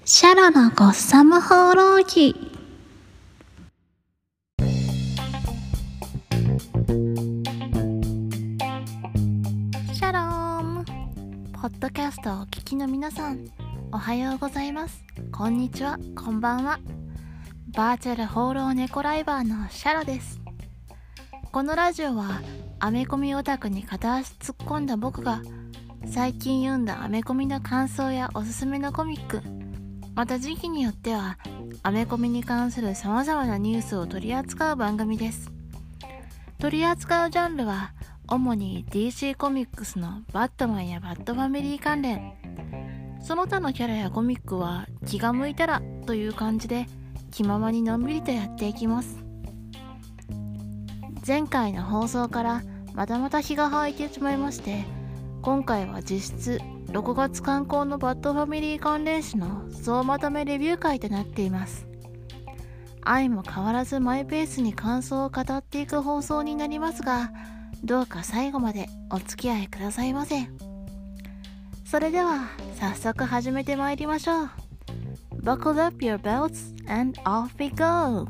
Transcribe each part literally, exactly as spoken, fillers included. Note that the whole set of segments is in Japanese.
シャロのゴッサム放浪記。シャロームポッドキャストをお聞きの皆さん、おはようございます、こんにちは、こんばんは。バーチャル放浪猫ライバーのシャロです。このラジオはアメコミオタクに片足突っ込んだ僕が最近読んだアメコミの感想やおすすめのコミック、また時期によってはアメコミに関する様々なニュースを取り扱う番組です。取り扱うジャンルは主に ディーシー コミックスのバットマンやバットファミリー関連、その他のキャラやコミックは気が向いたらという感じで気ままにのんびりとやっていきます。前回の放送からまたまた日が空いてしまいまして、今回は実質ろくがつ刊行のバッドファミリー関連誌の総まとめレビュー会となっています。愛も変わらずマイペースに感想を語っていく放送になりますが、どうか最後までお付き合いくださいませ。それでは早速始めてまいりましょう。 Buckle up your belts and off we go。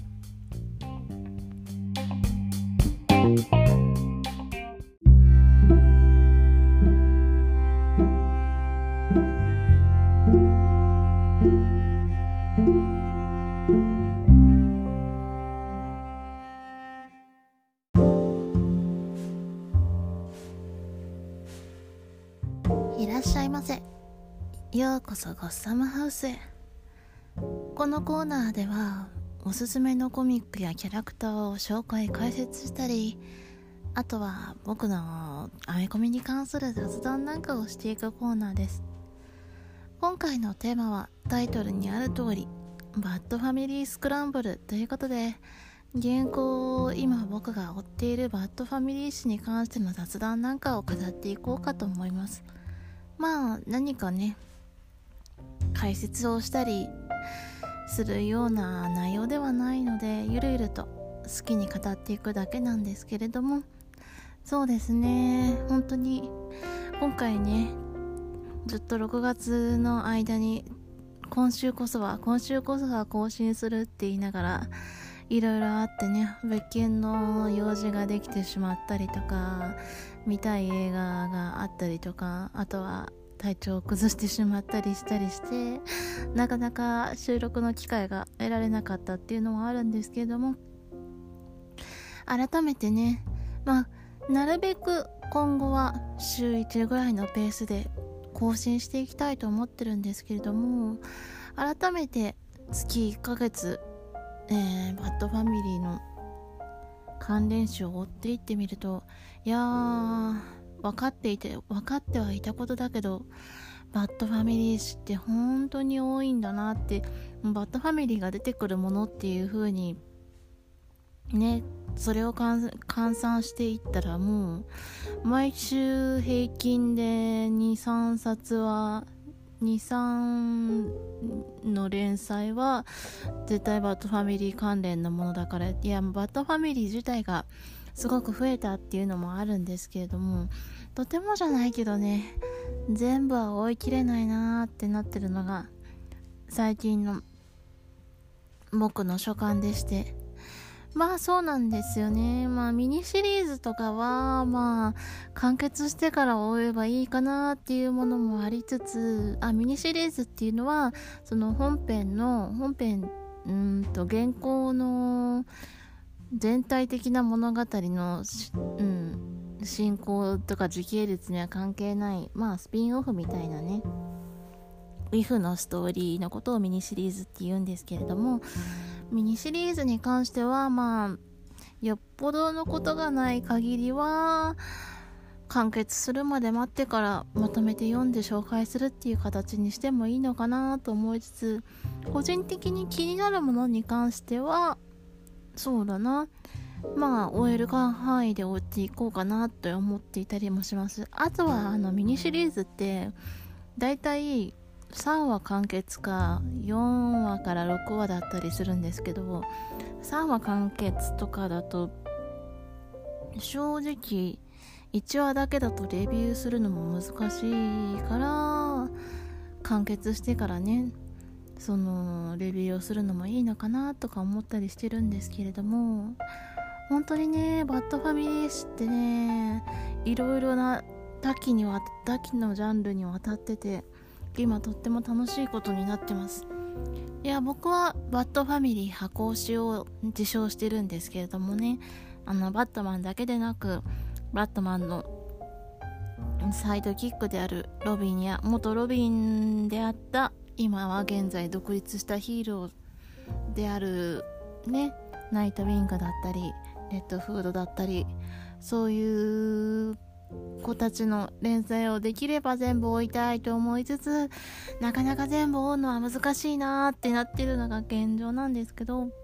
いらっしゃいませ。ようこそゴッサムハウスへ。このコーナーではおすすめのコミックやキャラクターを紹介解説したり、あとは僕のアメコミに関する雑談なんかをしていくコーナーです。今回のテーマはタイトルにある通りバッドファミリースクランブルということで、現行今僕が追っているバッドファミリー誌に関しての雑談なんかを語っていこうかと思います。まあ何かね解説をしたりするような内容ではないので、ゆるゆると好きに語っていくだけなんですけれども、そうですね、本当に今回ねずっとろくがつの間に今週こそは今週こそは更新するって言いながらいろいろあってね、別件の用事ができてしまったりとか、見たい映画があったりとか、あとは体調を崩してしまったりしたりして、なかなか収録の機会が得られなかったっていうのもあるんですけれども、改めてね、まあなるべく今後は週いちぐらいのペースで更新していきたいと思ってるんですけれども、改めて月いっかげつ、えー、バッドファミリーの関連誌を追っていってみると、いやー分かっていて分かってはいたことだけど、バッドファミリー誌って本当に多いんだなって、バッドファミリーが出てくるものっていう風にね、それを換算していったら、もう毎週平均で にさんさつはにさんの連載は絶対バッドファミリー関連のものだから、いやバッドファミリー自体がすごく増えたっていうのもあるんですけれども、とてもじゃないけどね、全部は追い切れないなーってなってるのが最近の僕の所感でして、まあそうなんですよね。まあミニシリーズとかはまあ完結してから追えばいいかなっていうものもありつつ、あミニシリーズっていうのはその本編の本編うーんと原稿の全体的な物語の、うん、進行とか時系列には関係ない、まあスピンオフみたいなね、ウィフのストーリーのことをミニシリーズって言うんですけれども、ミニシリーズに関してはまあよっぽどのことがない限りは完結するまで待ってからまとめて読んで紹介するっていう形にしてもいいのかなと思いつつ、個人的に気になるものに関してはそうだな、まあ終える範囲で追っていこうかなと思っていたりもします。あとはあのミニシリーズってだいたいさんわ完結かよんわからろくわだったりするんですけど、さんわ完結とかだと正直いちわだけだとレビューするのも難しいから、完結してからねそのレビューをするのもいいのかなとか思ったりしてるんですけれども、本当にねバッドファミリー誌ってねいろいろな多岐にわ多岐のジャンルにわたってて、今とっても楽しいことになってます。いや僕はバッドファミリー箱推しを自称してるんですけれどもね、あのバットマンだけでなくバットマンのサイドキックであるロビンや元ロビンであった今は現在独立したヒーローであるねナイトウィングだったりレッドフードだったり、そういう子たちの連載をできれば全部追いたいと思いつつ、なかなか全部追うのは難しいなーってなってるのが現状なんですけど、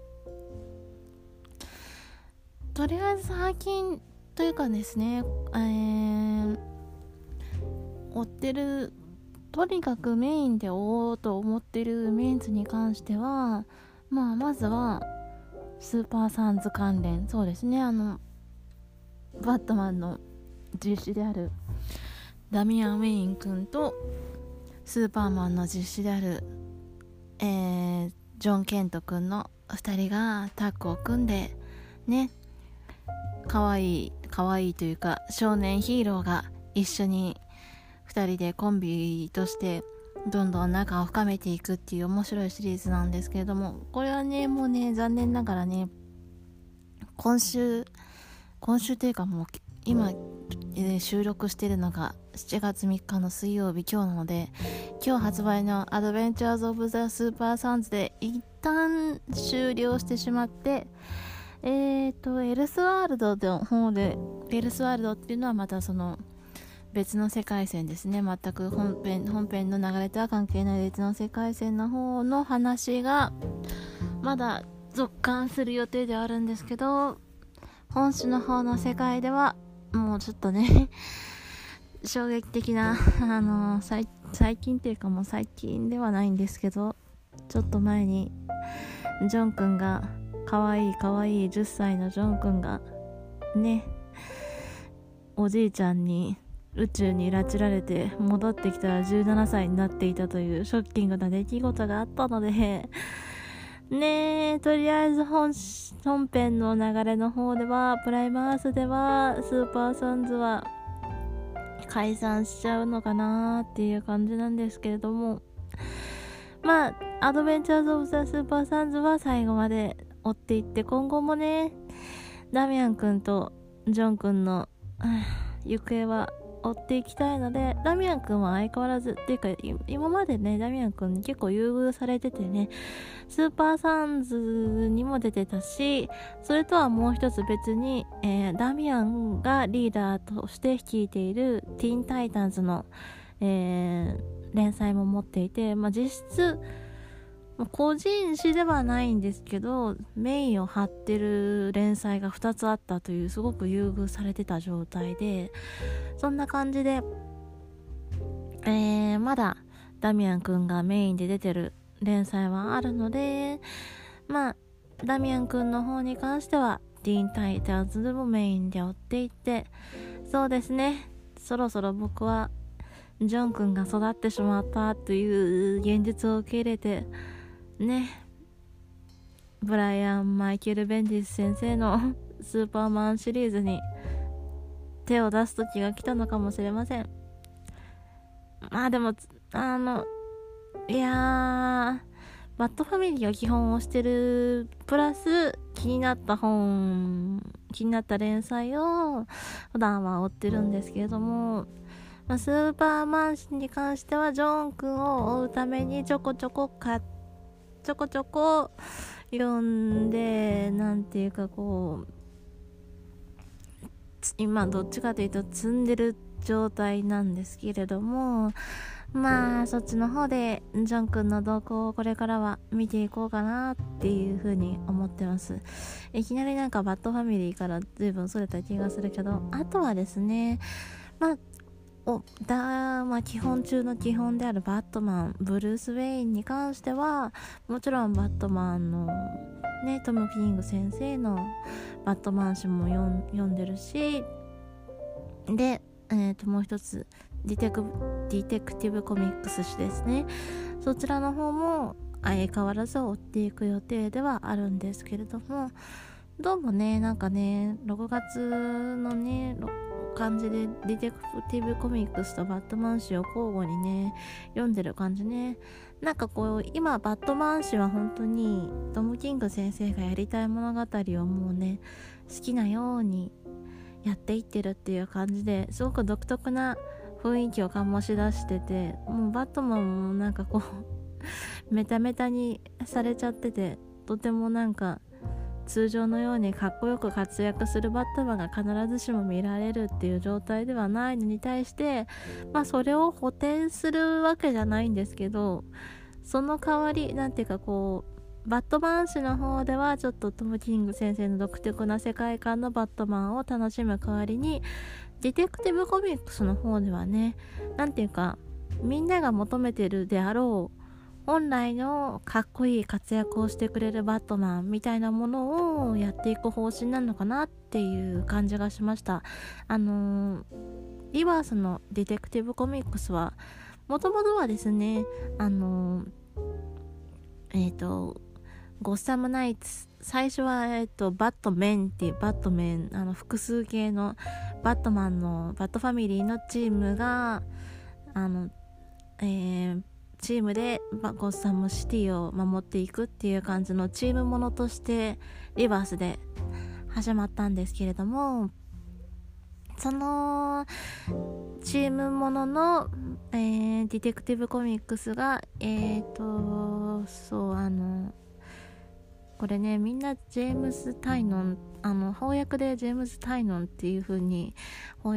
とりあえず最近というかですね、えー、追ってるとにかくメインで追おうと思ってるメンツに関しては、まあまずはスーパーサンズ関連、そうですね、あのバットマンの実施であるダミアン・ウェイン君とスーパーマンの実施である、えー、ジョン・ケント君のふたりがタッグを組んでね、かわいいかわいいというか少年ヒーローが一緒にふたりでコンビとしてどんどん仲を深めていくっていう面白いシリーズなんですけれども、これはねもうね残念ながらね今週今週というかもう今、えー、収録してるのがしちがつみっかの水曜日今日なので、今日発売のアドベンチャーズ・オブ・ザ・スーパーサンズで一旦終了してしまって、えーとエルスワールドの方で、エルスワールドっていうのはまたその別の世界線ですね、全く本編本編の流れとは関係ない別の世界線の方の話がまだ続刊する予定ではあるんですけど、本誌の方の世界ではもうちょっとね衝撃的なあの最最近っていうかもう最近ではないんですけど、ちょっと前にジョン君がかわいいかわいいじゅっさいのジョン君がねおじいちゃんに宇宙に拉致られて戻ってきたらじゅうななさいになっていたというショッキングな出来事があったのでねえ、とりあえず 本, 本編の流れの方ではプライムアースではスーパーサンズは解散しちゃうのかなっていう感じなんですけれども、まあアドベンチャーズ・オブ・ザ・スーパーサンズは最後まで追っていって、今後もねダミアン君とジョン君の行方は追っていきたいので、ダミアン君は相変わらずっていうか今までねダミアン君に結構優遇されててね、スーパーサンズにも出てたし、それとはもう一つ別に、えー、ダミアンがリーダーとして率いているティーンタイタンズの、えー、連載も持っていて、まあ、実質個人誌ではないんですけどメインを張ってる連載がふたつあったというすごく優遇されてた状態で、そんな感じで、えー、まだダミアンくんがメインで出てる連載はあるので、まあダミアンくんの方に関してはティーンタイタンズもメインで追っていって、そうですね、そろそろ僕はジョンくんが育ってしまったという現実を受け入れてね、ブライアン・マイケル・ベンディス先生のスーパーマンシリーズに手を出す時が来たのかもしれません。まあでもあのいやーバッドファミリーが基本をしてるプラス気になった本気になった連載を普段は追ってるんですけれども、まあ、スーパーマン誌に関してはジョン君を追うためにちょこちょこ買ってちょこちょこ読んで、なんていうかこう今どっちかというと積んでる状態なんですけれども、まあそっちの方でジョン君の動向をこれからは見ていこうかなっていう風に思ってます。いきなりなんかバッドファミリーから随分それた気がするけど、あとはですね、まあおだまあ、基本中の基本であるバットマンブルース・ウェインに関してはもちろんバットマンのねトム・キング先生のバットマン誌も読んでるし、で、えー、ともう一つディテクディテクティブコミックス誌ですね、そちらの方も相変わらず追っていく予定ではあるんですけれども、どうもね、なんかね、ろくがつのね、感じでディテクティブコミックスとバットマン誌を交互にね読んでる感じね。なんかこう今バットマン誌は本当にトム・キング先生がやりたい物語をもうね好きなようにやっていってるっていう感じで、すごく独特な雰囲気を醸し出してて、もうバットマンもなんかこうメタメタにされちゃってて、とてもなんか通常のようにかっこよく活躍するバットマンが必ずしも見られるっていう状態ではないのに対して、まあそれを補填するわけじゃないんですけど、その代わりなんていうかこうバットマン誌の方ではちょっとトム・キング先生の独特な世界観のバットマンを楽しむ代わりに、ディテクティブコミックスの方ではね、なんていうかみんなが求めてるであろう本来のかっこいい活躍をしてくれるバットマンみたいなものをやっていく方針なのかなっていう感じがしました。あのー、リバースのディテクティブコミックスはもともとはですね、あのー、えっ、ー、とゴッサムナイツ、最初は、えっと、バットメンっていうバットメン、あの複数形のバットマンのバットファミリーのチームがあの、えー、チームでゴッサムシティを守っていくっていう感じのチームものとしてリバースで始まったんですけれども、そのチームものの、えー、ディテクティブコミックスがえっとそうあのこれね、みんなジェームス・タイノン、あの翻訳でジェームス・タイノンっていう風に、うん、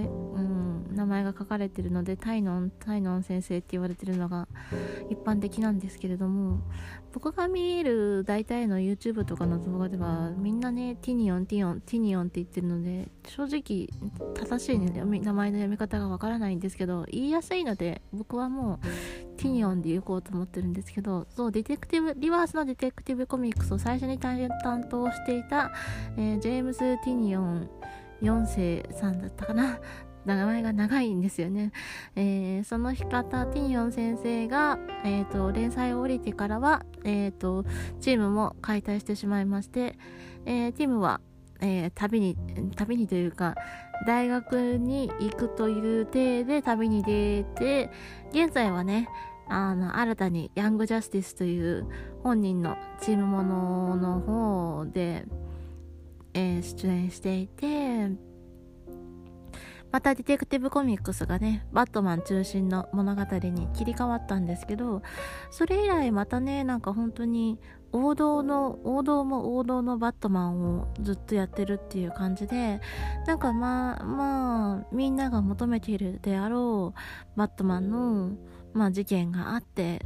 名前が書かれてるのでタイノン、タイノン先生って言われてるのが一般的なんですけれども、僕が見る大体の YouTube とかの動画ではみんなねティニオン、ティオン、ティニオンって言ってるので、正直正しい、ね、名前の読み方がわからないんですけど、言いやすいので僕はもうティニオンで言こうと思ってるんですけど、そうディテクティブリバースのディテクティブコミックスを最初に担当していた、えー、ジェームズ・ティニオンよん世さんだったかな、名前が長いんですよね。えー、その方ティニオン先生が、えー、と連載を降りてからは、えー、とチームも解体してしまいまして、えー、チームは、えー、旅に旅にというか大学に行くという体で旅に出て、現在はねあの新たにヤングジャスティスという本人のチームものの方で、えー、出演していて、またディテクティブコミックスがねバットマン中心の物語に切り替わったんですけど、それ以来またねなんか本当に王道の王道も王道のバットマンをずっとやってるっていう感じで、なんかまあまあみんなが求めているであろうバットマンのまあ事件があって、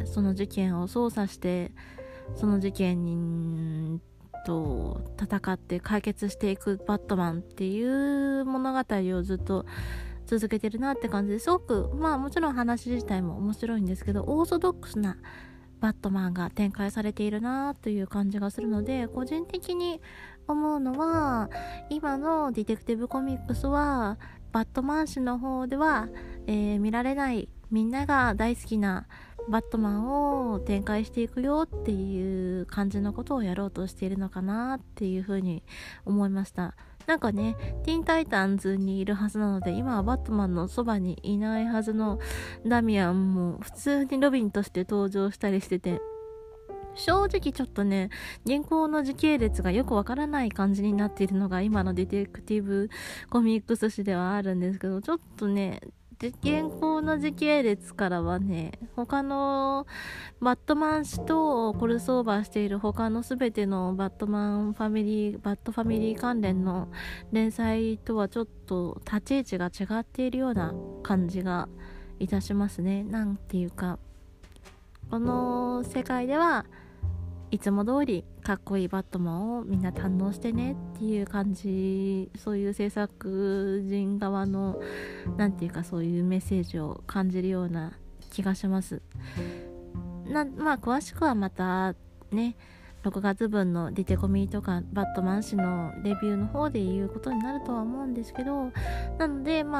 その事件を捜査してその事件にと戦って解決していくバットマンっていう物語をずっと続けてるなって感じで、すごくまあもちろん話自体も面白いんですけど、オーソドックスなバットマンが展開されているなという感じがするので、個人的に思うのは今のディテクティブコミックスはバットマン誌の方では、えー、見られないみんなが大好きなバットマンを展開していくよっていう感じのことをやろうとしているのかなっていうふうに思いました。なんかねティーンタイタンズにいるはずなので、今はバットマンのそばにいないはずのダミアンも普通にロビンとして登場したりしてて、正直ちょっとね現行の時系列がよくわからない感じになっているのが今のディテクティブコミックス誌ではあるんですけど、ちょっとね現行の時系列からはね他のバットマン誌とクロスオーバーしている他のすべてのバットマンファミリーバットファミリー関連の連載とはちょっと立ち位置が違っているような感じがいたしますね。なんていうかこの世界ではいつも通りかっこいいバットマンをみんな堪能してねっていう感じ、そういう制作人側のなんていうかそういうメッセージを感じるような気がしますな。まあ詳しくはまたねろくがつぶんのディテコミとかバットマン誌のレビューの方で言うことになるとは思うんですけど、なのでまあ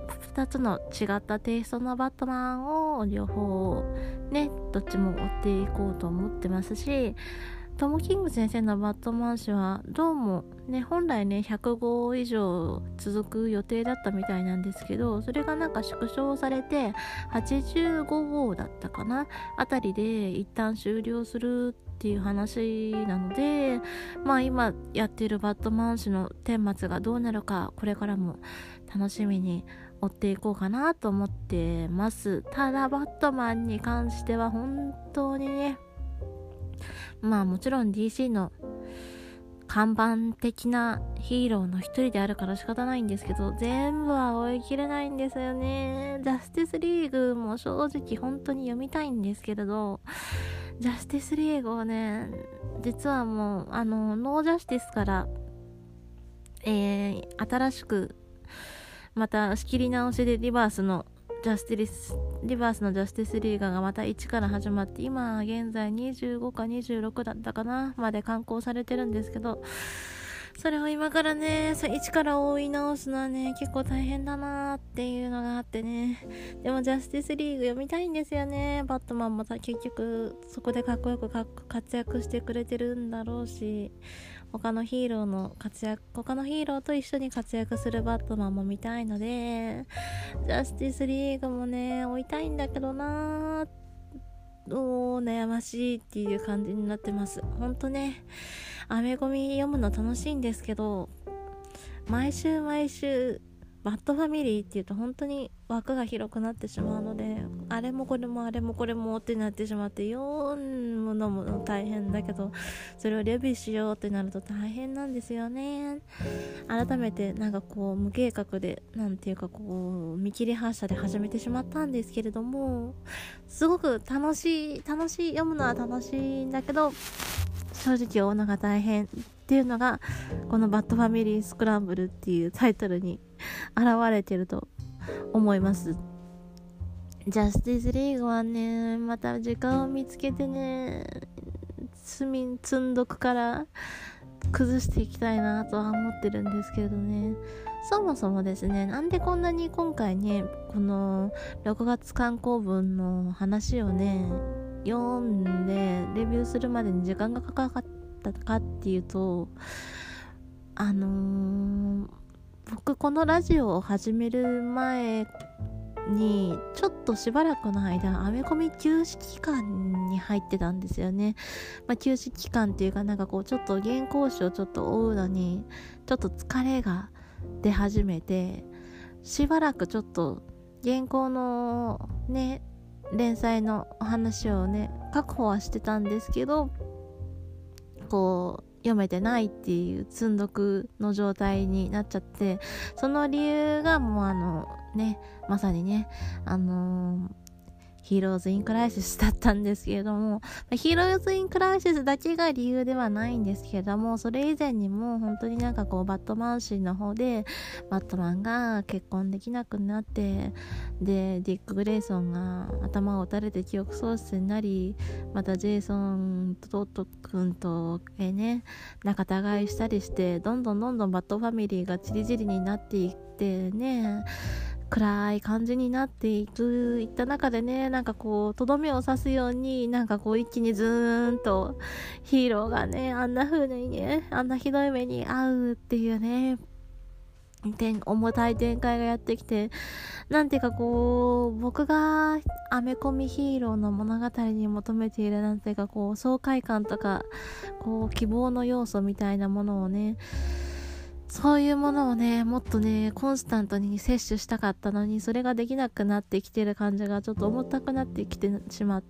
ふたつの違ったテイストのバットマンを両方ねどっちも追っていこうと思ってますし、トム・キング先生のバットマン誌はどうもね本来ねひゃくごう以上続く予定だったみたいなんですけど、それがなんか縮小されてはちじゅうごごうだったかなあたりで一旦終了するっていう話なので、まあ今やっているバットマン誌の顛末がどうなるかこれからも楽しみに追っていこうかなと思ってます。ただバットマンに関しては本当にね、まあもちろん ディーシー の看板的なヒーローの一人であるから仕方ないんですけど、全部は追い切れないんですよね。ジャスティスリーグも正直本当に読みたいんですけれど、ジャスティスリーグをね実はもうあのノージャスティスから、えー、新しくまた仕切り直しでリバースのジャスティスリバースのジャスティスリーガーがまたいちから始まって、今現在にじゅうごかにじゅうろくだったかなまで刊行されてるんですけど、それを今からねいちから追い直すのはね結構大変だなっていうのがあってね。でもジャスティスリーグ読みたいんですよね。バットマンもさ結局そこでかっこよくか活躍してくれてるんだろうし、他のヒーローの活躍他のヒーローと一緒に活躍するバットマンも見たいので、ジャスティスリーグもね追いたいんだけどなおー悩ましいっていう感じになってます。ほんとねアメコミ読むの楽しいんですけど、毎週毎週バッドファミリーっていうと本当に枠が広くなってしまうので、あれもこれもあれもこれもってなってしまって読むのも大変だけど、それをレビューしようってなると大変なんですよね。改めてなんかこう無計画でなんていうかこう見切り発車で始めてしまったんですけれども、すごく楽しい楽しい読むのは楽しいんだけど正直追うのが大変っていうのがこのバッドファミリースクランブルっていうタイトルに現れてると思います。ジャスティスリーグはねまた時間を見つけてね積み積んどくから崩していきたいなとは思ってるんですけれどね。そもそもですね、なんでこんなに今回ねこのろくがつ刊行分の話をね読んでレビューするまでに時間がかかったかっていうと、あのー、僕このラジオを始める前にちょっとしばらくの間アメコミ休止期間に入ってたんですよね。まあ、休止期間っていうかなんかこうちょっと原稿紙をちょっと追うのにちょっと疲れが出始めて、しばらくちょっと原稿のね連載のお話をね確保はしてたんですけど、こう読めてないっていう積んどくの状態になっちゃって、その理由がもうあのねまさにねあのーヒーローズ・イン・クライシスだったんですけれども、ヒーローズ・イン・クライシスだけが理由ではないんですけれども、それ以前にも本当になんかこうバットマン誌の方でバットマンが結婚できなくなって、でディック・グレイソンが頭を打たれて記憶喪失になり、またジェイソンとトット君とえね仲違いしたりして、どんどんどんどんバットファミリーがチリチリになっていってね、暗い感じになっていくいった中でね、なんかこうとどめを刺すようになんかこう一気にズーンとヒーローがねあんな風にねあんなひどい目に遭うっていうね重たい展開がやってきて、なんていうかこう僕がアメコミヒーローの物語に求めているなんていうかこう爽快感とかこう希望の要素みたいなものをね、そういうものをねもっとねコンスタントに摂取したかったのに、それができなくなってきてる感じがちょっと重たくなってきてしまって、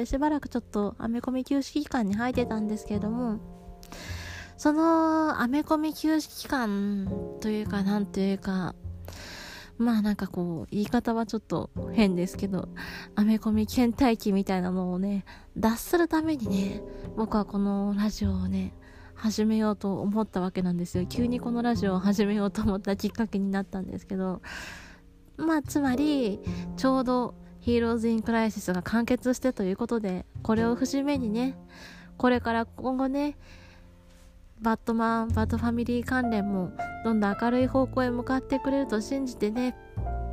しばらくちょっとアメコミ休止期間に入ってたんですけれども、そのアメコミ休止期間というかなんというかまあなんかこう言い方はちょっと変ですけど、アメコミ倦怠期みたいなのをね脱するためにね僕はこのラジオをね始めようと思ったわけなんですよ。急にこのラジオを始めようと思ったきっかけになったんですけど、まあつまりちょうどヒーローズ・イン・クライシスが完結してということで、これを節目にねこれから今後ねバットマンバットファミリー関連もどんどん明るい方向へ向かってくれると信じてね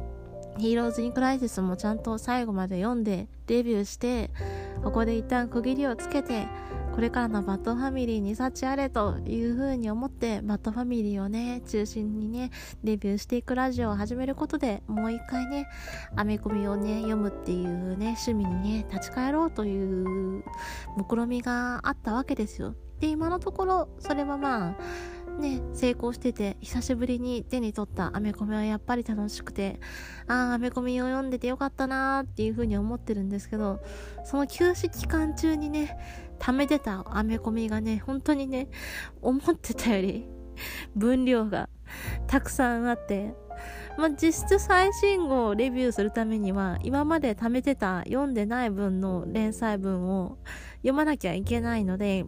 ヒーローズ・イン・クライシスもちゃんと最後まで読んでレビューして、ここで一旦区切りをつけて、これからのバッドファミリーに幸あれという風に思って、バッドファミリーをね中心にねレビューしていくラジオを始めることで、もう一回ねアメコミをね読むっていうね趣味にね立ち返ろうという目論みがあったわけですよ。で、今のところそれはまあね成功してて、久しぶりに手に取ったアメコミはやっぱり楽しくて、あーアメコミを読んでてよかったなーっていう風に思ってるんですけど、その休止期間中にね溜めてたアメコミがね本当にね思ってたより分量がたくさんあって、まあ、実質最新号をレビューするためには今まで貯めてた読んでない分の連載文を読まなきゃいけないので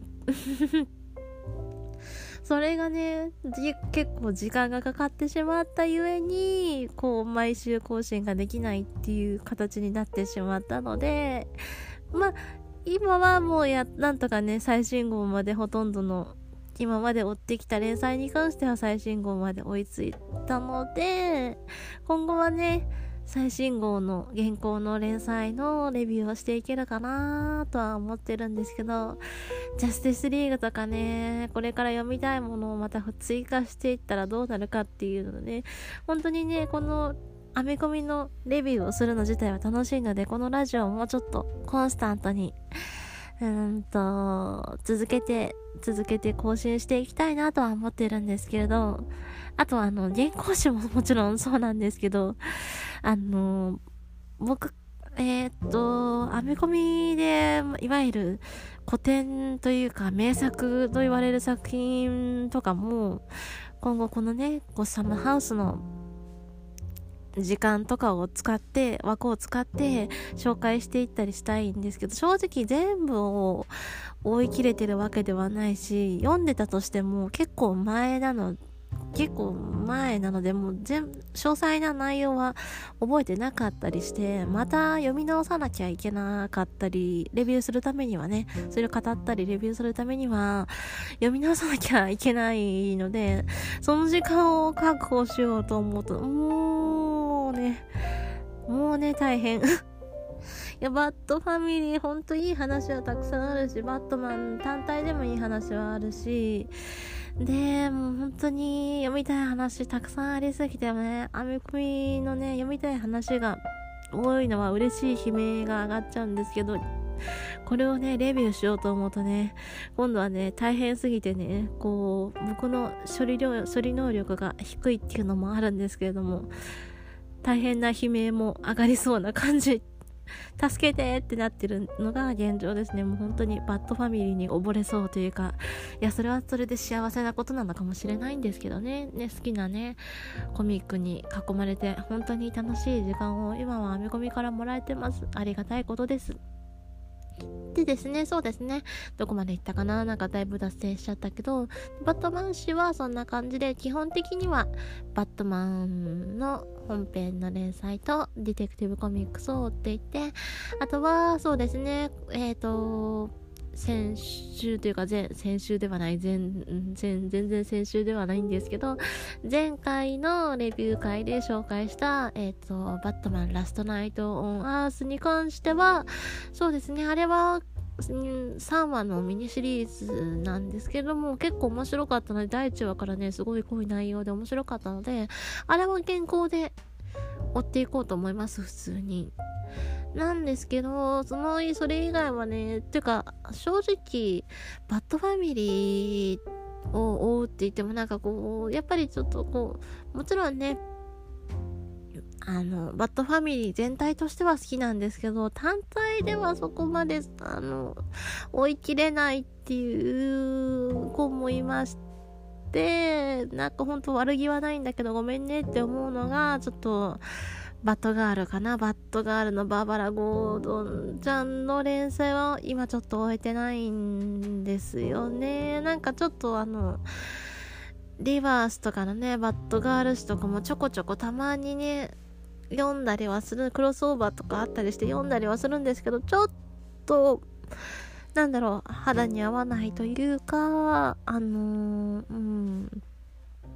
それがね結構時間がかかってしまったゆえに、こう毎週更新ができないっていう形になってしまったので、まあ今はもうやなんとかね最新号までほとんどの今まで追ってきた連載に関しては最新号まで追いついたので、今後はね最新号の現行の連載のレビューをしていけるかなとは思ってるんですけど、ジャスティスリーグとかねこれから読みたいものをまた追加していったらどうなるかっていうのね、本当にねこのアメコミのレビューをするの自体は楽しいので、このラジオももうちょっとコンスタントにうーんと続けて続けて更新していきたいなとは思ってるんですけれど、あとはあの原稿誌ももちろんそうなんですけど、あの僕えー、っとアメコミでいわゆる古典というか名作と言われる作品とかも今後このねゴッサムハウスの時間とかを使って枠を使って紹介していったりしたいんですけど、正直全部を追い切れてるわけではないし、読んでたとしても結構前なの結構前なのでもう全詳細な内容は覚えてなかったりして、また読み直さなきゃいけなかったり、レビューするためにはねそれを語ったりレビューするためには読み直さなきゃいけないので、その時間を確保しようと思うともうねもうね大変いやバッドファミリーほんといい話はたくさんあるし、バットマン単体でもいい話はあるし、でもう本当に読みたい話たくさんありすぎてね、アメコミのね読みたい話が多いのは嬉しい悲鳴が上がっちゃうんですけど、これをねレビューしようと思うとね今度はね大変すぎてね、こう僕の処理量処理能力が低いっていうのもあるんですけれども、大変な悲鳴も上がりそうな感じ助けてってなってるのが現状ですね。もう本当にバッドファミリーに溺れそうというか、いやそれはそれで幸せなことなのかもしれないんですけどねね好きなねコミックに囲まれて本当に楽しい時間を今はアメコミからもらえてます。ありがたいことです。でですね、そうですね、どこまで行ったかな、なんかだいぶ脱線しちゃったけど、バットマン誌はそんな感じで、基本的にはバットマンの本編の連載とディテクティブコミックスを追っていて、あとはそうですね、えっと先週というか前先週ではない前前全然先週ではないんですけど、前回のレビュー会で紹介したえっとバットマンラストナイトオンアースに関しては、そうですね、あれはさんわのミニシリーズなんですけども結構面白かったので、だいいちわからねすごい濃い内容で面白かったので、あれは原稿で追っていこうと思います。普通になんですけど、そのそれ以外はね、てか正直バッドファミリーを追うって言ってもなんかこうやっぱりちょっとこうもちろんねあのバッドファミリー全体としては好きなんですけど、単体ではそこまであの追い切れないっていう子もいまして、なんかほんと悪気はないんだけどごめんねって思うのがちょっとバッドガールかな。バッドガールのバーバラ・ゴードンちゃんの連載は今ちょっと終えてないんですよね。なんかちょっとあのリバースとかのねバッドガール誌とかもちょこちょこたまにね読んだりはする、クロスオーバーとかあったりして読んだりはするんですけど、ちょっとなんだろう肌に合わないというか、あのー、うん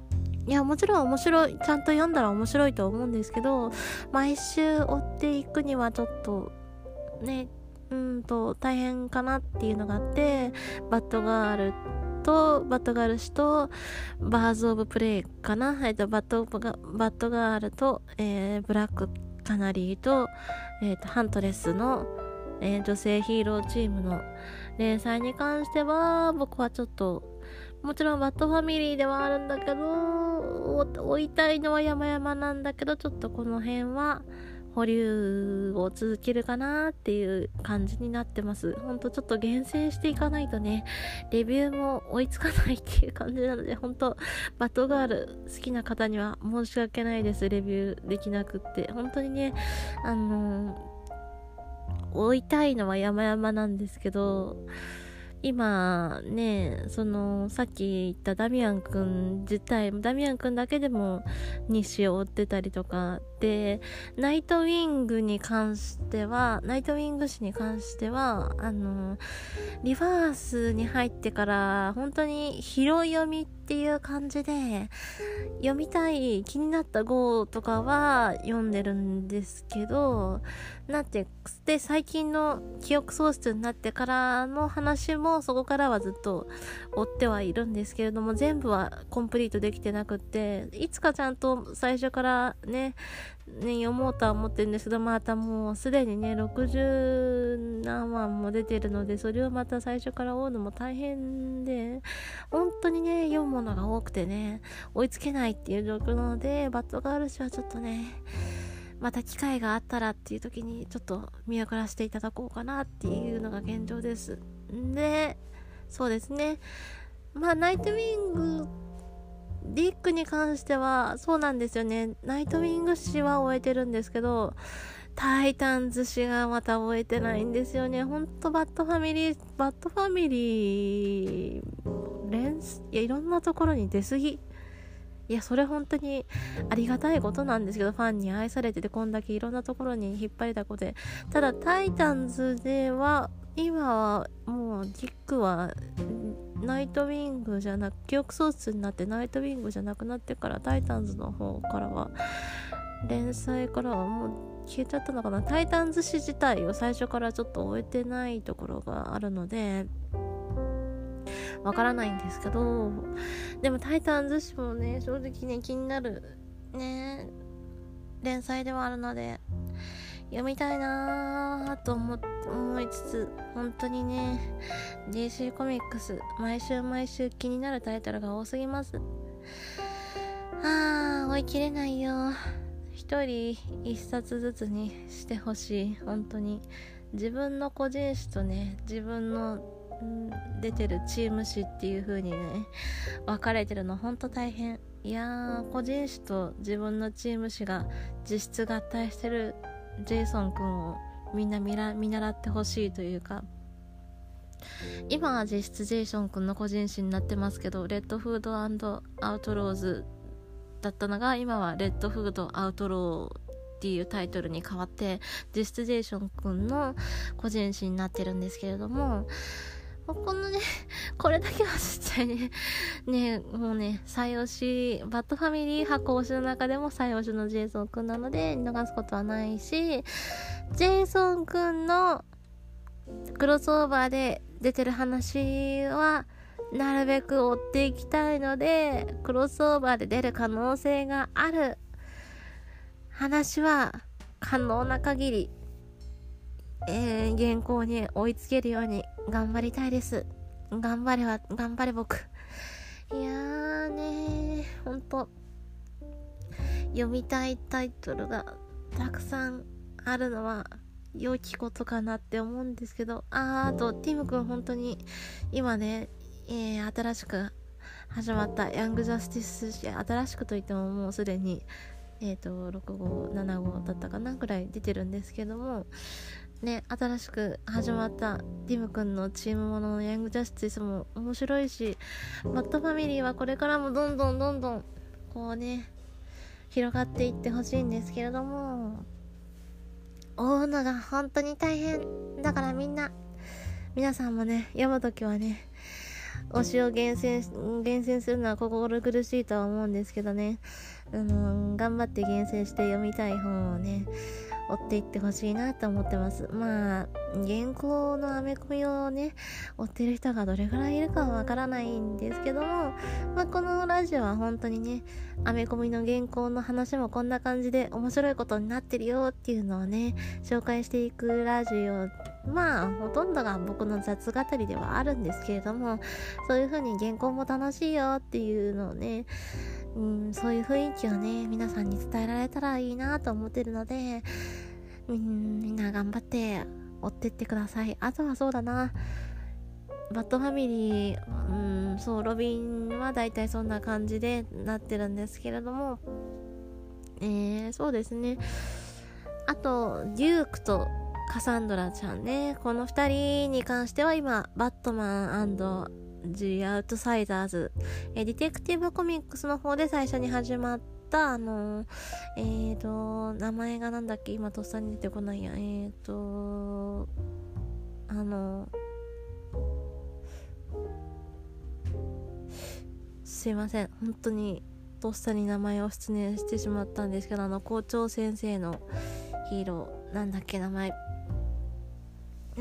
いやもちろん面白い、ちゃんと読んだら面白いと思うんですけど、毎週追っていくにはちょっとねうんと大変かなっていうのがあって、バッドガールとバッドガール氏とバーズオブプレイかな、えっとバッドガバッドガールと、えー、ブラックカナリーと、えー、とハントレスの、えー、女性ヒーローチームの連載に関しては僕はちょっと、もちろんバッドファミリーではあるんだけど追いたいのは山々なんだけど、ちょっとこの辺は保留を続けるかなっていう感じになってます。ほんとちょっと厳選していかないとね、レビューも追いつかないっていう感じなので、ほんとバッドガール好きな方には申し訳ないです。レビューできなくって、本当にねあのー、追いたいのは山々なんですけど、今ね、そのさっき言ったダミアンくん自体、ダミアンくんだけでも西を追ってたりとかで、ナイトウィングに関してはナイトウィング誌に関してはあのリバースに入ってから本当に拾い読みっていう感じで、読みたい気になった号とかは読んでるんですけど、なんてで最近の記憶喪失になってからの話もそこからはずっと追ってはいるんですけれども、全部はコンプリートできてなくって、いつかちゃんと最初からねね読もうとは思ってるんですけど、またもうすでにねろくじゅう何話も出てるので、それをまた最初から追うのも大変で、本当にね読むものが多くてね追いつけないっていう状況なので、バッドガール誌はちょっとねまた機会があったらっていう時にちょっと見送らせていただこうかなっていうのが現状です。で、そうですね、まあナイトウィングディックに関してはそうなんですよね、ナイトウィング誌は終えてるんですけど、タイタンズ誌がまた終えてないんですよね。ほんとバッドファミリーバッドファミリー連いやいろんなところに出すぎ、いやそれ本当にありがたいことなんですけど、ファンに愛されててこんだけいろんなところに引っ張りだこで、ただタイタンズでは今はもうディックはナイトウィングじゃなく記憶喪失になってナイトウィングじゃなくなってから、タイタンズの方からは連載からはもう消えちゃったのかな。タイタンズ誌自体を最初からちょっと終えてないところがあるのでわからないんですけど、でもタイタンズ誌もね正直ね気になるね連載ではあるので読みたいなと思思いつつ、本当にね ディーシー コミックス毎週毎週気になるタイトルが多すぎます。あー追い切れないよ。一人一冊ずつにしてほしい。本当に自分の個人誌とね自分の出てるチーム誌っていう風にね分かれてるの本当大変。いやー個人誌と自分のチーム誌が実質合体してるジェイソン君をみんな見ら見習ってほしいというか、今は実質ジェイソン君の個人誌になってますけど、レッドフード&アウトローズだったのが今はレッドフードアウトローっていうタイトルに変わって実質ジェイソン君の個人誌になってるんですけれども、このねこれだけは絶対ねねもうね最推しバッドファミリー箱推しの中でも最推しのジェイソンくんなので逃すことはないし、ジェイソンくんのクロスオーバーで出てる話はなるべく追っていきたいので、クロスオーバーで出る可能性がある話は可能な限りえー、原稿に追いつけるように頑張りたいです。頑張れは頑張れ僕。いやーねーほんと読みたいタイトルがたくさんあるのは良きことかなって思うんですけど、あーあとティム君本当に今ね、えー、新しく始まったヤングジャスティス誌、新しくといってももうすでにえーとろく号なな号だったかなぐらい出てるんですけどもね、新しく始まったティム君のチームもののヤングジャスティスも面白いし、バッドファミリーはこれからもどんどんどんどんこうね広がっていってほしいんですけれども、追うのが本当に大変だから、みんな皆さんもね読むときはね推しを厳選厳選するのは心苦しいとは思うんですけどね、あの頑張って厳選して読みたい本をね追っていってほしいなと思ってます。まあ現行のアメコミをね追ってる人がどれぐらいいるかはわからないんですけども、まあこのラジオは本当にねアメコミの現行の話もこんな感じで面白いことになってるよっていうのをね紹介していくラジオ、まあほとんどが僕の雑語りではあるんですけれども、そういう風に原稿も楽しいよっていうのをね、うん、そういう雰囲気をね皆さんに伝えられたらいいなと思ってるので、うん、みんな頑張って追ってってください。あとはそうだな、バッドファミリー、うん、そうロビンはだいたいそんな感じでなってるんですけれども、えー、そうですね、あとデュークとカサンドラちゃんね、このふたりに関しては今バットマン&ジ・アウトサイダーズ、えディテクティブコミックスの方で最初に始まったあのえーと名前がなんだっけ、今とっさに出てこないや、えーとあのすいません、本当にとっさに名前を失念してしまったんですけど、あの校長先生のヒーローなんだっけ名前、うー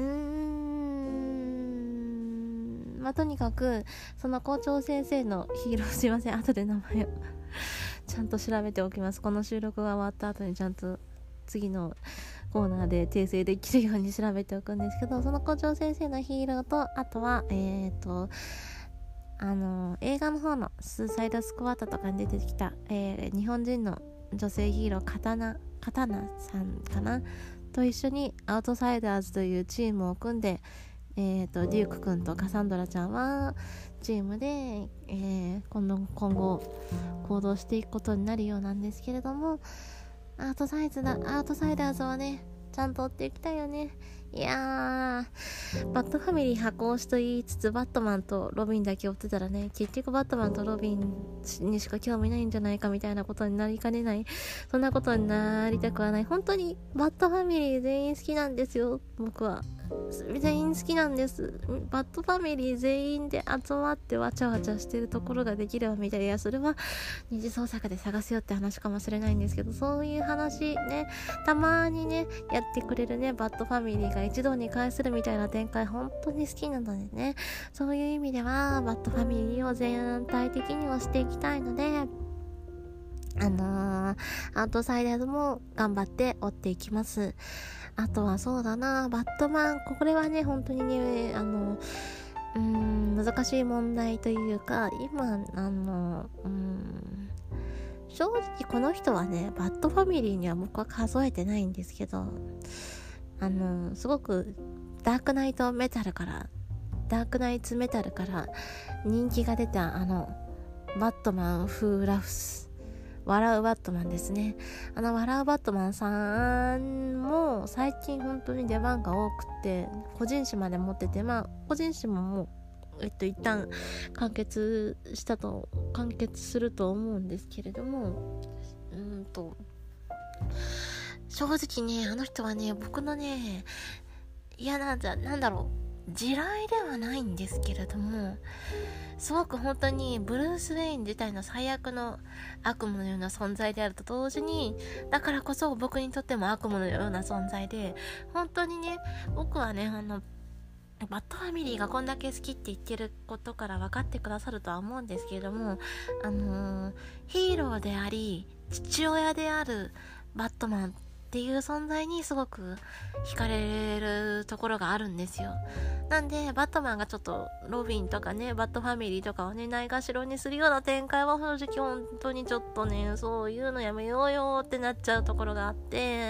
んまあとにかくその校長先生のヒーロー、すいません後で名前をちゃんと調べておきます。この収録が終わった後にちゃんと次のコーナーで訂正できるように調べておくんですけど、その校長先生のヒーローと、あとはえーとあの映画の方のスーサイドスクワットとかに出てきた、えー、日本人の女性ヒーローカタナカタナさんかなと一緒にアウトサイダーズというチームを組んで、えーとデューク君とカサンドラちゃんはチームで、えー、今度今後行動していくことになるようなんですけれども、アウトサイズだアウトサイダーズはねちゃんと追っていきたいよね。いやーバッドファミリー箱推しと言いつつバットマンとロビンだけ追ってたらね、結局バットマンとロビンにしか興味ないんじゃないかみたいなことになりかねない、そんなことになりたくはない。本当にバッドファミリー全員好きなんですよ。僕は全員好きなんです。バッドファミリー全員で集まってわちゃわちゃしてるところができればみたいな、いやそれは二次創作で探すよって話かもしれないんですけど、そういう話ねたまにねやってくれるねバッドファミリーが一堂に会するみたいな展開本当に好きなのでね、そういう意味ではバッドファミリーを全体的に推していきたいので、あのー、アウトサイダーズも頑張って追っていきます。あとはそうだな、バットマン、これはね本当にねあのうーん難しい問題というか、今あのうーん正直この人はねバッドファミリーには僕は数えてないんですけど、あのすごくダークナイトメタルからダークナイツメタルから人気が出たあのバットマンフーラフス笑うバットマンですね。あの笑うバットマンさんも最近本当に出番が多くて個人誌まで持ってて、まあ個人誌ももうえっと一旦完結したと完結すると思うんですけれども、うーんと正直ねあの人はね僕のねいやなんだなんだろう地雷ではないんですけれども、すごく本当にブルース・ウェイン自体の最悪の悪夢のような存在であると同時に、だからこそ僕にとっても悪夢のような存在で、本当にね僕はねあのバッドファミリーがこんだけ好きって言ってることから分かってくださるとは思うんですけれども、あのー、ヒーローであり父親であるバットマンっていう存在にすごく惹かれるところがあるんですよ。なんでバットマンがちょっとロビンとかねバットファミリーとかをねないがしろにするような展開は正直本当にちょっとねそういうのやめようよってなっちゃうところがあって、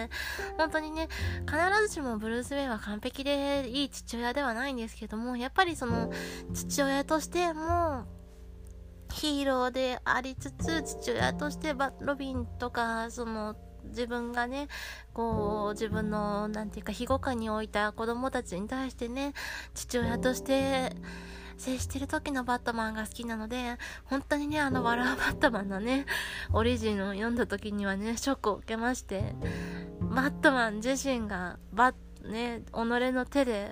本当にね必ずしもブルース・ウェインは完璧でいい父親ではないんですけども、やっぱりその父親としてもヒーローでありつつ父親としてバロビンとかその自分がねこう自分のなんていうか庇護下に置いた子供たちに対してね父親として接してる時のバットマンが好きなので、本当にねあの笑うバットマンのねオリジンを読んだ時にはねショックを受けまして、バットマン自身がバッね己の手で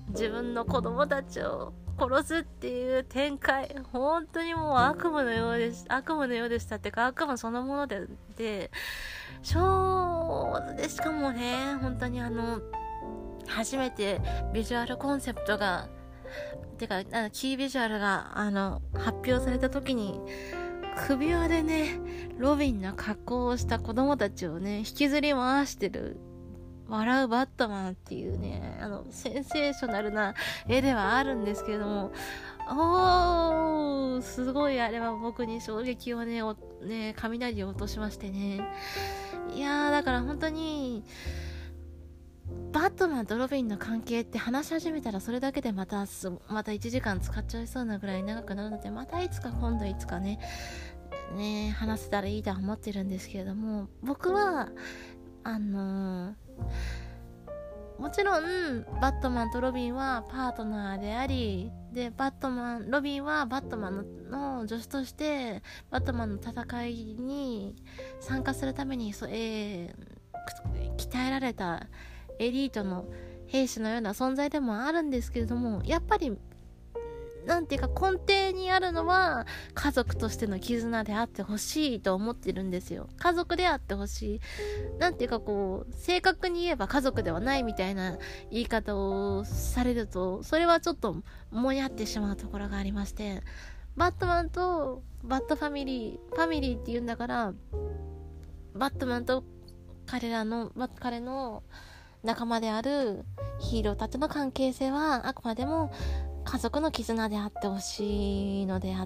自分の子供たちを殺すっていう展開、本当にもう悪夢のようでし悪夢のようでしたってか、悪夢そのもので、で上手で、しかもね、本当にあの初めてビジュアルコンセプトがてかキービジュアルがあの発表された時に、首輪でねロビンの格好をした子供たちをね引きずり回してる笑うバットマンっていうね、あのセンセーショナルな絵ではあるんですけれども、おーすごい、あれは僕に衝撃をね、ね雷を落としましてね。いやーだから本当にバットマンとロビンの関係って話し始めたらそれだけでまたまたいちじかん使っちゃいそうなぐらい長くなるので、またいつか今度いつかねね話せたらいいとは思ってるんですけれども、僕はあのー、もちろんバットマンとロビンはパートナーであり、でバットマンロビンはバットマン の, の助手としてバットマンの戦いに参加するためにそ、えー、鍛えられたエリートの兵士のような存在でもあるんですけれども、やっぱりなんていうか根底にあるのは家族としての絆であってほしいと思ってるんですよ。家族であってほしい。なんていうかこう正確に言えば家族ではないみたいな言い方をされると、それはちょっともやってしまうところがありまして、バットマンとバットファミリーファミリーって言うんだから、バットマンと彼らの彼の仲間であるヒーローたちの関係性はあくまでも家族の絆であってほしいのであって、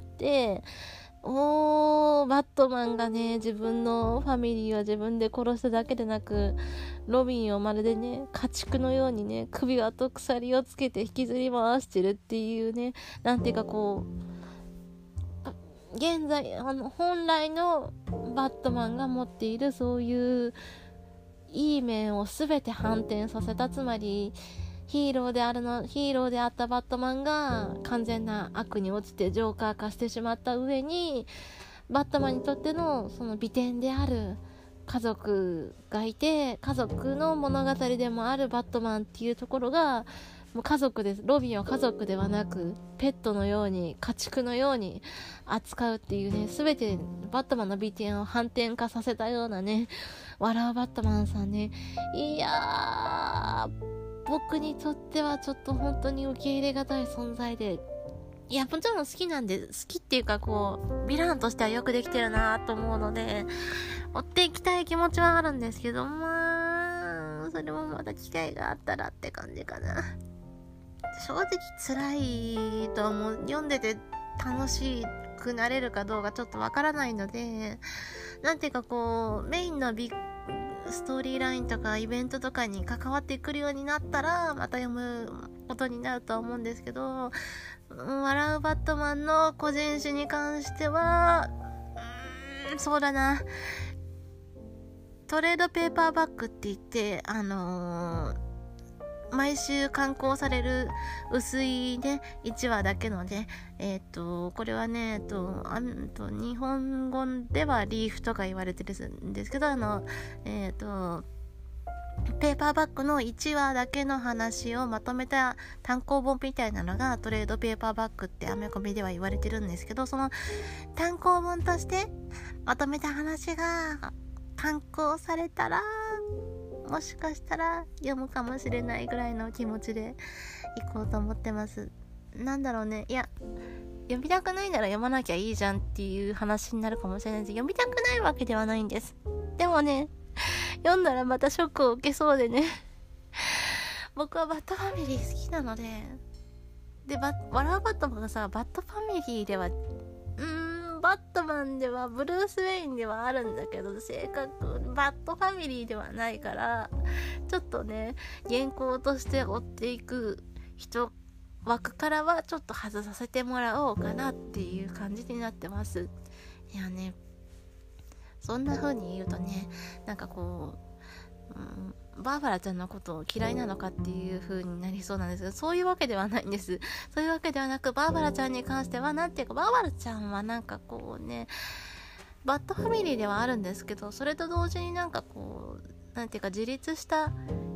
おーバットマンがね自分のファミリーを自分で殺しただけでなく、ロビンをまるでね家畜のようにね首輪と鎖をつけて引きずり回してるっていうね、なんていうかこう現在あの本来のバットマンが持っているそういういい面を全て反転させた、つまりヒーローであるのヒーローであったバットマンが完全な悪に落ちてジョーカー化してしまった上に、バットマンにとってのその美点である家族がいて、家族の物語でもあるバットマンっていうところがもう家族です。ロビンは家族ではなくペットのように家畜のように扱うっていうね、全てバットマンの美点を反転化させたようなね、笑うバットマンさんね。いやー僕にとってはちょっと本当に受け入れがたい存在で、いやもちろん好きなんで、好きっていうかこうヴィランとしてはよくできてるなと思うので追っていきたい気持ちはあるんですけど、まあそれもまた機会があったらって感じかな。正直辛いと思う。読んでて楽しくなれるかどうかちょっとわからないので、なんていうかこうメインのビッストーリーラインとかイベントとかに関わってくるようになったらまた読むことになるとは思うんですけど、笑うバットマンの個人誌に関してはうーんそうだな、トレードペーパーバッグって言ってあのー毎週刊行される薄いねいちわだけので、えっとこれはね、えっとあと日本語ではリーフとか言われてるんですけど、あのえっとペーパーバッグのいちわだけの話をまとめた単行本みたいなのがトレードペーパーバッグってアメコミでは言われてるんですけど、その単行本としてまとめた話が刊行されたらもしかしたら読むかもしれないぐらいの気持ちで行こうと思ってます。なんだろうね、いや読みたくないなら読まなきゃいいじゃんっていう話になるかもしれないです。読みたくないわけではないんです。でもね、読んだらまたショックを受けそうでね僕はバットファミリー好きなので、でバ笑うバットマンがさ、バットファミリーではうーんバットマンではブルース・ウェインではあるんだけど、性格バットファミリーではないから、ちょっとね原稿として追っていく人枠からはちょっと外させてもらおうかなっていう感じになってます。いやね、そんな風に言うとね、なんかこう、うん、バーバラちゃんのことを嫌いなのかっていう風になりそうなんですけど、そういうわけではないんです。そういうわけではなく、バーバラちゃんに関してはなんていうか、バーバラちゃんはなんかこうね、バッドファミリーではあるんですけど、それと同時になんかこうなんていうか自立した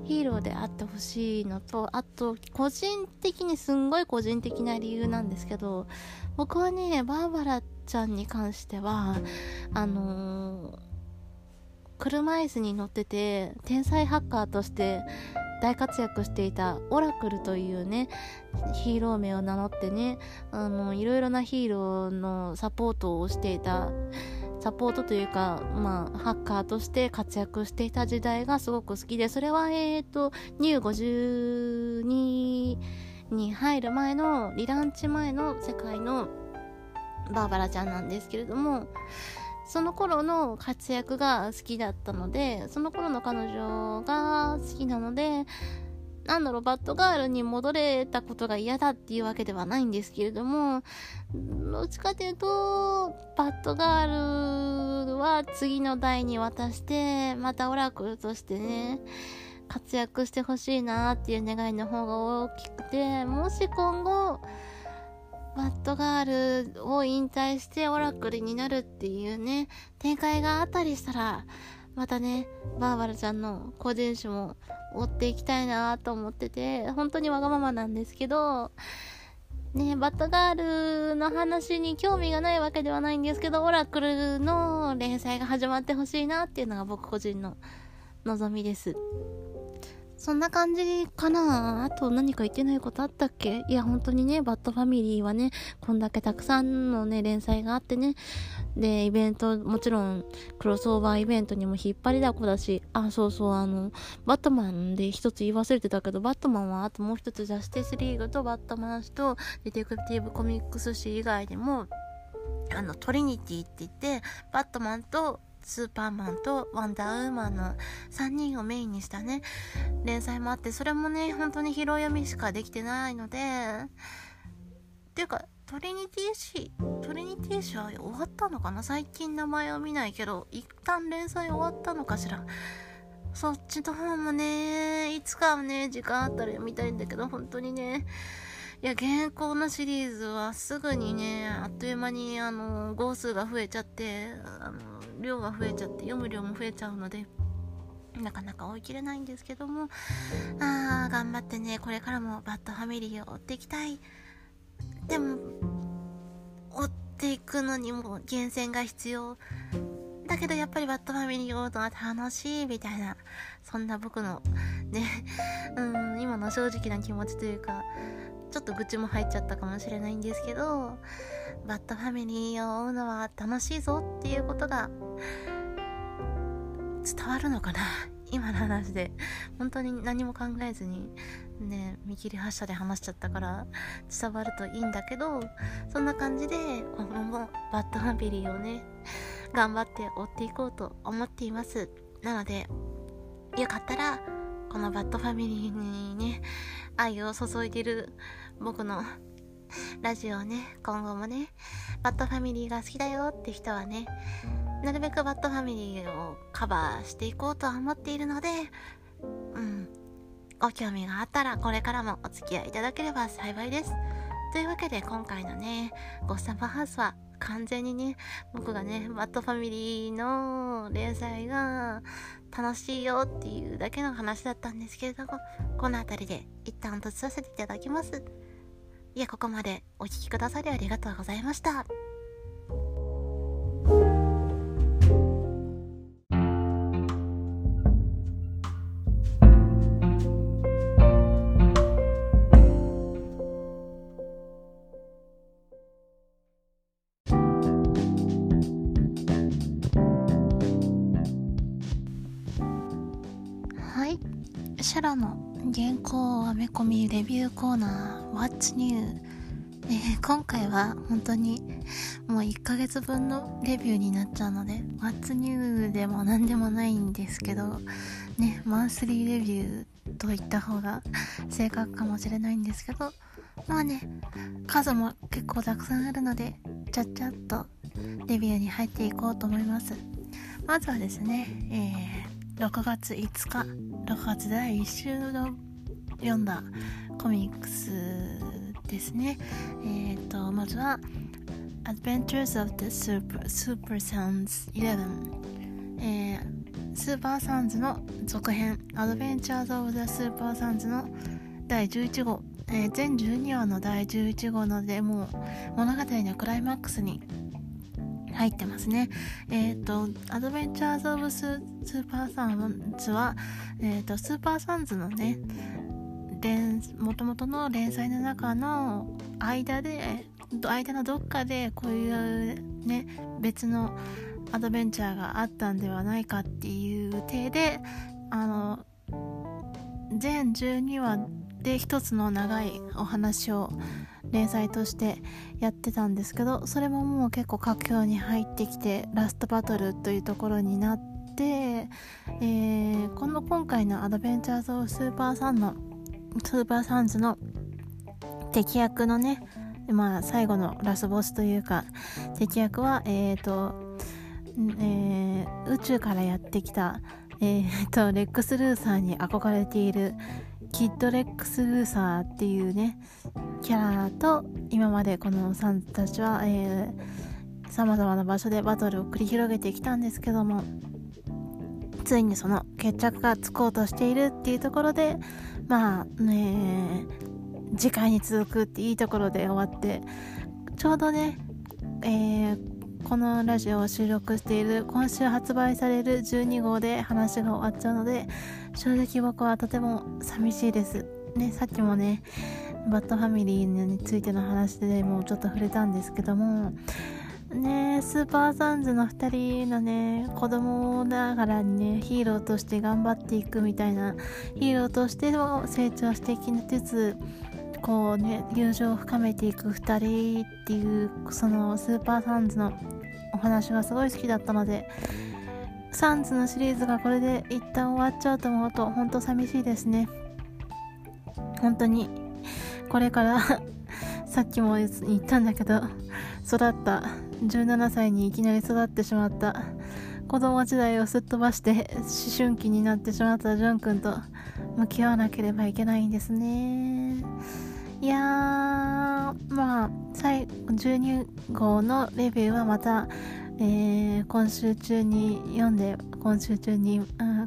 ヒーローであってほしいのと、あと個人的にすんごい個人的な理由なんですけど、僕はねバーバラちゃんに関してはあのー、車椅子に乗ってて天才ハッカーとして大活躍していたオラクルというねヒーロー名を名乗ってね、あのいろいろなヒーローのサポートをしていた、サポートというか、まあ、ハッカーとして活躍していた時代がすごく好きで、それはえーとニューごじゅうにに入る前のリランチ前の世界のバーバラちゃんなんですけれども、その頃の活躍が好きだったので、その頃の彼女が好きなので、なんだろう、バッドガールに戻れたことが嫌だっていうわけではないんですけれども、どっちかというとバッドガールは次の代に渡してまたオラクルとしてね活躍してほしいなっていう願いの方が大きくて、もし今後バッドガールを引退してオラクルになるっていうね展開があったりしたら、またねバーバラちゃんの個人誌も追っていきたいなと思ってて、本当にわがままなんですけどね、バッドガールの話に興味がないわけではないんですけど、オラクルの連載が始まってほしいなっていうのが僕個人の望みです。そんな感じかな。あと何か言ってないことあったっけ？いや本当にね、バッドファミリーはねこんだけたくさんのね連載があってね、でイベントもちろんクロスオーバーイベントにも引っ張りだこだし、あそうそうあのバットマンで一つ言い忘れてたけど、バットマンはあともう一つジャスティスリーグとバットマン誌とディテクティブコミックス誌以外でもあのトリニティって言ってバットマンとスーパーマンとワンダーウーマンのさんにんをメインにしたね連載もあって、それもね本当に拾い読みしかできてないので、っていうかトリニティ誌トリニティ誌は終わったのかな、最近名前を見ないけど一旦連載終わったのかしら。そっちの方もねいつかはね時間あったら読みたいんだけど、本当にねいや現行のシリーズはすぐにねあっという間にあの号数が増えちゃって、あの量が増えちゃって読む量も増えちゃうのでなかなか追い切れないんですけども、あー頑張ってねこれからもバッドファミリーを追っていきたい。でも追っていくのにも厳選が必要だけど、やっぱりバッドファミリーを追うのは楽しいみたいな、そんな僕のねうん今の正直な気持ちというか、ちょっと愚痴も入っちゃったかもしれないんですけど、バッドファミリーを追うのは楽しいぞっていうことが伝わるのかな今の話で本当に何も考えずにね見切り発車で話しちゃったから伝わるといいんだけど、そんな感じで今後もバッドファミリーをね頑張って追っていこうと思っています。なのでよかったらこのバッドファミリーにね愛を注いでる僕のラジオをね今後もねバッドファミリーが好きだよって人はねなるべくバッドファミリーをカバーしていこうとは思っているので、うんご興味があったらこれからもお付き合いいただければ幸いです。というわけで今回のねゴッサムハウスは完全にね僕がねバッドファミリーの連載が楽しいよっていうだけの話だったんですけれども、この辺りで一旦閉じさせていただきます。いやここまでお聞きくださりありがとうございました。シャラの原稿アメコミレビューコーナー What's New、ね、今回は本当にもういっかげつぶんのレビューになっちゃうので What's New でも何でもないんですけどね、マンスリーレビューと言った方が正確かもしれないんですけど、まあね数も結構たくさんあるのでちゃっちゃっとレビューに入っていこうと思います。まずはですね、えーろくがついつかろくがつだいいっ週の読んだコミックスですね。えーとまずは Adventures of the Super, Super Sons じゅういち、えー、 スーパーサンズの続編アドベンチャーズ・オブ・ザ・スーパーサンズのだいじゅういち号、えー、全じゅうにわのだいじゅういち号なので、もう物語のクライマックスに入ってますね。えっ、ー、とアドベンチャーズ・オブ・スーパーサンズは、えー、とスーパーサンズのねもともとの連載の中の間で間のどっかでこういうね別のアドベンチャーがあったんではないかっていう体で、あの全じゅうにわで一つの長いお話を連載としてやってたんですけど、それももう結構佳境に入ってきてラストバトルというところになって、えー、この今回のアドベンチャーズ・オブ・スーパーサンのスーパーサンズの敵役のね、まあ最後のラスボスというか敵役はえーと、えー、宇宙からやってきたえーとレックス・ルーサーに憧れているキッド・レックス・ルーサーっていうねキャラと今までこのサンズたちはさまざまな場所でバトルを繰り広げてきたんですけども、ついにその決着がつこうとしているっていうところで、まあね次回に続くっていいところで終わって、ちょうどね、えー、このラジオを収録している今週発売されるじゅうに号で話が終わっちゃうので、正直僕はとても寂しいですね。さっきもねバッドファミリーについての話でもうちょっと触れたんですけどもね、スーパーサンズのふたりのね子供ながらにねヒーローとして頑張っていくみたいな、ヒーローとしても成長していきつつこうね友情を深めていくふたりっていうそのスーパーサンズのお話がすごい好きだったので、サンズのシリーズがこれで一旦終わっちゃうと思うと本当寂しいですね。本当にこれからさっきも言ったんだけど育ったじゅうななさいにいきなり育ってしまった子供時代をすっ飛ばして思春期になってしまったジョン君と向き合わなければいけないんですね。いやーまあ最じゅうに号のレビューはまた、えー、今週中に読んで今週中に、うん、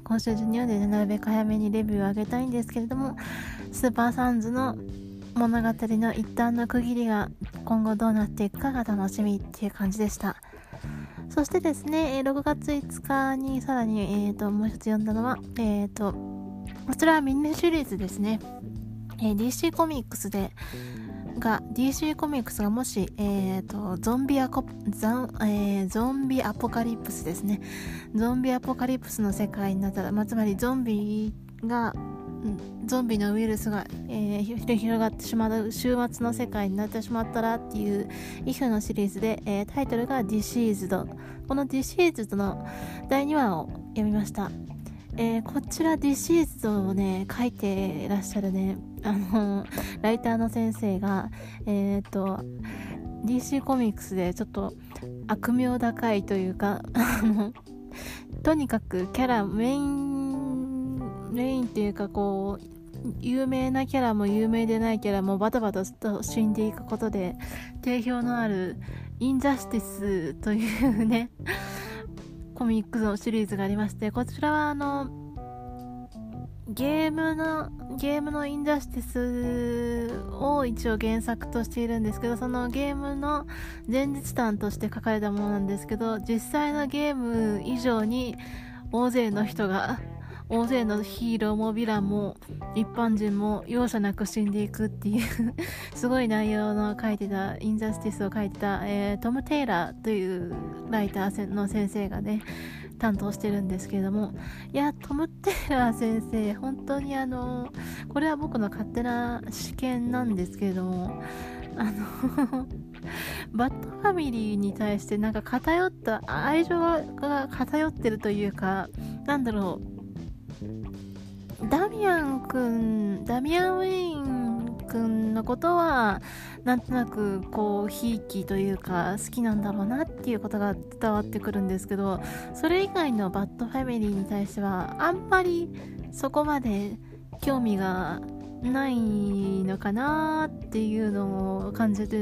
今週中に読んでなるべく早めにレビューを上げたいんですけれども、スーパーサンズの物語の一旦の区切りが今後どうなっていくかが楽しみっていう感じでした。そしてですね、ろくがついつかにさらに、えー、ともう一つ読んだのは、えー、とこちらはミニシリーズですね。えー、ディーシー コミックスでが ディーシー コミックスがもし、えー、とゾンビアコゾン、えー、ゾンビアポカリプスですねゾンビアポカリプスの世界になったら、まあ、つまりゾンビがゾンビのウイルスが、えー、広がってしまう終末の世界になってしまったらっていうイフのシリーズで、えー、タイトルがディシーズド。このディシーズドのだいにわを読みました。えー、こちらディシーズドをね書いていらっしゃるねあのライターの先生がえっ、ー、と ディーシー コミックスでちょっと悪名高いというかとにかくキャラメインメインっていうかこう有名なキャラも有名でないキャラもバタバタと死んでいくことで定評のあるインジャスティスというねコミックのシリーズがありまして、こちらはあのゲームのゲームのインジャスティスを一応原作としているんですけど、そのゲームの前日譚として書かれたものなんですけど、実際のゲーム以上に大勢の人が大勢のヒーローもヴィランも一般人も容赦なく死んでいくっていうすごい内容の書いてたインジャスティスを書いてた、えー、トム・テイラーというライターの先生がね担当してるんですけれども、いやトム・テイラー先生本当にあのこれは僕の勝手な試験なんですけれども、あのバッドファミリーに対してなんか偏った愛情が偏ってるというか、なんだろう、ダミアンくんダミアン・ウェインくんのことはなんとなくこうひいきというか好きなんだろうなっていうことが伝わってくるんですけど、それ以外のバッドファミリーに対してはあんまりそこまで興味がないのかなっていうのを感じて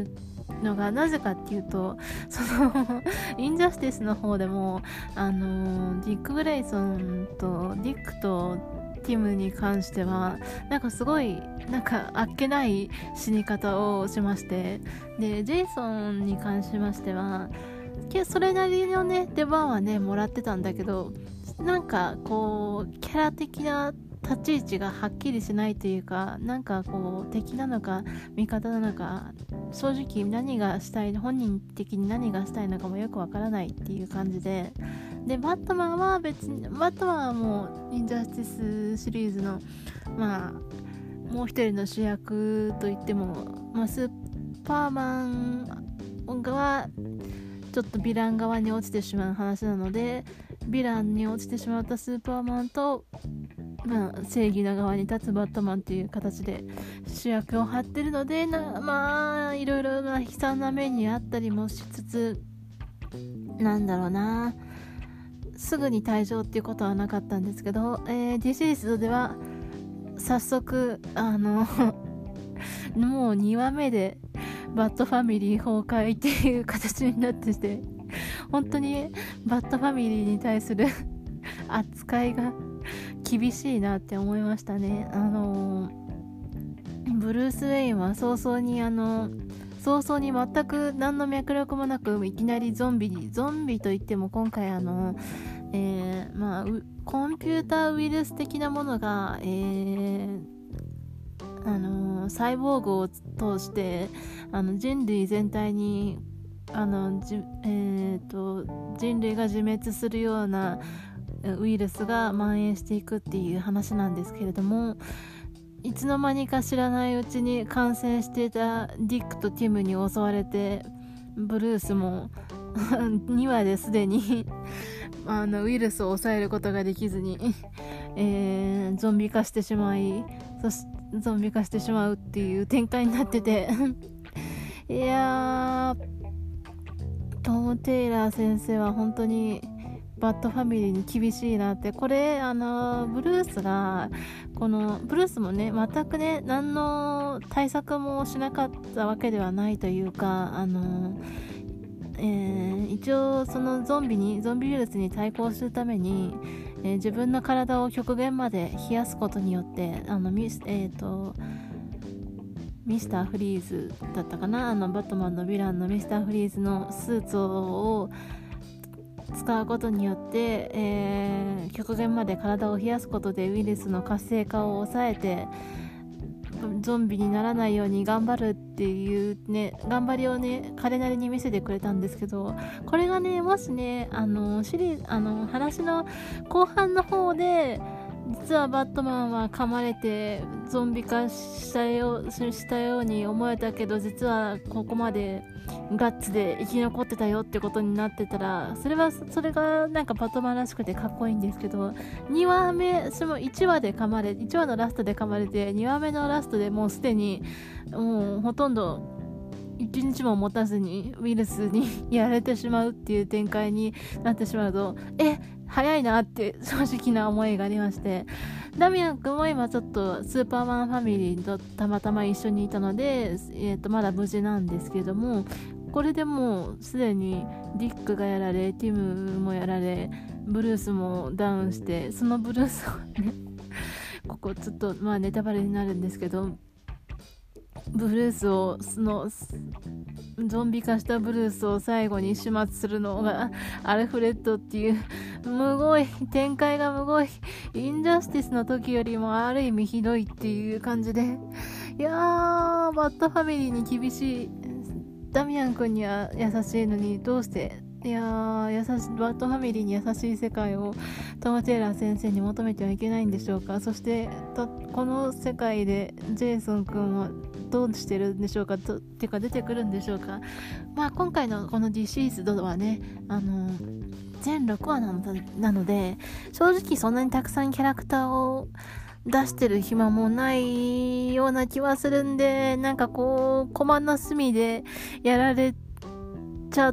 のがなぜかっていうと、そのインジャスティスの方でもあのディック・グレイソンとディックとティムに関してはなんかすごいなんかあっけない死に方をしまして、でジェイソンに関しましてはそれなりのね出番はねもらってたんだけど、なんかこうキャラ的な立ち位置がはっきりしないというか、なんかこう敵なのか味方なのか正直何がしたい、本人的に何がしたいのかもよくわからないっていう感じで、でバットマンは別にバットマンはもうインジャスティスシリーズのまあもう一人の主役といっても、まあ、スーパーマンがちょっとヴィラン側に落ちてしまう話なので、ヴィランに落ちてしまったスーパーマンと、まあ、正義の側に立つバットマンという形で主役を張ってるので、なまあいろいろな悲惨な目にあったりもしつつ、なんだろうな、すぐに退場っていうことはなかったんですけど、えー、ディシーズでは早速あのもうにわめでバッドファミリー崩壊っていう形になってて、本当にバッドファミリーに対する扱いが厳しいなって思いましたね。あのブルース・ウェインは早々にあの早々に全く何の脈絡もなくいきなりゾンビにゾンビといっても今回あの、えーまあ、コンピューターウイルス的なものが、えーあのサイボーグを通してあの人類全体にあのじ、えー、と人類が自滅するようなウイルスが蔓延していくっていう話なんですけれども、いつの間にか知らないうちに感染していたディックとティムに襲われて、ブルースもにわですでにあのウイルスを抑えることができずに、えー、ゾンビ化してしまい、そしてゾンビ化してしまうっていう展開になってていやー、トム・テイラー先生は本当にバッドファミリーに厳しいなって。これあのブルースがこのブルースもね全くね何の対策もしなかったわけではないというか、あのえー、一応そのゾンビにゾンビウイルスに対抗するために、えー、自分の体を極限まで冷やすことによってあのミス、えーと、ミスターフリーズだったかな、あのバットマンのヴィランのミスターフリーズのスーツを使うことによって、えー、極限まで体を冷やすことでウイルスの活性化を抑えてゾンビにならないように頑張るっていうね、頑張りをね彼なりに見せてくれたんですけど、これがねもしねあのシリーズあの話の後半の方で実はバットマンは噛まれてゾンビ化したようしたように思えたけど、実はここまでガッツで生き残ってたよってことになってたら、それはそれがなんかバットマンらしくてかっこいいんですけど、にわめそのいちわで噛まれいちわのラストで噛まれて、にわめのラストでもうすでにもうほとんどいちにちも持たずにウイルスにやられてしまうっていう展開になってしまうと、え早いなって正直な思いがありまして、ダミアン君も今ちょっとスーパーマンファミリーとたまたま一緒にいたので、えー、とまだ無事なんですけれども、これでもうすでにディックがやられ、ティムもやられ、ブルースもダウンして、そのブルースをねここちょっとまあネタバレになるんですけど、ブルースをそのゾンビ化したブルースを最後に始末するのがアルフレッドっていうむごい展開がむごいインジャスティスの時よりもある意味ひどいっていう感じで、いやーバッドファミリーに厳しい。ダミアン君には優しいのにどうしていやー優しバッドファミリーに優しい世界をトム・テイラー先生に求めてはいけないんでしょうか。そしてこの世界でジェイソン君はどうしてるんでしょうか、とていうか出てくるんでしょうか。まあ今回のこのディシーズドはねあの全ろくわなのなので、正直そんなにたくさんキャラクターを出してる暇もないような気はするんで、なんかこうコマの隅でやられちゃ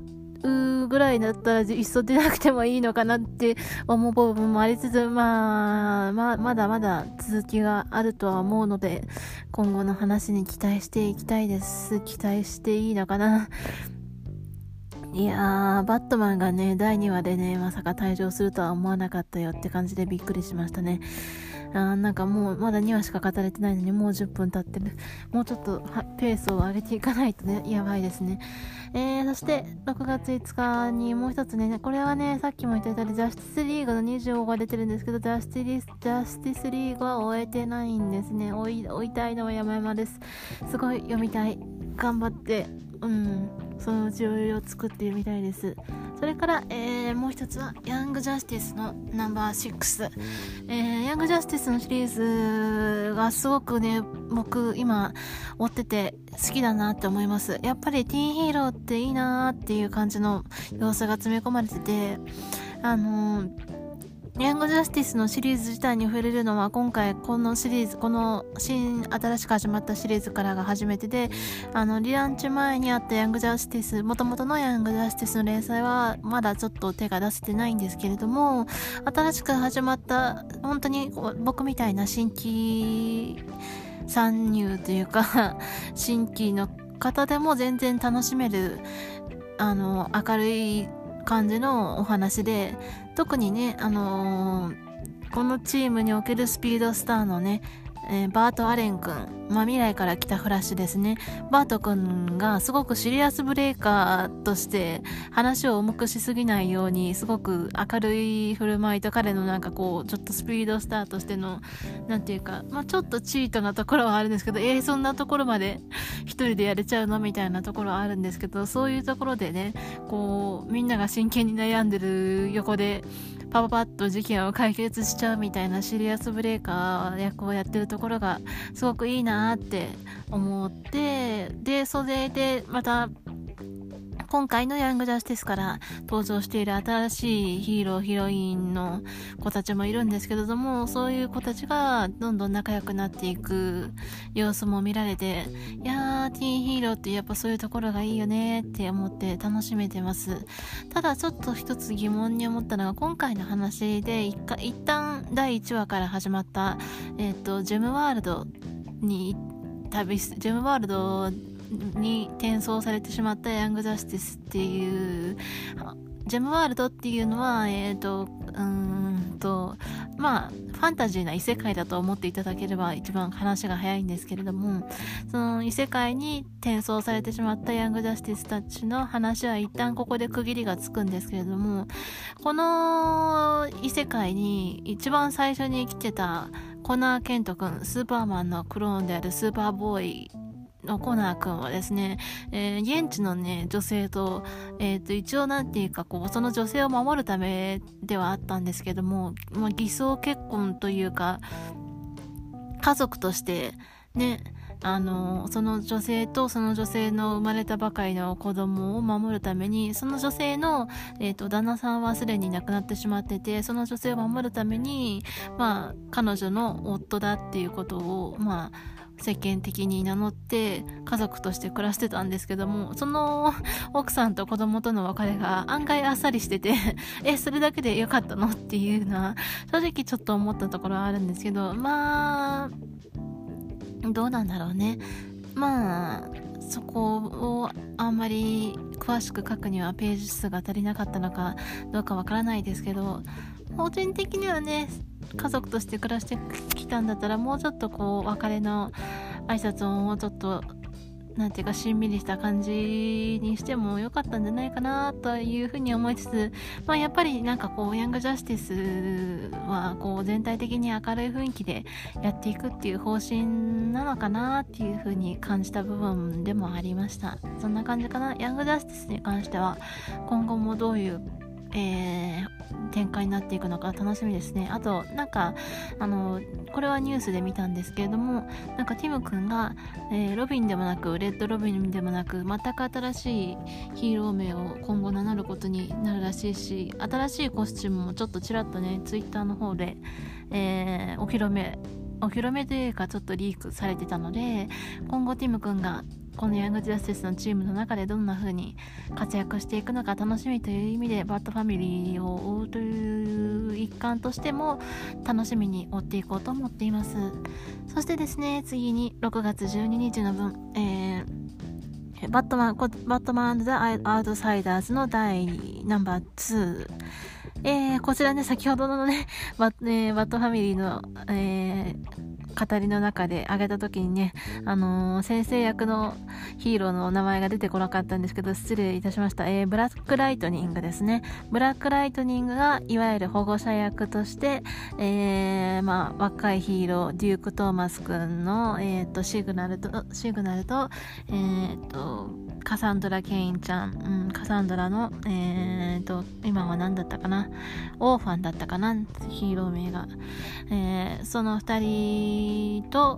うぐらいだったらいっそ出なくてもいいのかなって思う部分もありつつ、まあ、まあ、まだまだ続きがあるとは思うので、今後の話に期待していきたいです。期待していいのかな。いやー、バットマンがね、だいにわでね、まさか退場するとは思わなかったよって感じでびっくりしましたね。あーなんかもうまだにわしか語れてないのにもうじゅっぷん経ってる。もうちょっとペースを上げていかないとね、やばいですね。えー、そしてろくがついつかにもう一つね、これはね、さっきも言った通りジャスティスリーグのにじゅうごが出てるんですけど、ジャスティス、ジャスティスリーグは終えてないんですね。追い、追いたいのは山々です。すごい読みたい。頑張って、うん、そのうち余裕を作ってみたいです。それから、えー、もう一つはヤングジャスティスのナンバーシックス、えー、ヤングジャスティスのシリーズがすごくね、僕今追ってて好きだなって思います。やっぱりティーンヒーローっていいなーっていう感じの要素が詰め込まれてて、あのーヤングジャスティスのシリーズ自体に触れるのは今回このシリーズ、この新、新しく始まったシリーズからが初めてで、あの、リランチ前にあったヤングジャスティス、元々のヤングジャスティスの連載はまだちょっと手が出せてないんですけれども、新しく始まった、本当に僕みたいな新規参入というか、新規の方でも全然楽しめる、あの、明るい感じのお話で、特にね、あのー、このチームにおけるスピードスターのね、えー、バート・アレン君、まあ、未来から来たフラッシュですね。バート君がすごくシリアスブレーカーとして話を重くしすぎないように、すごく明るい振る舞いと彼のなんかこうちょっとスピードスターとしてのなんていうか、まあ、ちょっとチートなところはあるんですけど、えー、そんなところまで一人でやれちゃうのみたいなところはあるんですけど、そういうところでね、こうみんなが真剣に悩んでる横でパパパッと事件を解決しちゃうみたいなシリアスブレーカー役をやってるところがすごくいいなって思って、でそれでまた今回のヤングジャスティスから登場している新しいヒーローヒロインの子たちもいるんですけれども、そういう子たちがどんどん仲良くなっていく様子も見られて、いやーティーンヒーローってやっぱそういうところがいいよねって思って楽しめてます。ただちょっと一つ疑問に思ったのが、今回の話で一回一旦だいいちわから始まったえっとジェムワールドに旅すジェムワールドに転送されてしまったヤングジャスティスっていうジェムワールドっていうのはえっとうーんとまあファンタジーな異世界だと思っていただければ一番話が早いんですけれども、その異世界に転送されてしまったヤングジャスティスたちの話は一旦ここで区切りがつくんですけれども、この異世界に一番最初に来てたコナー・ケント君、スーパーマンのクローンであるスーパーボーイのコナー君はですね、えー、現地のね女性と、えー、と一応なんていうかこうその女性を守るためではあったんですけども、まあ、偽装結婚というか家族としてね、あのその女性とその女性の生まれたばかりの子供を守るために、その女性の、えー、と旦那さんはすでに亡くなってしまってて、その女性を守るために、まあ、彼女の夫だっていうことをまあ世間的に名乗って家族として暮らしてたんですけども、その奥さんと子供との別れが案外あっさりしててえそれだけでよかったのっていうのは正直ちょっと思ったところはあるんですけど、まあどうなんだろうね。まあそこをあんまり詳しく書くにはページ数が足りなかったのかどうかわからないですけど、個人的にはね家族として暮らしてきたんだったらもうちょっとこう別れの挨拶をもうちょっとなんていうかしんみりした感じにしてもよかったんじゃないかなというふうに思いつつ、まあやっぱりなんかこうヤングジャスティスはこう全体的に明るい雰囲気でやっていくっていう方針なのかなっていうふうに感じた部分でもありました。そんな感じかな。ヤングジャスティスに関しては今後もどういうえー、展開になっていくのか楽しみですね。あとなんかあのこれはニュースで見たんですけれども、なんかティム君が、えー、ロビンでもなくレッドロビンでもなく全く新しいヒーロー名を今後名乗ることになるらしいし、新しいコスチュームもちょっとちらっとねツイッターの方で、えー、お披露目お披露目というかちょっとリークされてたので、今後ティム君がこのヤングジャスティスのチームの中でどんな風に活躍していくのか楽しみという意味でバッドファミリーを追うという一環としても楽しみに追っていこうと思っています。そしてですね、次にろくがつじゅうににちの分、えー、バットマンバットマン&ザ・アウトサイダーズの第ナンバーツー、えー、こちらね、先ほどのねバッ、えー、バッドファミリーの、えー語りの中で挙げた時にね、あのー、先生役のヒーローの名前が出てこなかったんですけど、失礼いたしました。えー、ブラックライトニングですね。ブラックライトニングがいわゆる保護者役として、えー、まあ若いヒーローデューク・トーマス君の、えー、とシグナルとシグナルと、えー、とカサンドラ・ケインちゃん、うん、カサンドラの、えー、と今は何だったかな、オーファンだったかな、ヒーロー名が、えー、その二人と、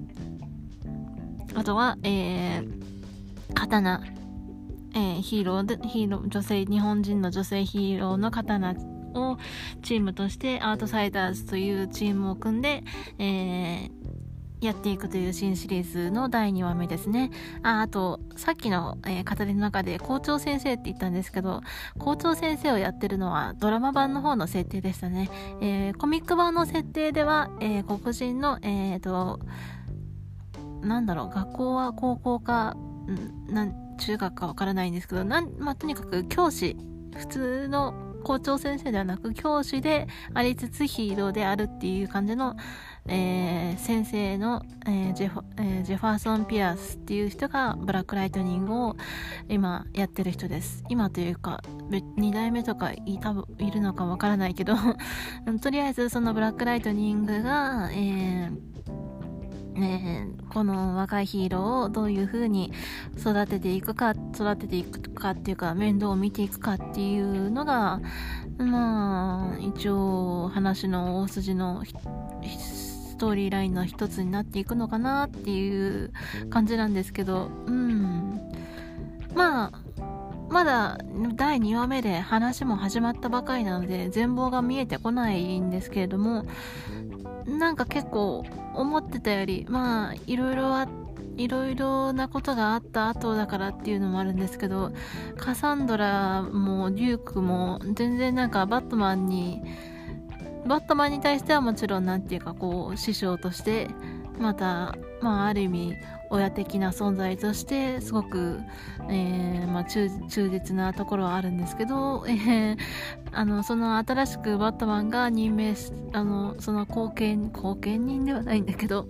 あとは、えー、刀、えー、ヒーローでヒーロー女性日本人の女性ヒーローの刀をチームとしてアウトサイダーズというチームを組んで、えーやっていくという新シリーズのだいにわめですね。あ、あと、さっきの、えー、語りの中で校長先生って言ったんですけど、校長先生をやってるのはドラマ版の方の設定でしたね。えー、コミック版の設定では、えー、黒人の、えーと、なんだろう、学校は高校か、んなん中学かわからないんですけど、なん、まあ、とにかく教師、普通の校長先生ではなく教師でありつつヒーローであるっていう感じの、えー、先生の、えージェフえー、ジェファーソン・ピアスっていう人がブラックライトニングを今やってる人です。今というかにだいめとか い, 多分いるのかわからないけどとりあえずそのブラックライトニングが、えーね、この若いヒーローをどういう風に育てていくか育てていくかっていうか面倒を見ていくかっていうのがまあ一応話の大筋のストーリーラインの一つになっていくのかなっていう感じなんですけど、うんまあまだだいにわめで話も始まったばかりなので全貌が見えてこないんですけれども、なんか結構思ってたよりまあいろいろあいろいろなことがあった後だからっていうのもあるんですけど、カサンドラもデュークも全然なんかバットマンにバットマンに対してはもちろんなんていうかこう師匠としてまたまあある意味親的な存在としてすごく、えーまあ、忠, 忠実なところはあるんですけど、えー、あのその新しくバットマンが任命しあのその後見後見人ではないんだけど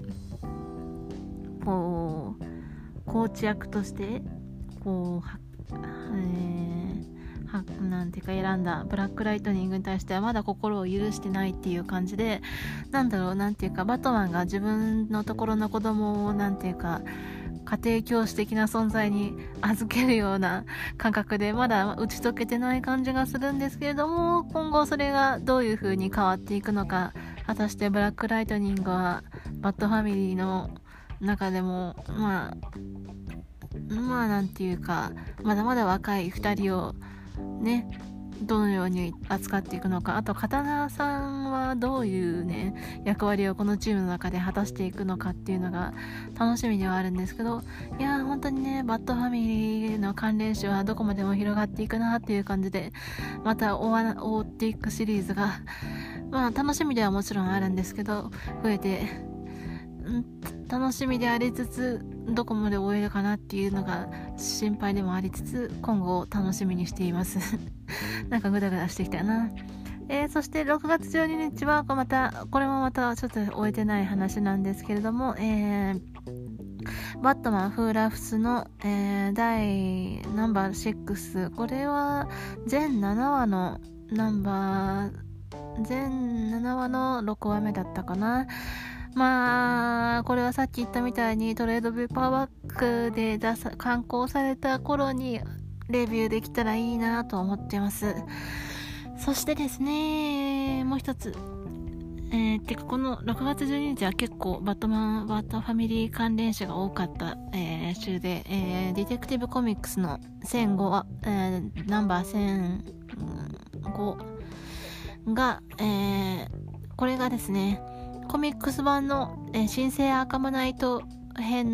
こうコーチ役としてこうは、えー、はなんていうか選んだブラックライトニングに対してはまだ心を許してないっていう感じで、なんだろうなんていうかバットマンが自分のところの子供をなんていうか家庭教師的な存在に預けるような感覚でまだ打ち解けてない感じがするんですけれども、今後それがどういう風に変わっていくのか、果たしてブラックライトニングはバッドファミリーの中でもまあまあなんていうかまだまだ若いふたりをねどのように扱っていくのか、あと刀さんはどういうね役割をこのチームの中で果たしていくのかっていうのが楽しみではあるんですけど、いやー本当にねバッドファミリーの関連種はどこまでも広がっていくなっていう感じで、また追わ追っていくシリーズがまあ楽しみではもちろんあるんですけど増えて、ん楽しみでありつつどこまで終えるかなっていうのが心配でもありつつ今後楽しみにしていますなんかグダグダしてきたな。えー、そしてろくがつじゅうににちはまたこれもまたちょっと終えてない話なんですけれども、えー、バットマンフーラフスの、えー、第ナンバーろく、これは全ななわのナンバー全ななわのろくわめだったかな。まあこれはさっき言ったみたいにトレードペーパーバッグで出さ刊行された頃にレビューできたらいいなと思ってます。そしてですねもう一つ、えー、てかこのろくがつじゅうににちは結構バットマンバットファミリー関連誌が多かった、えー、週で、えー、ディテクティブコミックスのせんごは、えー、ナンバーせんごが、えー、これがですねコミックス版の、えー、新生アーカムナイト編の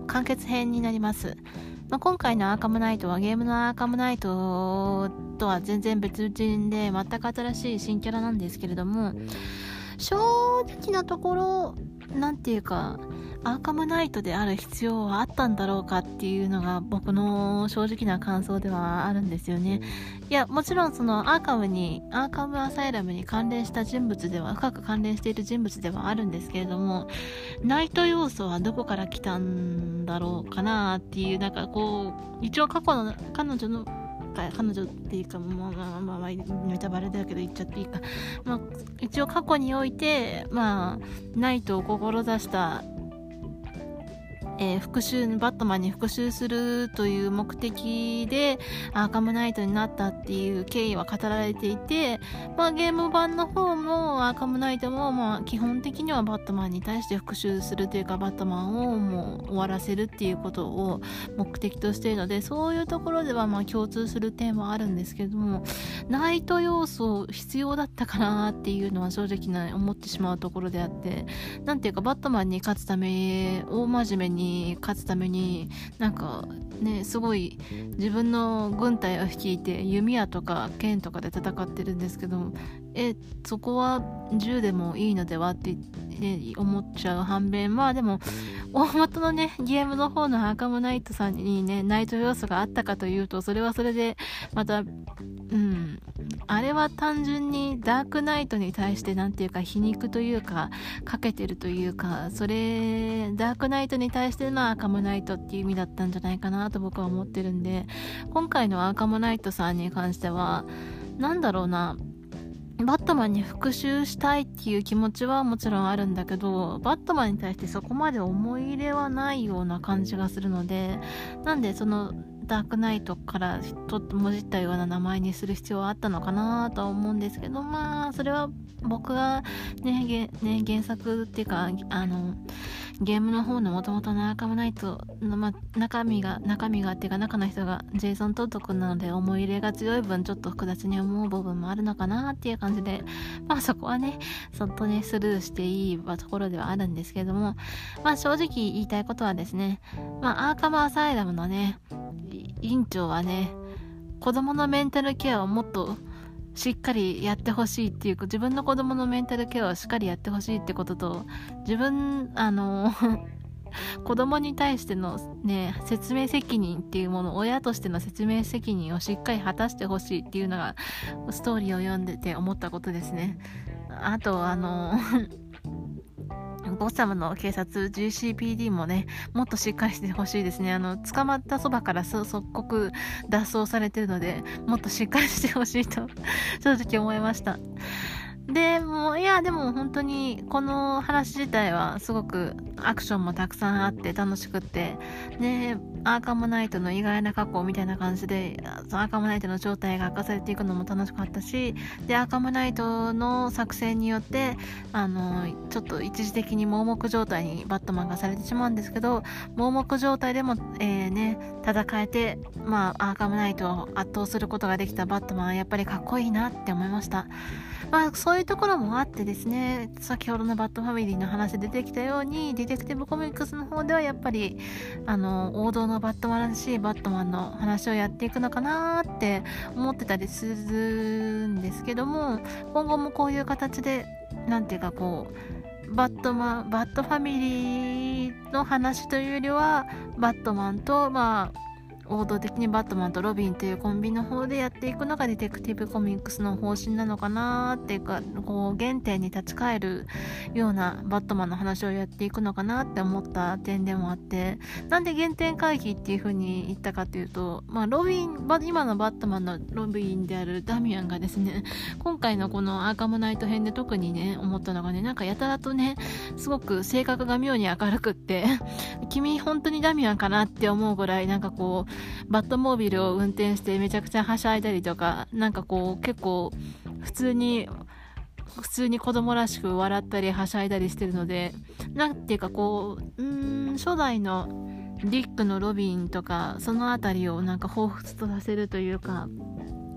完結編になります。まあ、今回のアーカムナイトはゲームのアーカムナイトとは全然別人で全く新しい新キャラなんですけれども、正直なところなんていうかアーカムナイトである必要はあったんだろうかっていうのが僕の正直な感想ではあるんですよね。いや、もちろんそのアーカムにアーカムアサイラムに関連した人物では深く関連している人物ではあるんですけれども、ナイト要素はどこから来たんだろうかなっていう、なんかこう一応過去の彼女の彼女っていうか、まあまあまあ、まあ、ネタバレだけど言っちゃっていいか、まあ、一応過去において、まあ、ナイトを志したえー、復讐バットマンに復讐するという目的でアーカムナイトになったっていう経緯は語られていて、まあ、ゲーム版の方もアーカムナイトも、まあ、基本的にはバットマンに対して復讐するというかバットマンをもう終わらせるっていうことを目的としているので、そういうところではまあ共通する点はあるんですけども、ナイト要素必要だったかなっていうのは正直な思ってしまうところであって、なんていうかバットマンに勝つため大真面目に勝つためになんかね、すごい自分の軍隊を率いて弓矢とか剣とかで戦ってるんですけど、えそこは銃でもいいのではって、ね、思っちゃう反面、まあでも大元のねゲームの方のアーカムナイトさんにねナイト要素があったかというと、それはそれでまたうんあれは単純にダークナイトに対してなんていうか皮肉というかかけてるというか、それダークナイトに対してのアーカムナイトっていう意味だったんじゃないかなと僕は思ってるんで、今回のアーカムナイトさんに関してはなんだろうな、バットマンに復讐したいっていう気持ちはもちろんあるんだけど、バットマンに対してそこまで思い入れはないような感じがするので、なんでそのダークナイトからちょっともじったような名前にする必要はあったのかなとは思うんですけど、まあそれは僕がね、げね原作っていうかあのゲームの方の元々のアーカムナイトの、ま、中身が中身がっていうか中の人がジェイソン・トッド君なので思い入れが強い分ちょっと複雑に思う部分もあるのかなっていう感じで、まあそこはねそっとねスルーしていいところではあるんですけども、まあ正直言いたいことはですね、まあアーカムアサイラムのね院長はね子供のメンタルケアをもっとしっかりやってほしいっていう、自分の子供のメンタルケアをしっかりやってほしいってことと、自分あの子供に対してのね説明責任っていうもの、親としての説明責任をしっかり果たしてほしいっていうのがストーリーを読んでて思ったことですね。あとあのゴッサムの警察 ジーシーピーディー もねもっとしっかりしてほしいですね。あの捕まったそばから即刻脱走されてるので、もっとしっかりしてほしいと正直思いました。でもういやでも本当にこの話自体はすごくアクションもたくさんあって楽しくってね、アーカムナイトの意外な過去みたいな感じでアーカムナイトの正体が明かされていくのも楽しかったし、でアーカムナイトの作戦によってあのちょっと一時的に盲目状態にバットマンがされてしまうんですけど、盲目状態でも、えー、ね戦えて、まあアーカムナイトを圧倒することができたバットマンはやっぱりかっこいいなって思いました。まあそういうところもあってですね、先ほどのバットファミリーの話で出てきたようにディテクティブコミックスの方ではやっぱりあの王道のバットマンらしいバットマンの話をやっていくのかなって思ってたりするんですけども、今後もこういう形でなんていうかこうバットマンバットファミリーの話というよりはバットマンとまあ王道的にバットマンとロビンというコンビの方でやっていくのがディテクティブコミックスの方針なのかなっていうか、こう原点に立ち返るようなバットマンの話をやっていくのかなって思った点でもあって、なんで原点回帰っていう風に言ったかっていうと、まあロビン今のバットマンのロビンであるダミアンがですね、今回のこのアーカムナイト編で特にね思ったのがね、なんかやたらとねすごく性格が妙に明るくって君本当にダミアンかなって思うぐらいなんかこうバットモービルを運転してめちゃくちゃはしゃいだりとか、なんかこう結構普通に普通に子供らしく笑ったりはしゃいだりしてるので、なんていうかこううーん初代のリックのロビンとかそのあたりをなんか彷彿とさせるというか、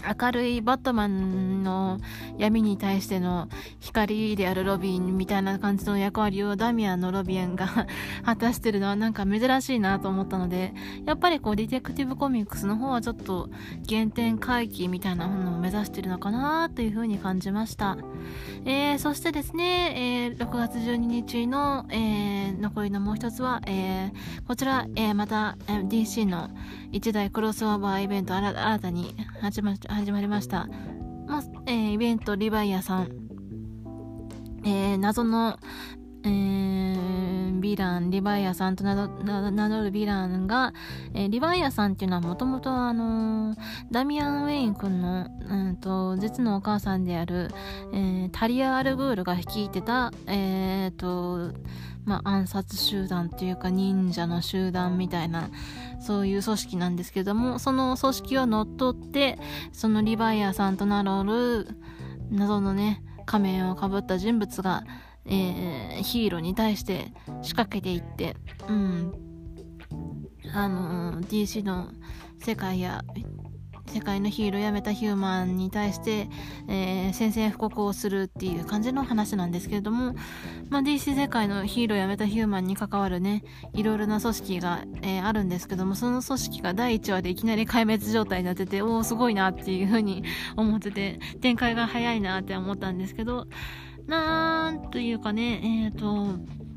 明るいバットマンの闇に対しての光であるロビンみたいな感じの役割をダミアンのロビンが果たしてるのはなんか珍しいなと思ったので、やっぱりこうディテクティブコミックスの方はちょっと原点回帰みたいなものを目指してるのかなというふうに感じました。えー、そしてですね、えー、ろくがつじゅうににちの、えー、残りのもう一つは、えー、こちら、えー、また、えー、ディーシー の一大クロスオーバーイベント新新たに始ま始まりました。まあえー、イベントリヴァイアさん、えー、謎の、えー、ヴィランリヴァイアさんと名乗名乗るヴィランが、えー、リヴァイアさんっていうのはもともとあのー、ダミアン・ウェイン君の、うん、と実のお母さんである、えー、タリア・アルグールが率いてた、えーとまあ、暗殺集団っていうか忍者の集団みたいなそういう組織なんですけども、その組織を乗っ取ってそのリヴァイアさんと名乗る謎のね仮面をかぶった人物が、えー、ヒーローに対して仕掛けていって、うん、あのー、ディーシー の世界や世界のヒーローやメタヒューマンに対して、えー、宣戦布告をするっていう感じの話なんですけれども、まあ、ディーシー 世界のヒーローやメタヒューマンに関わるねいろいろな組織が、えー、あるんですけども、その組織がだいいちわでいきなり壊滅状態になってて、おーすごいなっていう風に思ってて、展開が早いなって思ったんですけど、なんというかね、えっと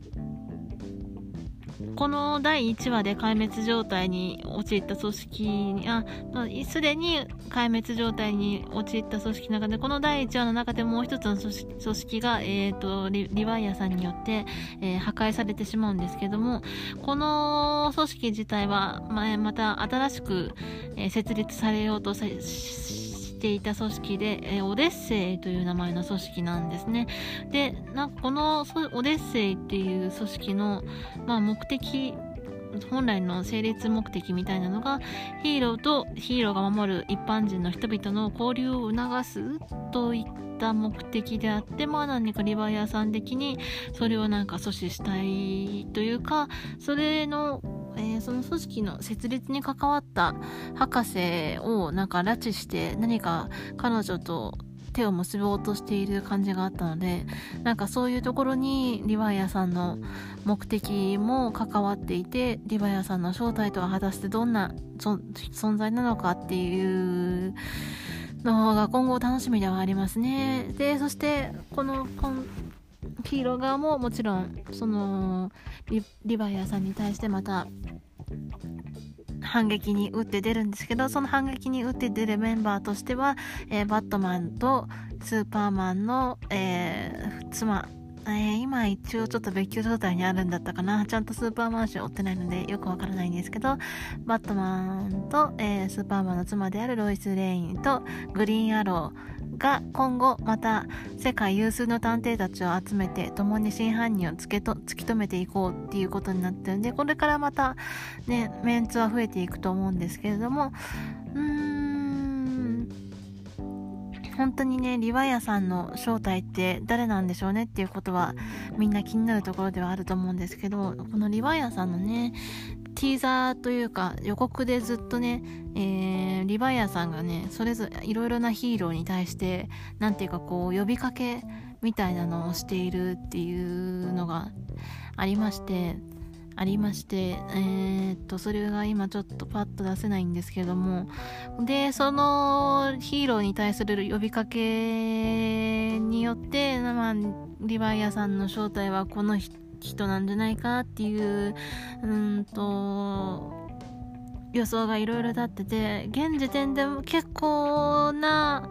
このだいいちわで壊滅状態に陥った組織に、あ、すでに壊滅状態に陥った組織の中で、このだいいちわの中でもう一つの組織、組織が、えーと、リ、リヴァイアさんによって、えー、破壊されてしまうんですけども、この組織自体は、ま、また新しく、えー、設立されようとさしていた組織で、えー、オデッセイという名前の組織なんですね。で、なんかこのオデッセイっていう組織の、まあ、目的、本来の成立目的みたいなのが、ヒーローとヒーローが守る一般人の人々の交流を促すといった目的であって、まあ何かリヴァイアさん的にそれをなんか阻止したいというか、それのえー、その組織の設立に関わった博士をなんか拉致して何か彼女と手を結ぼうとしている感じがあったので、なんかそういうところにリヴァイアさんの目的も関わっていて、リヴァイアさんの正体とは果たしてどんな存在なのかっていうの方が今後楽しみではありますね。で、そしてこのヒーロー側ももちろんその リ, リヴァイアさんに対してまた反撃に打って出るんですけど、その反撃に打って出るメンバーとしては、えー、バットマンとスーパーマンの、えー、妻、えー、今一応ちょっと別居状態にあるんだったかな、ちゃんとスーパーマン誌を追ってないのでよくわからないんですけど、バットマンと、えー、スーパーマンの妻であるロイス・レインとグリーンアローが今後また世界有数の探偵たちを集めて共に真犯人をつけと突き止めていこうっていうことになってるんで、これからまたねメンツは増えていくと思うんですけれども、うーん本当にねリヴァイアさんの正体って誰なんでしょうねっていうことはみんな気になるところではあると思うんですけど、このリヴァイアさんのねティーザーというか予告でずっとね、えー、リヴァイアさんがねそれぞれいろいろなヒーローに対してなんていうかこう呼びかけみたいなのをしているっていうのがありましてありましてえー、っとそれが今ちょっとパッと出せないんですけども、でそのヒーローに対する呼びかけによって、まあ、リヴァイアさんの正体はこの人人なんじゃないかっていううんと予想がいろいろ立ってて、現時点でも結構な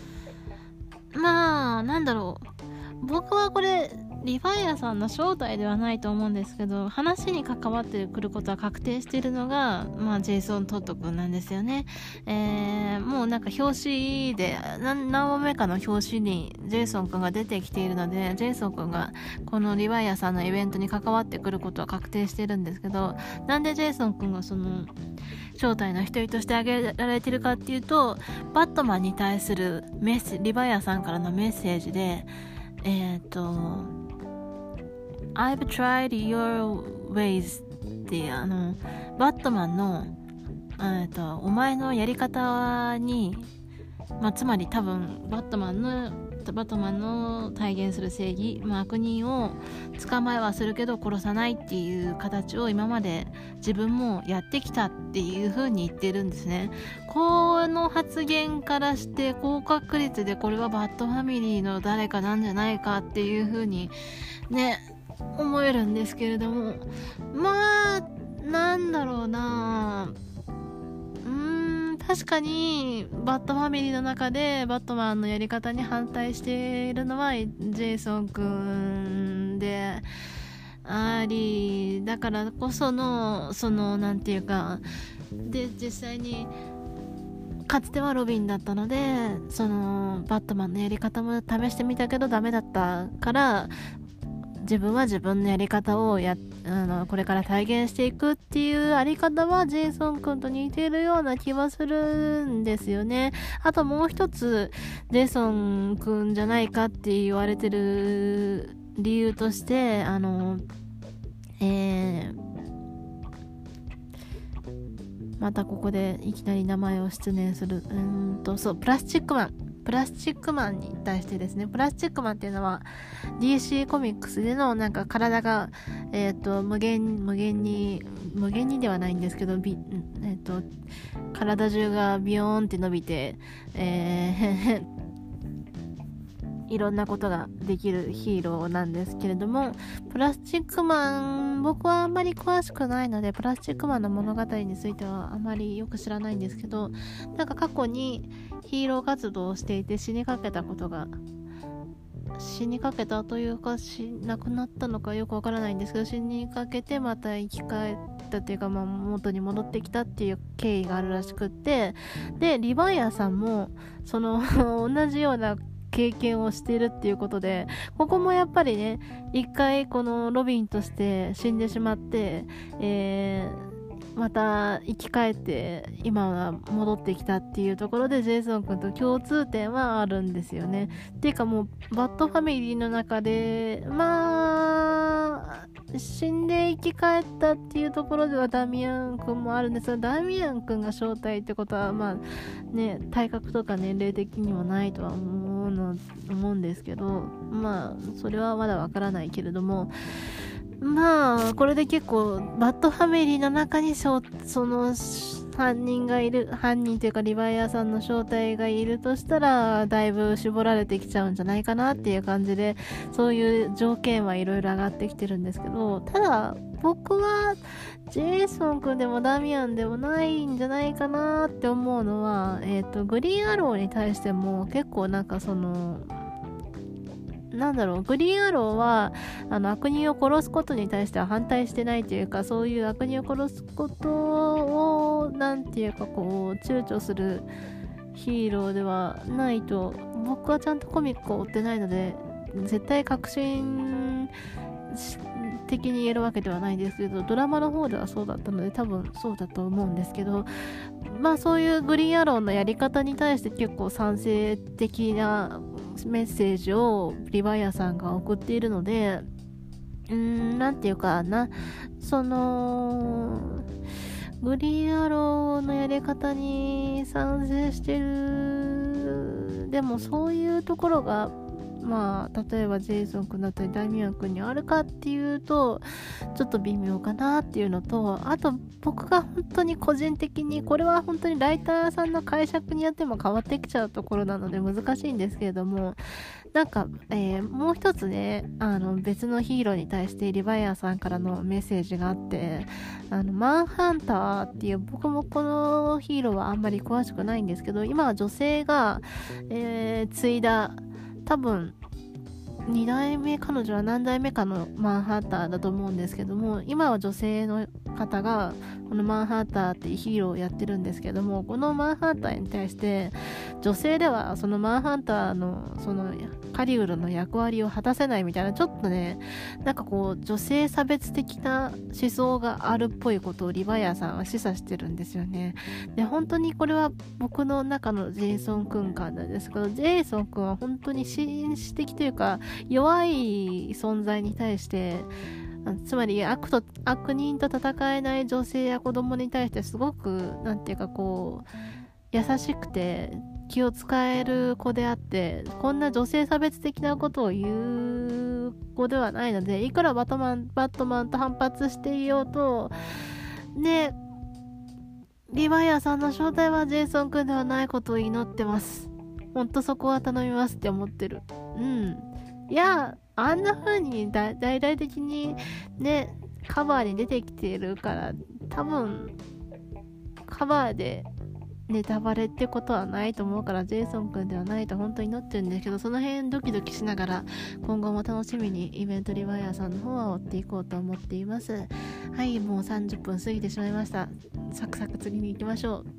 まあなんだろう、僕はこれリヴァイアさんの正体ではないと思うんですけど、話に関わってくることは確定しているのが、まあ、ジェイソン・トッド君なんですよね。えー、もうなんか表紙で何、何話目かの表紙にジェイソン君が出てきているので、ジェイソン君がこのリヴァイアさんのイベントに関わってくることは確定しているんですけど、なんでジェイソン君がその正体の一人として挙げられているかっていうと、バットマンに対するメッセージ、リヴァイアさんからのメッセージで、えっとI've tried your ways っていうあのバットマンのえっとお前のやり方にまあ、つまり多分バットマンのバットマンの体現する正義、まあ、悪人を捕まえはするけど殺さないっていう形を今まで自分もやってきたっていう風に言ってるんですね。この発言からして高確率でこれはバットファミリーの誰かなんじゃないかっていう風にね思えるんですけれども、まあなんだろうなうーん確かにバットファミリーの中でバットマンのやり方に反対しているのはジェイソンくんであり、だからこそのそのなんていうかで実際にかつてはロビンだったのでそのバットマンのやり方も試してみたけどダメだったから自分は自分のやり方をやあのこれから体現していくっていうあり方はジェイソン君と似ているような気はするんですよね。あともう一つジェイソン君じゃないかって言われてる理由としてあのえー、またここでいきなり名前を失念するうーんとそうプラスチックマンプラスチックマンに対してですね、プラスチックマンっていうのは ディーシー コミックスでのなんか体が、えー、と無限無限に無限にではないんですけど、びえー、と体中がビヨーンって伸びて、えーいろんなことができるヒーローなんですけれども、プラスチックマン僕はあんまり詳しくないのでプラスチックマンの物語についてはあまりよく知らないんですけど、なんか過去にヒーロー活動をしていて死にかけたことが死にかけたというか死亡くなったのかよくわからないんですけど、死にかけてまた生き返ったっていうか、まあ、元に戻ってきたっていう経緯があるらしくって、でリヴァイアさんもその同じような経験をしているっていうことで、ここもやっぱりね一回このロビンとして死んでしまって、えー、また生き返って今は戻ってきたっていうところでジェイソン君と共通点はあるんですよね。っていうかもうバッドファミリーの中でまあ死んで生き返ったっていうところではダミアン君もあるんですが、ダミアン君が正体ってことはまあね体格とか年齢的にもないとは思うの思うんですけど、まあそれはまだわからないけれども、まあこれで結構バッドファミリーの中にその犯人がいる犯人というかリヴァイアさんの正体がいるとしたらだいぶ絞られてきちゃうんじゃないかなっていう感じで、そういう条件はいろいろ上がってきてるんですけど、ただ僕はジェイソン君でもダミアンでもないんじゃないかなって思うのは、えっとグリーンアローに対しても結構なんかそのなんだろうグリーンアローはあの悪人を殺すことに対しては反対してないというか、そういう悪人を殺すことをなんていうかこう躊躇するヒーローではないと僕はちゃんとコミックを追ってないので絶対確信的に言えるわけではないんですけど、ドラマの方ではそうだったので多分そうだと思うんですけど、まあそういうグリーンアローのやり方に対して結構賛成的なメッセージをリヴァイアさんが送っているので、うーんなんていうかな、そのグリーンアローのやり方に賛成してる、でもそういうところがまあ例えばジェイソン君だったりダミアン君にあるかっていうとちょっと微妙かなっていうのと、あと僕が本当に個人的にこれは本当にライターさんの解釈によっても変わってきちゃうところなので難しいんですけれども、なんか、えー、もう一つねあの別のヒーローに対してリヴァイアさんからのメッセージがあって、あのマンハンターっていう僕もこのヒーローはあんまり詳しくないんですけど、今は女性が、えー、継いだ多分にだいめ彼女は何代目かのマンハッターだと思うんですけども、今は女性の方がこのマンハッターっていうヒーローをやってるんですけども、このマンハッターに対して女性ではそのマンハッターのそのカリウルの役割を果たせないみたいな、ちょっとねなんかこう女性差別的な思想があるっぽいことをリヴァイアさんは示唆してるんですよね。で本当にこれは僕の中のジェイソン君感なんですけど、ジェイソン君は本当に紳士的というか弱い存在に対して、つまり 悪, と悪人と戦えない女性や子供に対してすごくなんていうかこう優しくて気を使える子であって、こんな女性差別的なことを言う子ではないので、いくらバットマンバットマンと反発していようとね、リヴァイアさんの正体はジェイソン君ではないことを祈ってます。ほんとそこは頼みますって思ってる。うん。いや、あんな風に大々的にね、カバーに出てきてるから、多分、カバーでネタバレってことはないと思うから、ジェイソン君ではないと本当に祈ってるんですけど、その辺ドキドキしながら、今後も楽しみにイベントリヴァイアさんの方は追っていこうと思っています。はい、もうさんじゅっぷん過ぎてしまいました。サクサク次に行きましょう。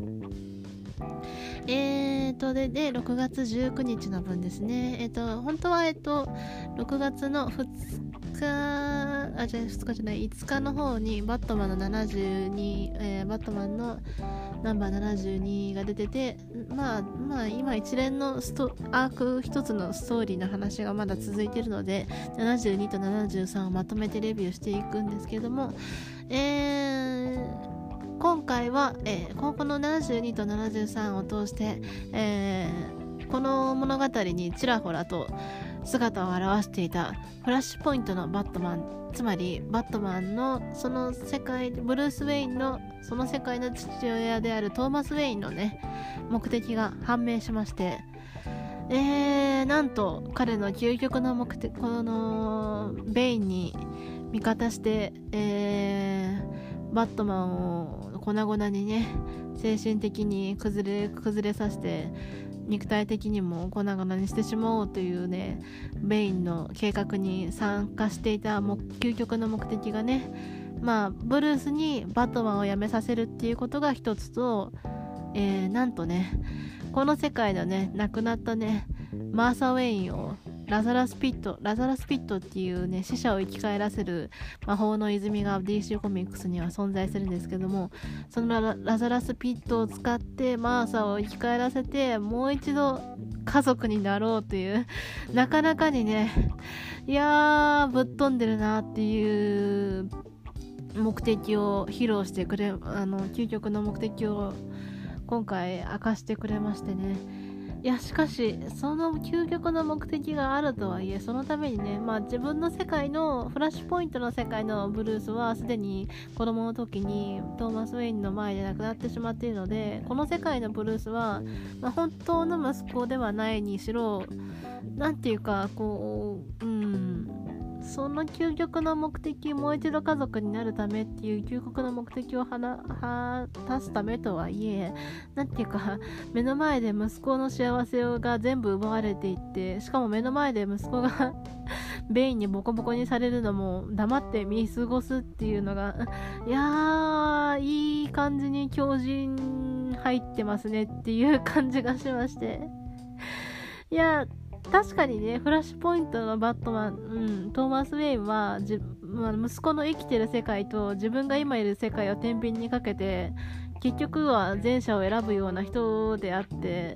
えーとででろくがつじゅうくにちの分ですね。えーと本当はえっとろくがつのふつか、あ、じゃあふつかじゃないいつかの方にバットマンのななじゅうに、えー、バットマンのナンバーななじゅうにが出てて、まあまあ今一連のストアーク一つのストーリーの話がまだ続いているので、ななじゅうにとななじゅうさんをまとめてレビューしていくんですけども、えー今回は、えー、このななじゅうにとななじゅうさんを通して、えー、この物語にちらほらと姿を現していたフラッシュポイントのバットマン、つまりバットマンのその世界、ブルース・ウェインのその世界の父親であるトーマス・ウェインのね目的が判明しまして、えー、なんと彼の究極の目的、このベインに味方して、えー、バットマンを粉々にね、精神的に崩れ崩れさせて肉体的にも粉々にしてしまおうというね、ベインの計画に参加していた究極の目的がね、まあブルースにバットマンを辞めさせるっていうことが一つと、えー、なんとね、この世界のね亡くなったねマーサ・ウェインをラザラスピットラザラスピットっていうね死者を生き返らせる魔法の泉が ディーシー コミックスには存在するんですけども、その ラ, ラザラスピットを使ってマーサを生き返らせてもう一度家族になろうというなかなかにね、いやーぶっ飛んでるなっていう目的を披露してくれ、あの究極の目的を今回明かしてくれましてね。いやしかしその究極の目的があるとはいえ、そのためにね、まあ自分の世界のフラッシュポイントの世界のブルースはすでに子供の時にトーマス・ウェインの前で亡くなってしまっているので、この世界のブルースは、まあ、本当の息子ではないにしろ、なんていうかこう、うんその究極の目的、もう一度家族になるためっていう究極の目的を果たすためとはいえ、なんていうか目の前で息子の幸せが全部奪われていって、しかも目の前で息子がベインにボコボコにされるのも黙って見過ごすっていうのが、いやーいい感じに強靭入ってますねっていう感じがしまして、いや確かにね、フラッシュポイントのバットマン、うん、トーマス・ウェインはじ、まあ、息子の生きてる世界と自分が今いる世界を天秤にかけて、結局は前者を選ぶような人であって、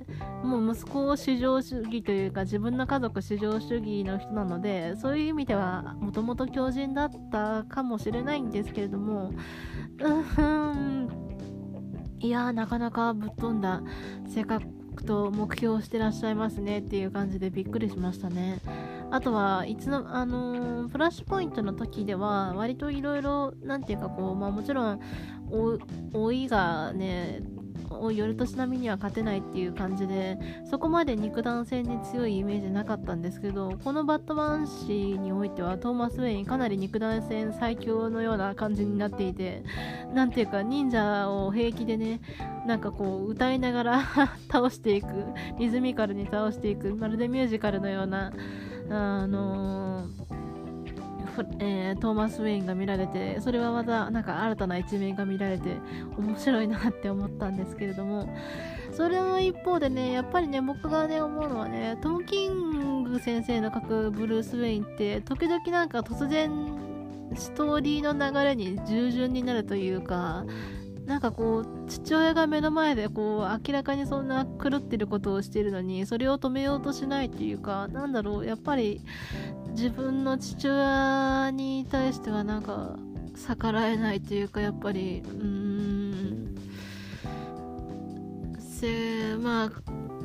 もう息子を至上主義というか自分の家族至上主義の人なので、そういう意味ではもともと強靭だったかもしれないんですけれども、うーん、いやーなかなかぶっ飛んだ性格と目標をしてらっしゃいますねっていう感じでびっくりしましたね。あとはいつのあのー、フラッシュポイントの時では割といろいろなんていうかこう、まあもちろん老いがね夜年並みには勝てないっていう感じで、そこまで肉弾戦に強いイメージなかったんですけど、このバットマン誌においてはトーマス・ウェインかなり肉弾戦最強のような感じになっていて、なんていうか忍者を平気でね、なんかこう歌いながら倒していく、リズミカルに倒していく、まるでミュージカルのようなあのーえー、トーマス・ウェインが見られて、それはまたなんか新たな一面が見られて面白いなって思ったんですけれども、それの一方でね、やっぱりね僕がね思うのはね、トム・キング先生の書くブルース・ウェインって時々なんか突然ストーリーの流れに従順になるというか、なんかこう父親が目の前でこう明らかにそんな狂ってることをしているのにそれを止めようとしないというか、なんだろう、やっぱり自分の父親に対してはなんか逆らえないというか、やっぱりうーんせまあ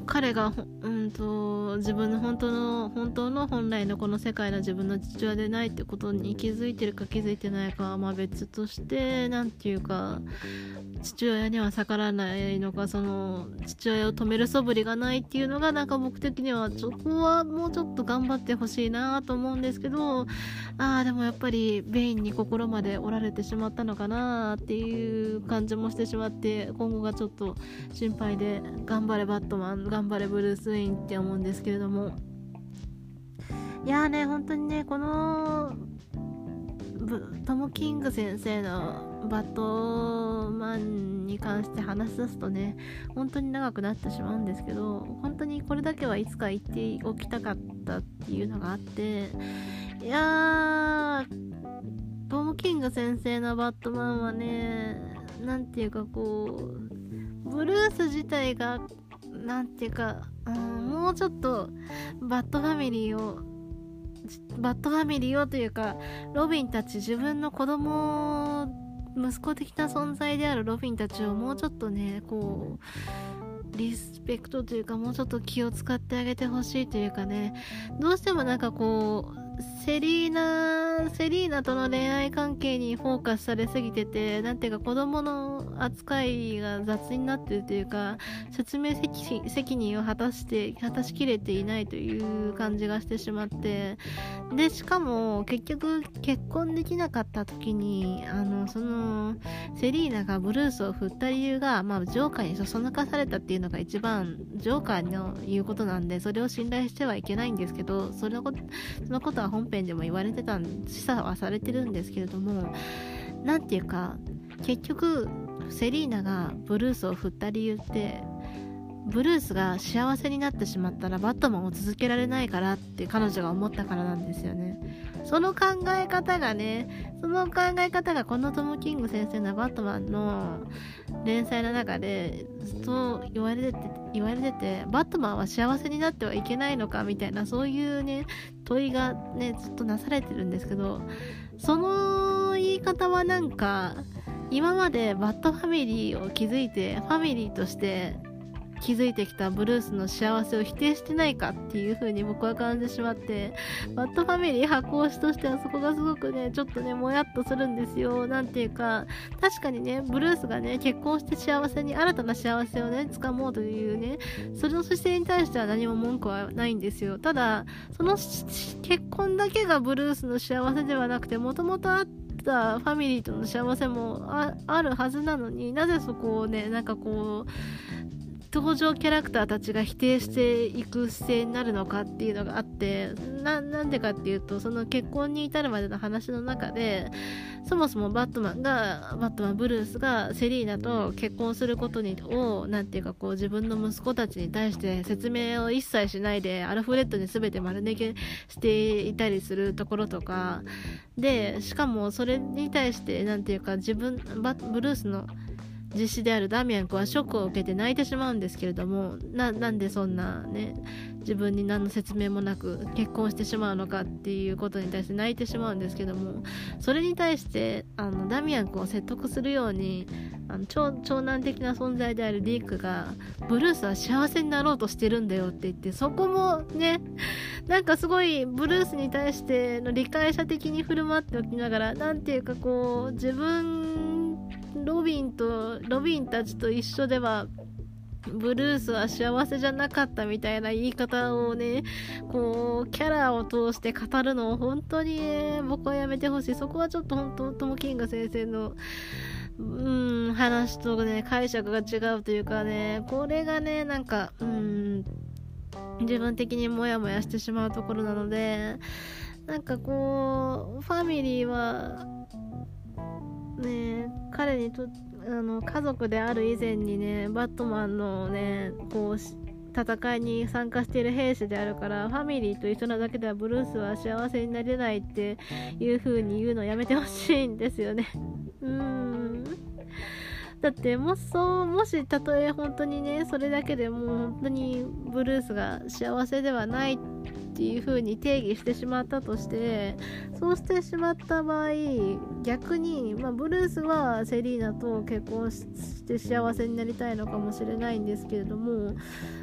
彼がうんと自分の本当の本当の本来のこの世界の自分の父親でないってことに気づいてるか気づいてないかはまあ別として、なんていうか父親には逆らわないのか、その父親を止める素振りがないっていうのがなんか僕的にはそこはもうちょっと頑張ってほしいなと思うんですけど、ああでもやっぱりベインに心まで折られてしまったのかなっていう感じもしてしまって、今後がちょっと心配で、頑張れバットマン、頑張れブルース・ウェインって思うんですけれども、いやーね本当にね、このトム・キング先生のバットマンに関して話し出すとね本当に長くなってしまうんですけど、本当にこれだけはいつか言っておきたかったっていうのがあって、いやートム・キング先生のバットマンはね、なんていうかこうブルース自体がなんていうか、うん、もうちょっとバットファミリーをバットファミリーをというか、ロビンたち、自分の子供息子的な存在であるロビンたちをもうちょっとねこうリスペクトというか、もうちょっと気を使ってあげてほしいというかね、どうしてもなんかこうセリーナセリーナとの恋愛関係にフォーカスされすぎてて、なんていうか子供の扱いが雑になってるというか、説明責責任を果たして果たしきれていないという感じがしてしまって、でしかも結局結婚できなかった時にあのそのセリーナがブルースを振った理由が、まあ、ジョーカーにそそのかされたっていうのが一番ジョーカーの言うことなんで、それを信頼してはいけないんですけど、それのことそのことは本編でも言われてた示唆はされてるんですけれども、なんていうか結局セリーナがブルースを振った理由って、ブルースが幸せになってしまったらバットマンを続けられないからって彼女が思ったからなんですよね。その考え方がねその考え方がこのトム・キング先生のバットマンの連載の中でずっと言われてて言われててバットマンは幸せになってはいけないのかみたいな、そういうね問いがねずっとなされてるんですけど、その言い方はなんか今までバットファミリーを築いてファミリーとして築いてきたブルースの幸せを否定してないかっていう風に僕は感じてしまって、バッドファミリー発行師としてはそこがすごくねちょっとねもやっとするんですよ。なんていうか確かにねブルースがね結婚して幸せに新たな幸せをね掴もうというねそれの姿勢に対しては何も文句はないんですよ。ただその結婚だけがブルースの幸せではなくて、もともとあったファミリーとの幸せも あ, あるはずなのに、なぜそこをねなんかこう登場キャラクターたちが否定していく姿勢になるのかっていうのがあって、 な, なんでかっていうと、その結婚に至るまでの話の中でそもそもバットマンがバットマンブルースがセリーナと結婚することにをなんていうかこう自分の息子たちに対して説明を一切しないでアルフレッドに全て丸投げしていたりするところとかで、しかもそれに対してなんていうか自分バブルースの実子であるダミアン君はショックを受けて泣いてしまうんですけれども、 な, なんでそんなね自分に何の説明もなく結婚してしまうのかっていうことに対して泣いてしまうんですけども、それに対してあのダミアン君を説得するようにあの 長, 長男的な存在であるリークがブルースは幸せになろうとしてるんだよって言って、そこもねなんかすごいブルースに対しての理解者的に振る舞っておきながら、なんていうかこう自分ロビンとロビンたちと一緒ではブルースは幸せじゃなかったみたいな言い方をねこうキャラを通して語るのを本当に、ね、僕はやめてほしい。そこはちょっと本当トム・キング先生のうん話とね解釈が違うというかね、これがねなんかうん自分的にモヤモヤしてしまうところなので、なんかこうファミリーはね彼にとあの家族である以前にねバットマンのねこう戦いに参加している兵士であるから、ファミリーと一緒なだけではブルースは幸せになれないっていう風に言うのやめてほしいんですよねうーんだってもしそうもしたとえ本当にねそれだけでもう本当にブルースが幸せではないっていう風に定義してしまったとして、そうしてしまった場合逆に、まあ、ブルースはセリーナと結婚して幸せになりたいのかもしれないんですけれども、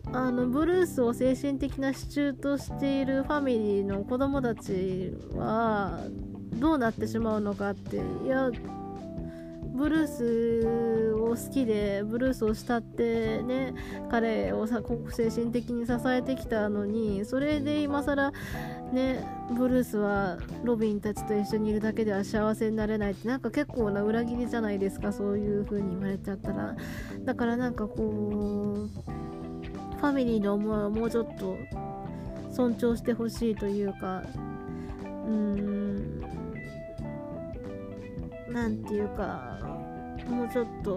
あのブルースを精神的な支柱としているファミリーの子供たちはどうなってしまうのかって、いやブルースを好きでブルースを慕ってね彼をさ精神的に支えてきたのに、それで今更ねブルースはロビンたちと一緒にいるだけでは幸せになれないって、なんか結構な裏切りじゃないですか、そういう風に言われちゃったら。だからなんかこうファミリーの思いをもうちょっと尊重してほしいというか、うーんなんていうか、もうちょっと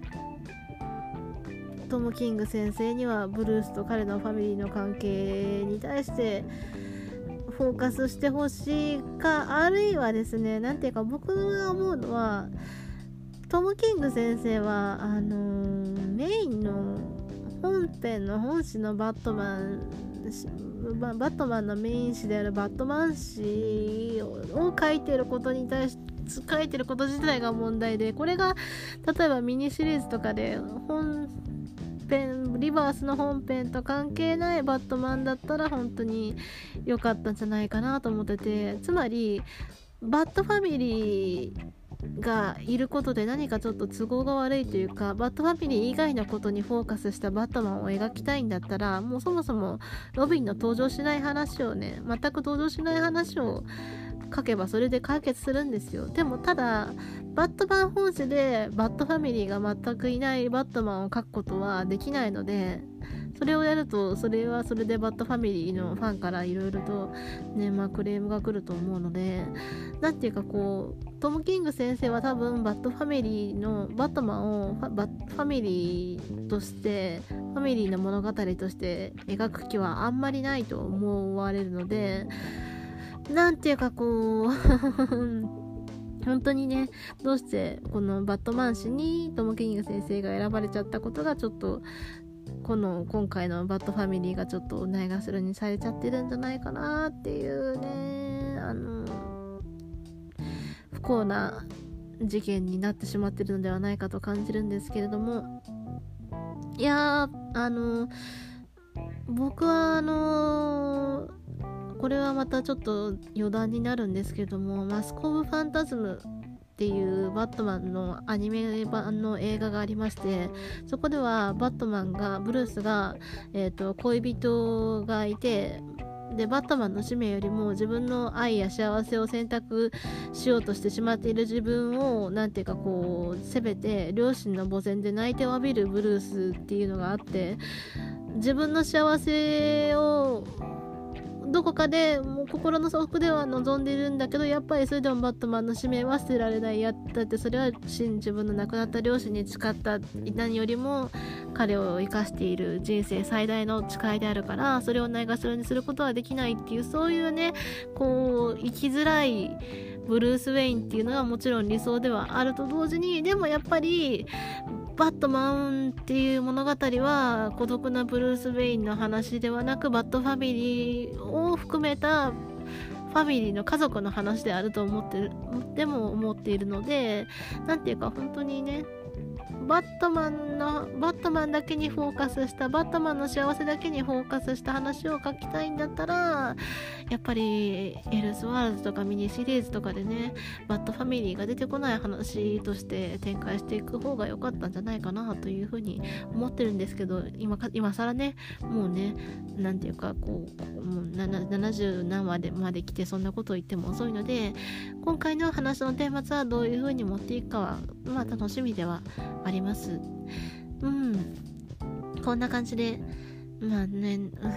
トム・キング先生にはブルースと彼のファミリーの関係に対してフォーカスしてほしいか、あるいはですね、なんていうか僕が思うのは、トム・キング先生はあのー、メインの本編の本誌のバットマンバットマンのメイン誌であるバットマン誌を書いていることに対して書いてること自体が問題で、これが例えばミニシリーズとかで本編リバースの本編と関係ないバットマンだったら本当に良かったんじゃないかなと思ってて、つまりバットファミリーがいることで何かちょっと都合が悪いというか、バットファミリー以外のことにフォーカスしたバットマンを描きたいんだったら、もうそもそもロビンの登場しない話をね全く登場しない話を書けばそれで解決するんですよ。でもただバットマン本誌でバットファミリーが全くいないバットマンを書くことはできないので、それをやるとそれはそれでバットファミリーのファンからいろいろとね、まあクレームが来ると思うので、なんていうかこうトム・キング先生は多分バットファミリーのバットマンをファバッファミリーとしてファミリーの物語として描く気はあんまりないと思われるので、なんていうかこう本当にね、どうしてこのバットマン誌にトム・キング先生が選ばれちゃったことがちょっとこの今回のバットファミリーがちょっとないがしろにされちゃってるんじゃないかなっていうね、あの不幸な事件になってしまってるのではないかと感じるんですけれども、いやーあの僕はあのこれはまたちょっと余談になるんですけども、マスク・オブ・ファンタズムっていうバットマンのアニメ版の映画がありまして、そこではバットマンがブルースが、えーと、恋人がいて、でバットマンの使命よりも自分の愛や幸せを選択しようとしてしまっている自分をなんていうかこう責めて両親の墓前で泣いて詫びるブルースっていうのがあって、自分の幸せをどこかでもう心の底では望んでいるんだけど、やっぱりそれでもバットマンの使命は捨てられない。やったってそれは自分の亡くなった両親に誓った何よりも彼を生かしている人生最大の誓いであるから、それをないがしろにすることはできないっていう、そういうねこう生きづらいブルース・ウェインっていうのはもちろん理想ではあると同時に、でもやっぱりバットマンっていう物語は孤独なブルース・ウェインの話ではなく、バットファミリーを含めたファミリーの家族の話であると思ってるでも思っているので、なんていうか本当にねバットマンのバットマンだけにフォーカスしたバットマンの幸せだけにフォーカスした話を書きたいんだったら、やっぱりエルスワールドとかミニシリーズとかでねバットファミリーが出てこない話として展開していく方が良かったんじゃないかなというふうに思ってるんですけど、今か今更ねもうねなんていうかこうもうななじゅう何話でまで来てそんなことを言っても遅いので、今回の話のテーマはどういうふうに持っていくかはまあ楽しみではあります。うん、こんな感じでまあね、うん、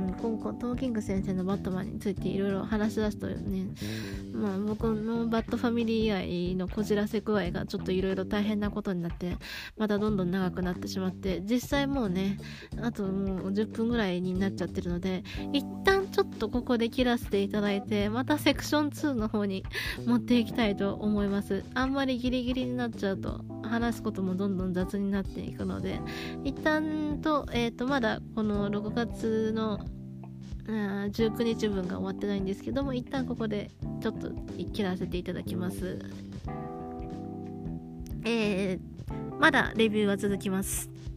今後トム・キング先生のバットマンについていろいろ話し出すとね、まあ僕のバットファミリー愛のこじらせ具合がちょっといろいろ大変なことになって、またどんどん長くなってしまって、実際もうねあともうじゅっぷんぐらいになっちゃってるので、一旦ちょっとここで切らせていただいて、またセクションツーの方に持っていきたいと思います。あんまりギリギリになっちゃうと話すこともどんどん雑になっていくので、一旦とえっとまだこのろくがつのじゅうくにちぶんが終わってないんですけども、一旦ここでちょっと切らせていただきます。えー、まだレビューは続きます。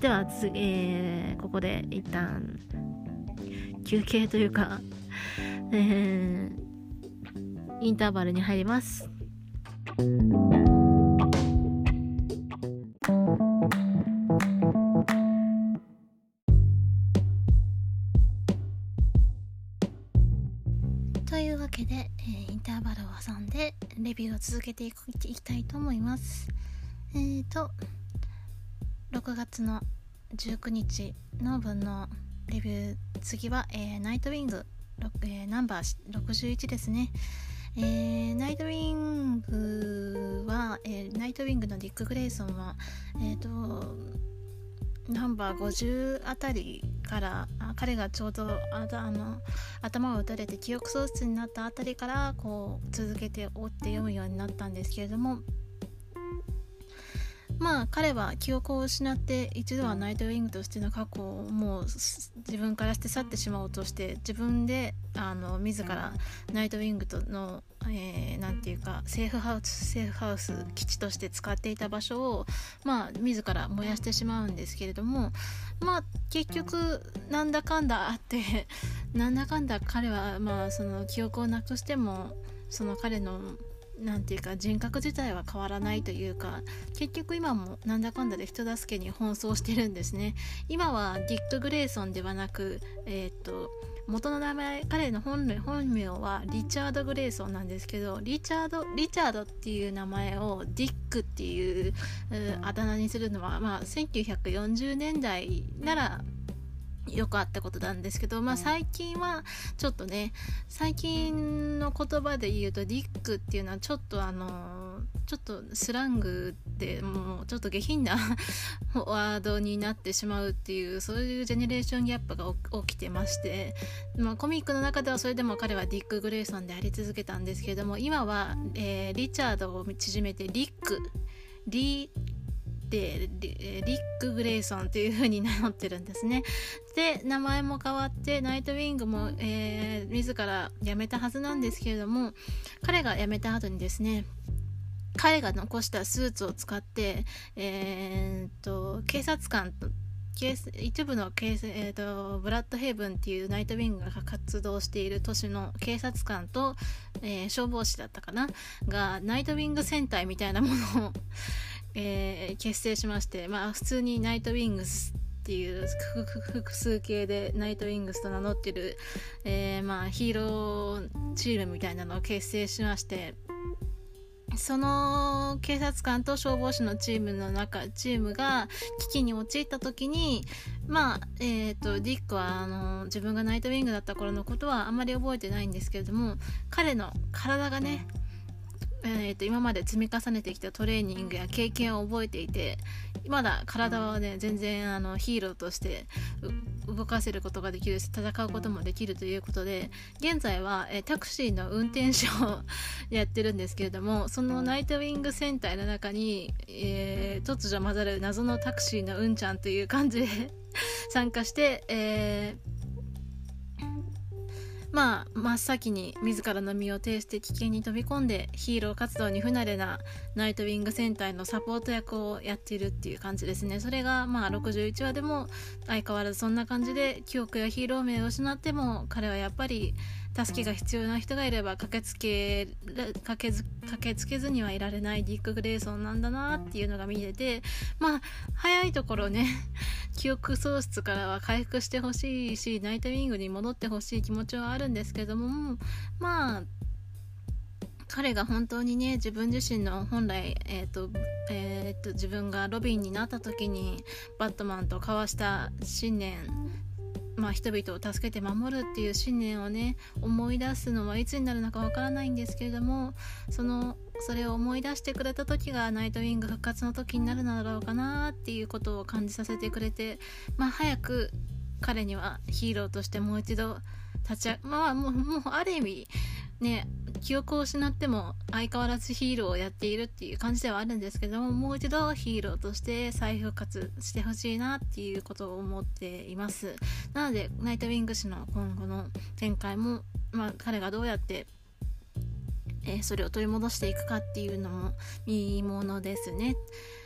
ではつ、えー、ここで一旦休憩というか、えー、インターバルに入ります。 というわけで、えー、インターバルを挟んでレビューを続けていくいきたいと思います。えーとろくがつのじゅうくにちの分のレビュー、次は、えー、ナイトウィング、えー、ナンバーろくじゅういちですね。えー、ナイトウィングは、えー、ナイトウィングのディック・グレイソンは、えーとナンバーごじゅうあたりからあ彼がちょうどああの頭を打たれて記憶喪失になったあたりからこう続けて追って読むようになったんですけれども、まあ彼は記憶を失って一度はナイトウィングとしての過去をもう自分から捨て去ってしまおうとして自分であの自らナイトウィングとの、えー、なんていうかセーフハウスセーフハウス基地として使っていた場所をまあ自ら燃やしてしまうんですけれども、まあ結局なんだかんだあってなんだかんだ彼はまあその記憶をなくしてもその彼のなんていうか人格自体は変わらないというか、結局今もなんだかんだで人助けに奔走してるんですね。今はディック・グレイソンではなく、えー、っと元の名前、彼の 本, 本名はリチャード・グレイソンなんですけど、リチャードリチャードっていう名前をディックっていう、うあだ名にするのは、まあ、せんきゅうひゃくよんじゅうねんだいならよくあったことなんですけど、まあ最近はちょっとね、最近の言葉で言うとディックっていうのはちょっとあのちょっとスラングでもうちょっと下品なワードになってしまうっていう、そういうジェネレーションギャップが起きてまして、まあ、コミックの中ではそれでも彼はディック・グレイソンであり続けたんですけれども、今は、えー、リチャードを縮めてリックリでリック・グレイソンという風に名乗ってるんですね。で名前も変わってナイトウィングも、えー、自ら辞めたはずなんですけれども、彼が辞めた後にですね、彼が残したスーツを使って、えー、と警察官と一部の警、えー、とブラッドヘイブンっていうナイトウィングが活動している都市の警察官と、えー、消防士だったかながナイトウィング戦隊みたいなものをえー、結成しまして、まあ、普通にナイトウィングスっていう複数形でナイトウィングスと名乗ってる、えーまあ、ヒーローチームみたいなのを結成しまして、その警察官と消防士のチームの中チームが危機に陥った時に、まあえー、とディックはあの自分がナイトウィングだった頃のことはあんまり覚えてないんですけれども、彼の体がねえー、と今まで積み重ねてきたトレーニングや経験を覚えていて、まだ体はね全然あのヒーローとして動かせることができるし戦うこともできるということで、現在は、えー、タクシーの運転手をやってるんですけれども、そのナイトウィング戦隊の中に、えー、突如混ざる謎のタクシーのうんちゃんという感じで参加して、えーまあ、真っ先に自らの身を挺して危険に飛び込んでヒーロー活動に不慣れなナイトウィング戦隊のサポート役をやっているっていう感じですね。それがまあろくじゅういちわでも相変わらずそんな感じで、記憶やヒーロー名を失っても彼はやっぱり助けが必要な人がいれば駆けつけ駆けず駆けつけずにはいられないディック・グレイソンなんだなっていうのが見えて、まあ早いところね記憶喪失からは回復してほしいし、ナイトウィングに戻ってほしい気持ちはあるんですけども、まあ彼が本当にね自分自身の本来、えーとえーと自分がロビンになった時にバットマンと交わした信念、まあ、人々を助けて守るっていう信念をね思い出すのはいつになるのかわからないんですけれども、そのそれを思い出してくれた時がナイトウィング復活の時になるのだろうかなっていうことを感じさせてくれて、まあ早く彼にはヒーローとしてもう一度立ち上まあもう、もうある意味ね記憶を失っても相変わらずヒーローをやっているっていう感じではあるんですけども、もう一度ヒーローとして再復活してほしいなっていうことを思っています。なのでナイトウィング氏の今後の展開も、まあ、彼がどうやって、えー、それを取り戻していくかっていうのも見ものですね。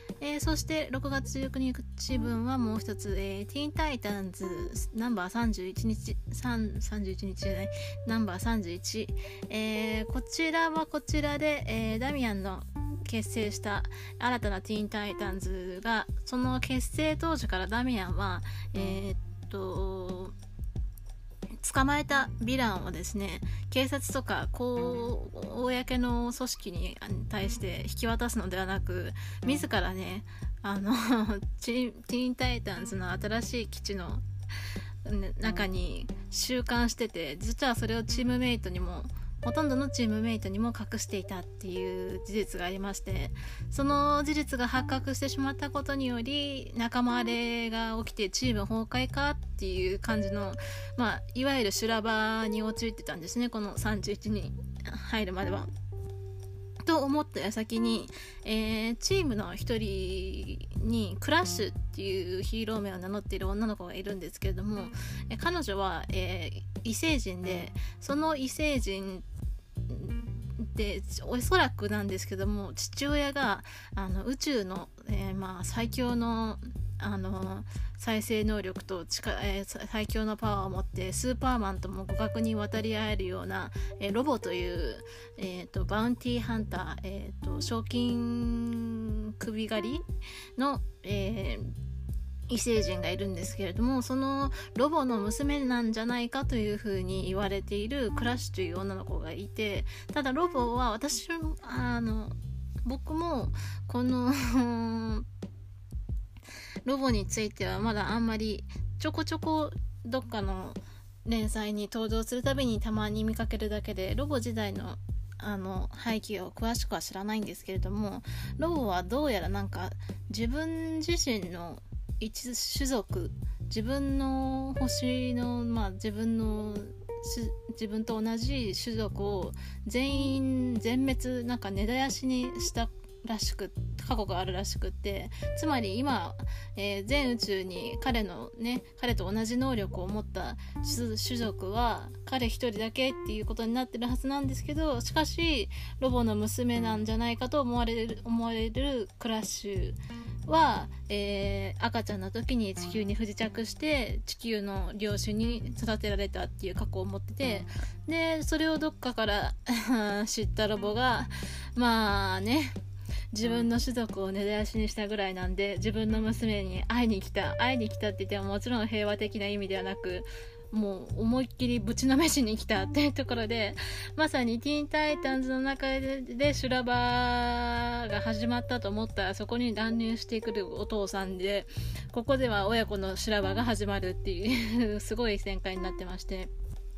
えー、そしてろくがつじゅうくにち分はもう一つ、えー、ティーンタイタンズナンバーさんじゅういちにちさん さんじゅういちにちじゃないナンバーさんじゅういち、えー、こちらはこちらで、えー、ダミアンの結成した新たなティーンタイタンズが、その結成当時からダミアンはえー、っと捕まえたヴィランをですね、警察とかこう公の組織に対して引き渡すのではなく、自らね、あのティーンタイタンズの新しい基地の中に収監してて、実はそれをチームメイトにもほとんどのチームメイトにも隠していたっていう事実がありまして、その事実が発覚してしまったことにより仲間割れが起きてチーム崩壊かっていう感じの、まあ、いわゆる修羅場に陥ってたんですね、このさんじゅういちに入るまでは。と思った矢先に、えー、チームの一人にクラッシュっていうヒーロー名を名乗っている女の子がいるんですけれども、え彼女は、えー、異星人で、その異星人でおそらくなんですけども、父親があの宇宙の、えーまあ、最強のあの再生能力と力、えー、最強のパワーを持ってスーパーマンとも互角に渡り合えるような、えー、ロボという、えー、とバウンティーハンター、えー、と賞金首狩りの、えー、異星人がいるんですけれども、そのロボの娘なんじゃないかというふうに言われているクラッシュという女の子がいて、ただロボは私あの僕もこのロボについてはまだあんまりちょこちょこどっかの連載に登場するたびにたまに見かけるだけで、ロボ時代のあの背景を詳しくは知らないんですけれども、ロボはどうやらなんか自分自身の一種族、自分の星の、まあ、自分の自分と同じ種族を全員全滅なんか根絶やしにしたらしく過去があるらしくって、つまり今、えー、全宇宙に彼のね彼と同じ能力を持った種族は彼一人だけっていうことになってるはずなんですけど、しかしロボの娘なんじゃないかと思われる思われるクラッシュは、えー、赤ちゃんの時に地球に不時着して地球の領主に育てられたっていう過去を持ってて、でそれをどっかから知ったロボがまあね自分の種族を根絶やしにしたぐらいなんで、自分の娘に会いに来た会いに来たって言ってももちろん平和的な意味ではなく、もう思いっきりぶちのめしに来たっていうところで、まさにティーンタイタンズの中で、で修羅場が始まったと思ったらそこに乱入してくるお父さんで、ここでは親子の修羅場が始まるっていうすごい展開になってまして、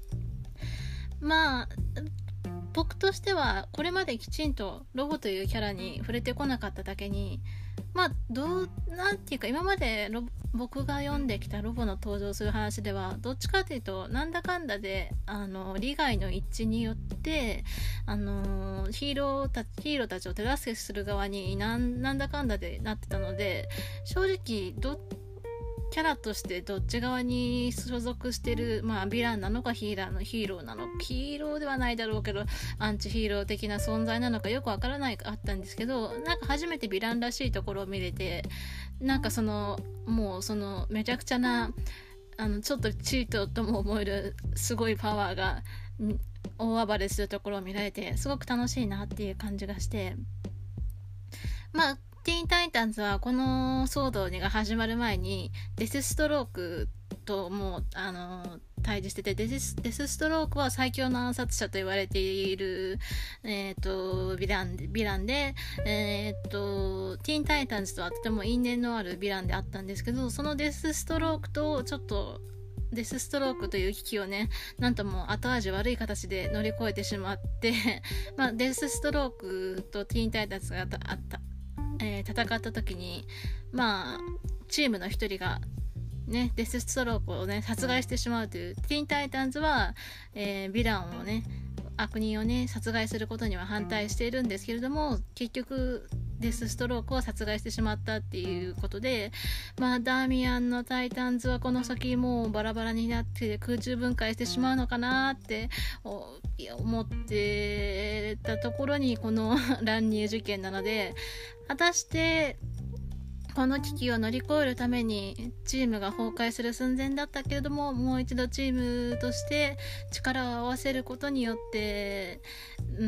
まあ僕としてはこれまできちんとロボというキャラに触れてこなかっただけに、まあどうなんていうか今までロ僕が読んできたロボの登場する話ではどっちかというとなんだかんだであの利害の一致によってあのヒーローたヒーローたちを手助けする側になんなんだかんだでなってたので、正直どっキャラとしてどっち側に所属してる、まあヴィランなのかヒーラーのヒーローなのか、ヒーローではないだろうけどアンチヒーロー的な存在なのかよくわからないあったんですけど、なんか初めてヴィランらしいところを見れて、なんかそのもうそのめちゃくちゃなあのちょっとチートとも思えるすごいパワーが大暴れするところを見られてすごく楽しいなっていう感じがして、まあティーンタイタンズはこの騒動が始まる前にデスストロークともあの対峙してて、デス、デスストロークは最強の暗殺者と言われている、えー、とヴィラン、ヴィランで、えー、とティーンタイタンズとはとても因縁のあるヴィランであったんですけど、そのデスストロークとちょっとデスストロークという危機をねなんとも後味悪い形で乗り越えてしまってまあデスストロークとティーンタイタンズがあったえー、戦った時にまあチームの一人がねデスストロークをね殺害してしまうという、ティーンタイタンズは、えー、ヴィランをね悪人をね殺害することには反対しているんですけれども、結局デスストロークを殺害してしまったっていうことで、まあダーミアンのタイタンズはこの先もうバラバラになって空中分解してしまうのかなって思ってたところにこの乱入事件なので、果たしてこの危機を乗り越えるためにチームが崩壊する寸前だったけれども、もう一度チームとして力を合わせることによって、うん、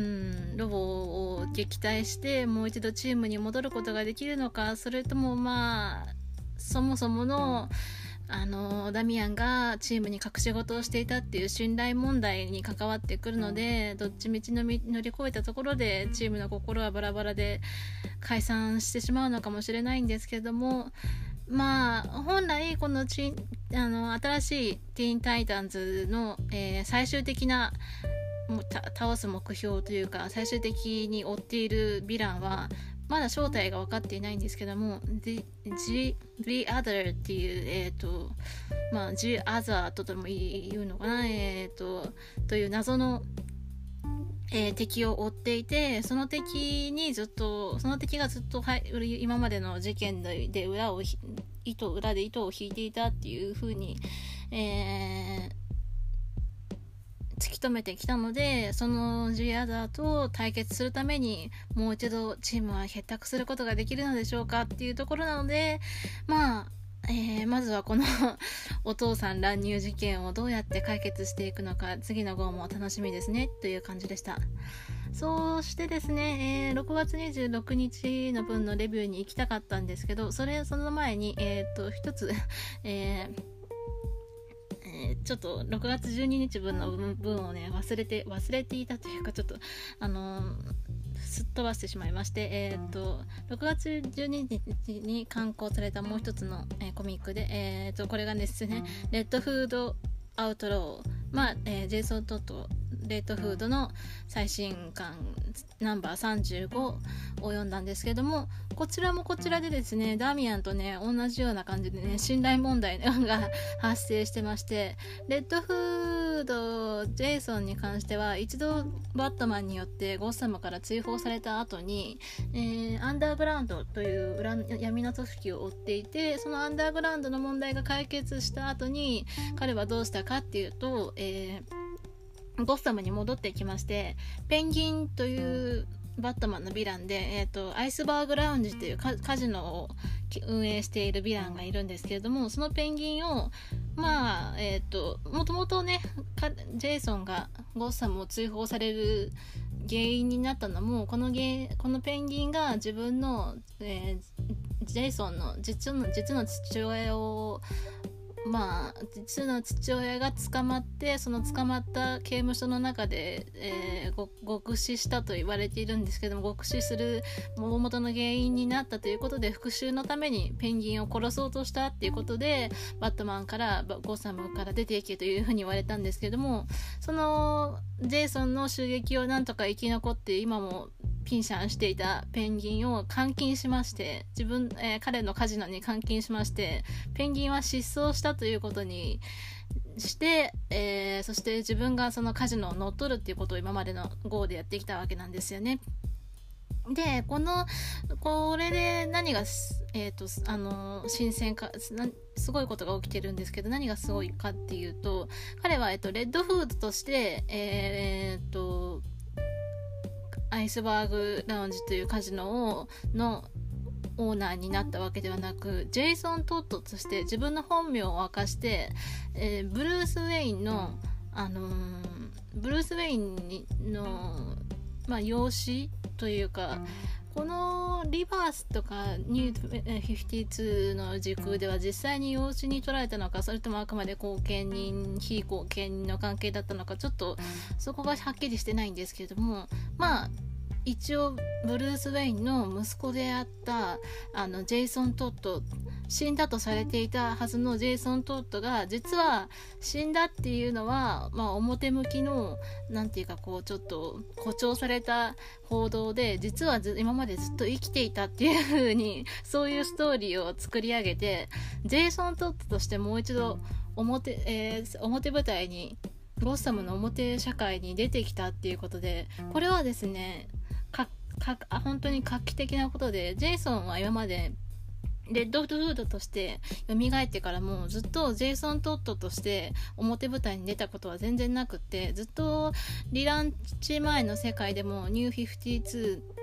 ロボを撃退してもう一度チームに戻ることができるのか、それともまあそもそものあのダミアンがチームに隠し事をしていたっていう信頼問題に関わってくるので、どっちみちのみ乗り越えたところでチームの心はバラバラで解散してしまうのかもしれないんですけれども、まあ本来このチあの新しいティーンタイタンズの、えー、最終的なもう倒す目標というか最終的に追っているヴィランはまだ正体が分かっていないんですけども、 The, The, The Other っていう、えーとまあ、The Other とでも言うのかな、えーとという謎の、えー、敵を追っていて、その敵にずっとその敵がずっと、はい、今までの事件で裏を糸裏で糸を引いていたっていう風に、えー突き止めてきたので、そのジアザーと対決するためにもう一度チームは結託することができるのでしょうかっていうところなので、まあ、えー、まずはこのお父さん乱入事件をどうやって解決していくのか、次の号も楽しみですねという感じでした。そしてですね、えー、ろくがつにじゅうろくにちの分のレビューに行きたかったんですけど、それその前にえっと一つ、えーちょっとろくがつじゅうににち分の分をね忘れて忘れていたというか、ちょっとあのー、すっ飛ばしてしまいまして、えー、っとろくがつじゅうににちに刊行されたもう一つの、えー、コミックで、えー、っとこれがですね、レッドフードアウトロー、まあ、えー、ジェイソン・トットレッドフードの最新刊ナンバーさんじゅうごを読んだんですけども、こちらもこちらでですね、ダミアンとね同じような感じでね信頼問題が発生してまして、レッドフードジェイソンに関しては一度バットマンによってゴッサムから追放された後に、えー、アンダーグラウンドという裏闇の組織を追っていて、そのアンダーグラウンドの問題が解決した後に彼はどうしたかっていうと、えーゴッサムに戻ってきまして、ペンギンというバットマンのヴィランで、えーと、アイスバーグラウンジというカジノを運営しているヴィランがいるんですけれども、そのペンギンをまあえっともともとねジェイソンがゴッサムを追放される原因になったのもこのゲこのペンギンが自分の、えー、ジェイソンの実の実の父親をまあ実の父親が捕まって、その捕まった刑務所の中で、えー、獄死したと言われているんですけども、獄死する大元の原因になったということで復讐のためにペンギンを殺そうとしたっていうことでバットマンからゴッサムから出ていけというふうに言われたんですけども、そのジェイソンの襲撃をなんとか生き残って今もピンシャンしていたペンギンを監禁しまして、自分、えー、彼のカジノに監禁しまして、ペンギンは失踪したということにして、えー、そして自分がそのカジノを乗っ取るっていうことを今までの号でやってきたわけなんですよね。で、このこれで何が、えーとあの新鮮かすごいことが起きてるんですけど、何がすごいかっていうと、彼は、えーと、レッドフードとして、えーとアイスバーグラウンジというカジノをのオーナーになったわけではなく、ジェイソン・トッドとして自分の本名を明かして、えー、ブルース・ウェインの、あのー、ブルース・ウェインの、まあ、養子というか、このリバースとかニューフィフティーツーの時空では実際に養子に取られたのか、それともあくまで後見人非後見人の関係だったのか、ちょっとそこがはっきりしてないんですけれども、まあ一応ブルース・ウェインの息子であったあのジェイソン・トッド、死んだとされていたはずのジェイソン・トッドが実は死んだっていうのは、まあ、表向きのなんていうかこうちょっと誇張された報道で、実はず今までずっと生きていたっていう風にそういうストーリーを作り上げて、ジェイソン・トッドとしてもう一度表、えー、表舞台にゴッサムの表社会に出てきたっていうことで、これはですねかか本当に画期的なことで、ジェイソンは今までレッドフードとして蘇ってからもずっとジェイソン・トッドとして表舞台に出たことは全然なくって、ずっとリランチ前の世界でもニューフィフティーツ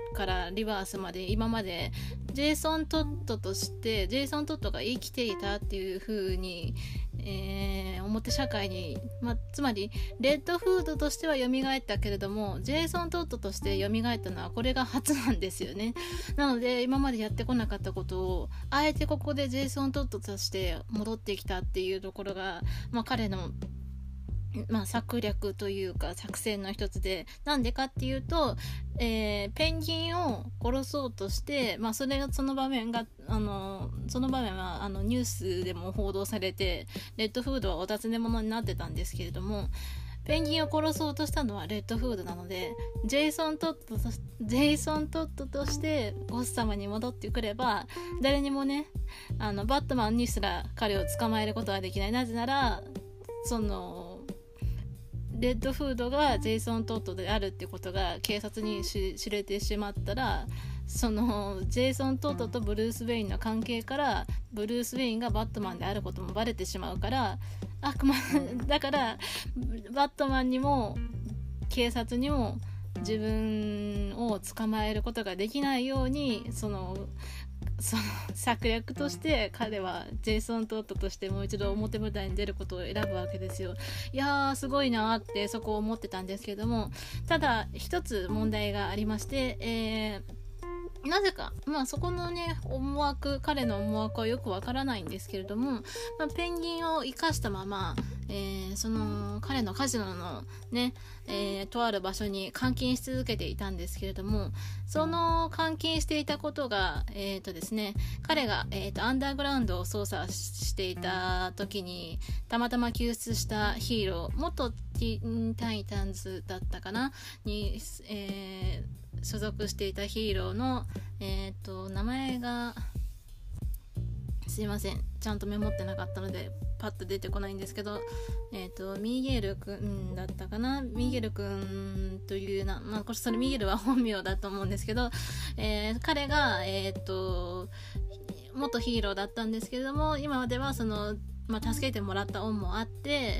からリバースまで今までジェイソン・トッドとしてジェイソン・トッドが生きていたっていう風に、えー、表社会に、まあ、つまりレッドフードとしては蘇ったけれどもジェイソン・トッドとして蘇ったのはこれが初なんですよね。なので今までやってこなかったことをあえてここでジェイソン・トッドとして戻ってきたっていうところが、まあ、彼のまあ、策略というか作戦の一つで、なんでかっていうと、えー、ペンギンを殺そうとして、まあ、それがその場面があのその場面はあのニュースでも報道されてレッドフードはお尋ね者になってたんですけれども、ペンギンを殺そうとしたのはレッドフードなのでジェイソン・トッドとジェイソン・トッドとしてゴッサムに戻ってくれば誰にもねあのバットマンにすら彼を捕まえることはできない。なぜならそのレッドフードがジェイソン・トッドであるってことが警察に知れてしまったら、そのジェイソン・トッドとブルース・ウェインの関係からブルース・ウェインがバットマンであることもバレてしまうから、あくまだからバットマンにも警察にも自分を捕まえることができないようにそのその策略として彼はジェイソン・トッドとしてもう一度表舞台に出ることを選ぶわけですよ。いやーすごいなーってそこを思ってたんですけども、ただ一つ問題がありまして、えーなぜか、まあそこのね、思惑、彼の思惑はよくわからないんですけれども、まあ、ペンギンを生かしたまま、えー、その彼のカジノのね、えー、とある場所に監禁し続けていたんですけれども、その監禁していたことが、えーとですね、彼が、えーと、アンダーグラウンドを操作していた時に、たまたま救出したヒーロー、元ティーンタイタンズだったかなに、えー所属していたヒーローの、えー、と名前がすいませんちゃんとメモってなかったのでパッと出てこないんですけど、えー、とミゲルくんだったかなミゲルくんというな、まあ、これそれミゲルは本名だと思うんですけど、えー、彼が、えー、と元ヒーローだったんですけれども、今まではそのまあ、助けてもらった恩もあって、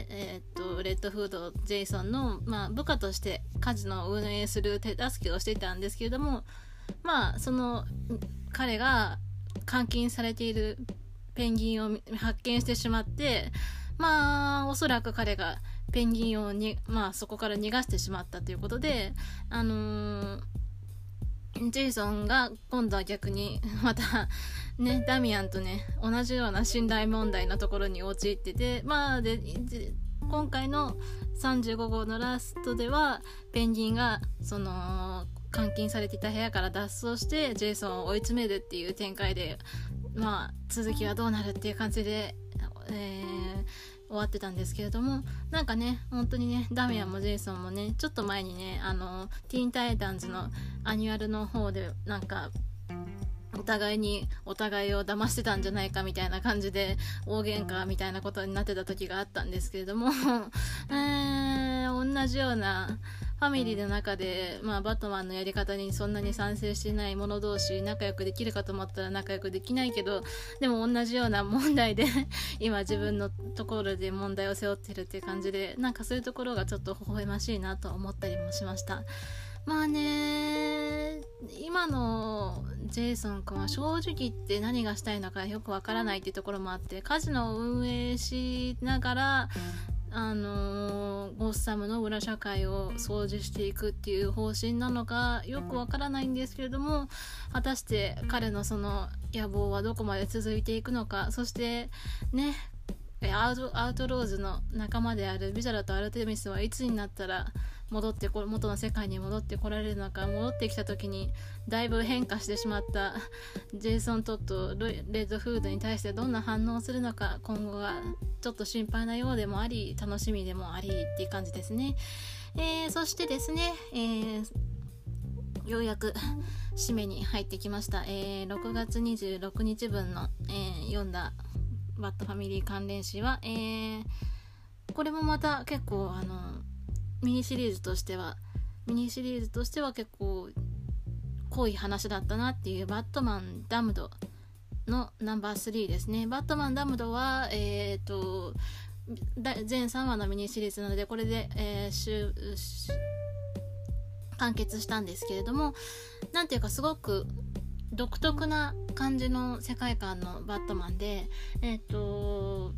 えー、っとレッドフードジェイソンの、まあ、部下としてカジノを運営する手助けをしていたんですけれども、まあその彼が監禁されているペンギンを発見してしまって、まあおそらく彼がペンギンをに、まあ、そこから逃がしてしまったということで、あのージェイソンが今度は逆にまたねダミアンとね同じような信頼問題のところに陥ってて、まあで今回のさんじゅうご号のラストではペンギンがその監禁されていた部屋から脱走してジェイソンを追い詰めるっていう展開で、まあ続きはどうなるっていう感じで、えー終わってたんですけれども、なんかね本当にねダミアンもジェイソンもねちょっと前にねあのティーンタイタンズのアニュアルの方でなんかお互いにお互いを騙してたんじゃないかみたいな感じで大喧嘩みたいなことになってた時があったんですけれども、えー、同じようなファミリーの中で、まあ、バットマンのやり方にそんなに賛成していない者同士仲良くできるかと思ったら仲良くできないけど、でも同じような問題で今自分のところで問題を背負ってるっていう感じで、なんかそういうところがちょっと微笑ましいなと思ったりもしました。まあね、今のジェイソン君は正直言って何がしたいのかよくわからないっていうところもあって、カジノを運営しながらあのー、ゴッサムの裏社会を掃除していくっていう方針なのかよくわからないんですけれども、果たして彼のその野望はどこまで続いていくのか、そしてねアウト、アウトローズの仲間であるビジャラとアルテミスはいつになったら戻ってこ元の世界に戻ってこられるのか、戻ってきた時にだいぶ変化してしまったジェイソン・トッドレッドフードに対してどんな反応をするのか、今後がちょっと心配なようでもあり楽しみでもありっていう感じですね。えー、そしてですね、えー、ようやく締めに入ってきました。えー、ろくがつにじゅうろくにち分の、えー、読んだバッドファミリー関連誌は、えー、これもまた結構あのミニシリーズとしてはミニシリーズとしては結構濃い話だったなっていうバットマンダムドのナンバースリーですね。バットマンダムドはえっと全さんわのミニシリーズなので、これで、えー、週完結したんですけれども、なんていうかすごく独特な感じの世界観のバットマンで、えっと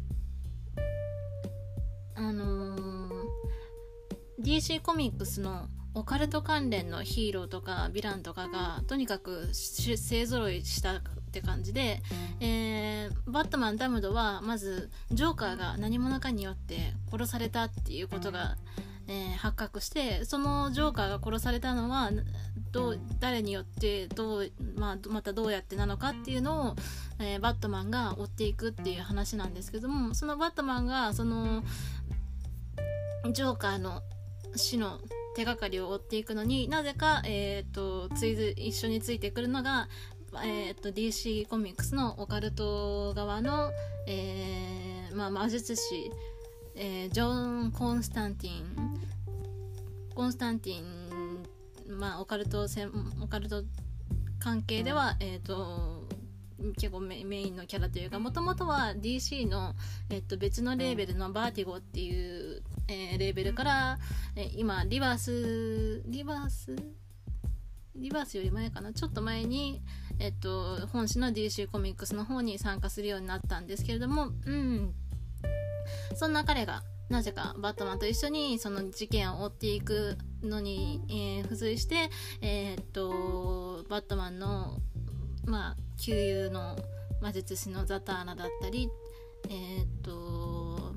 あのー、ディーシー コミックスのオカルト関連のヒーローとかヴィランとかがとにかく勢ぞろいしたって感じで、えー、バットマンダムドはまずジョーカーが何者かによって殺されたっていうことが、えー、発覚して、そのジョーカーが殺されたのはどう誰によってどう、まあ、またどうやってなのかっていうのを、えー、バットマンが追っていくっていう話なんですけども、そのバットマンがそのジョーカーの死の手がかりを追っていくのに、なぜか、えー、とついず一緒についてくるのが、えー、と ディーシー コミックスのオカルト側の、えーまあ、魔術師、えー、ジョン・コンスタンティンコンスタンティン、まあ、オカルトオカルト関係では、えー、と結構 メ, メインのキャラというか、もともとは ディーシー の、えっと、別のレーベルのバーティゴっていう、えー、レーベルから、えー、今リバースリバースリバースより前かな、ちょっと前に、えっと、本誌の ディーシー コミックスの方に参加するようになったんですけれども、うん、そんな彼がなぜかバットマンと一緒にその事件を追っていくのに、えー、付随して、えー、っとバットマンのまあ旧友の魔術師のザターナだったり、えー、っと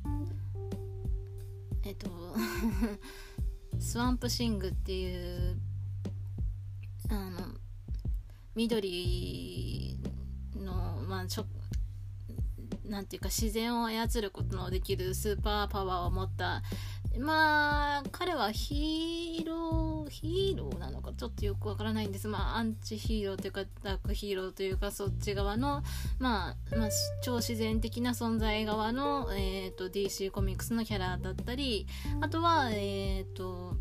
えー、っとスワンプシングっていうあの緑の、まあ、ちょなんていうか自然を操ることのできるスーパーパワーを持った、まあ彼はヒーローヒーローなのかちょっとよくわからないんです。まあアンチヒーローというかダークヒーローというか、そっち側の、まあ、まあ超自然的な存在側の、えー、と ディーシー コミックスのキャラだったり、あとはえっ、ー、と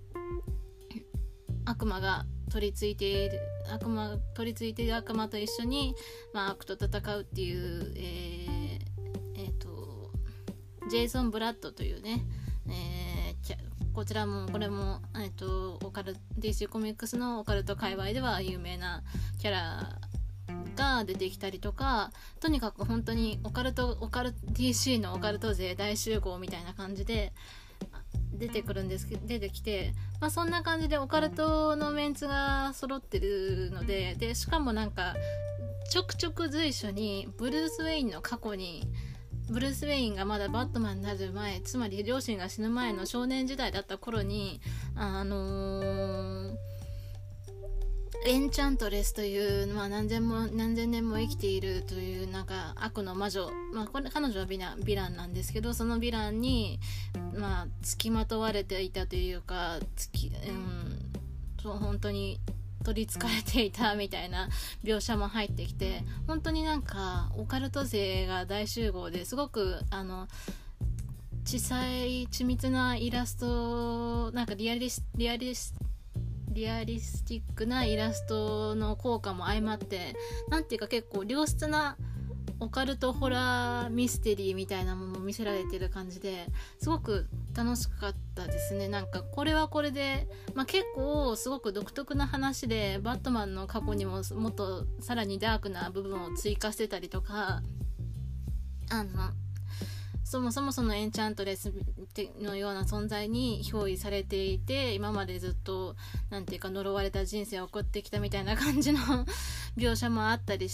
悪魔が取り付いている悪魔取り付いている悪魔と一緒に、まあ、悪と戦うっていう、えーえー、とジェイソン・ブラッドというね、えー、こちらもこれも、えー、とオカル ディーシー コミックスのオカルト界隈では有名なキャラが出てきたりとか、とにかく本当にオカルトオカル ディーシー のオカルト勢大集合みたいな感じで出てくるんですけど出てきて、まあ、そんな感じでオカルトのメンツが揃ってるので、でしかもなんかちょくちょく随所にブルース・ウェインの過去に、ブルース・ウェインがまだバットマンになる前、つまり両親が死ぬ前の少年時代だった頃に、あのー、エンチャントレスという、まあ、何千も何千年も生きているというなんか悪の魔女、まあ、これ彼女はヴィラン、ヴィランなんですけど、そのヴィランに、まあ、付きまとわれていたというか、つき、うん、そう本当に取りつかれていたみたいな描写も入ってきて、本当になんかオカルト勢が大集合ですごくあの小さい緻密なイラスト、なんかリアリスリアリスリアリスティックなイラストの効果も相まって、なんていうか結構良質なオカルトホラーミステリーみたいなものを見せられてる感じですごく楽しかったですね。なんかこれはこれで、まあ、結構すごく独特な話で、バットマンの過去にももっとさらにダークな部分を追加してたりとか、あのそもそもそのエンチャントレスのような存在に憑依されていて、今までずっとなんていうか呪われた人生を送ってきたみたいな感じの描写もあったりして、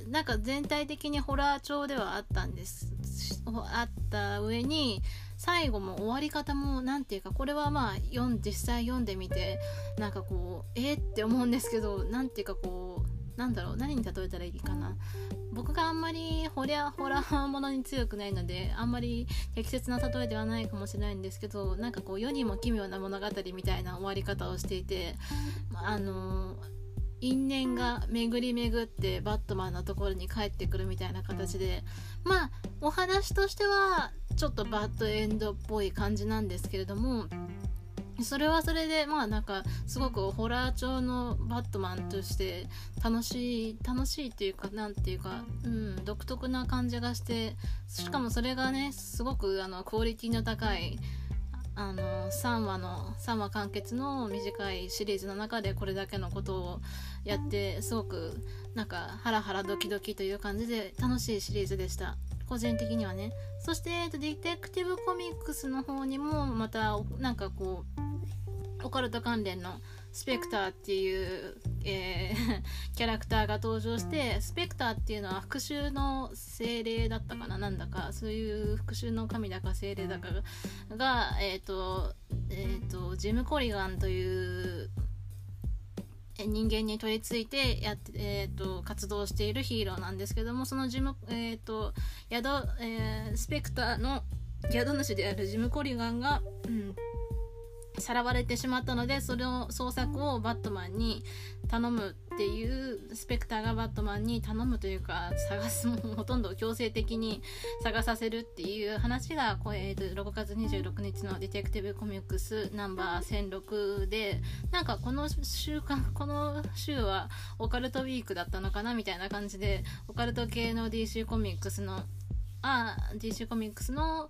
なんか全体的にホラー調ではあったんですあった上に、最後も終わり方もなんていうか、これはまあ読ん実際読んでみてなんかこうえー、って思うんですけど、なんていうかこうなんだろう、何に例えたらいいかな。僕があんまりホラーホラーものに強くないので、あんまり適切な例えではないかもしれないんですけど、なんかこう世にも奇妙な物語みたいな終わり方をしていて、あの因縁が巡り巡ってバットマンのところに帰ってくるみたいな形で、まあお話としてはちょっとバッドエンドっぽい感じなんですけれども、それはそれでまあなんかすごくホラー調のバットマンとして楽しい楽しいっていうか、なんていうか、うん、独特な感じがして、しかもそれがねすごくあのクオリティの高いあのさんわのさんわ完結の短いシリーズの中でこれだけのことをやって、すごくなんかハラハラドキドキという感じで楽しいシリーズでした、個人的にはね。そして、えっと、ディテクティブコミックスの方にもまたなんかこうオカルト関連のスペクターっていう、えー、キャラクターが登場して、スペクターっていうのは復讐の精霊だったかな、なんだかそういう復讐の神だか精霊だかが、えっとえっとジム・コリガンという人間に取り付いてやって、えー、と活動しているヒーローなんですけども、そのジム、えー、と宿、えー、スペクターの宿主であるジム・コリガンが、うんさらわれてしまったので、それを捜索をバットマンに頼むっていう、スペクターがバットマンに頼むというか探す、もほとんど強制的に探させるっていう話が、えー、とろくがつにじゅうろくにちのディテクティブコミックスナンバーせんろくで、なんかこの週間この週はオカルトウィークだったのかなみたいな感じで、オカルト系の ディーシー コミックスのあ ディーシー コミックスの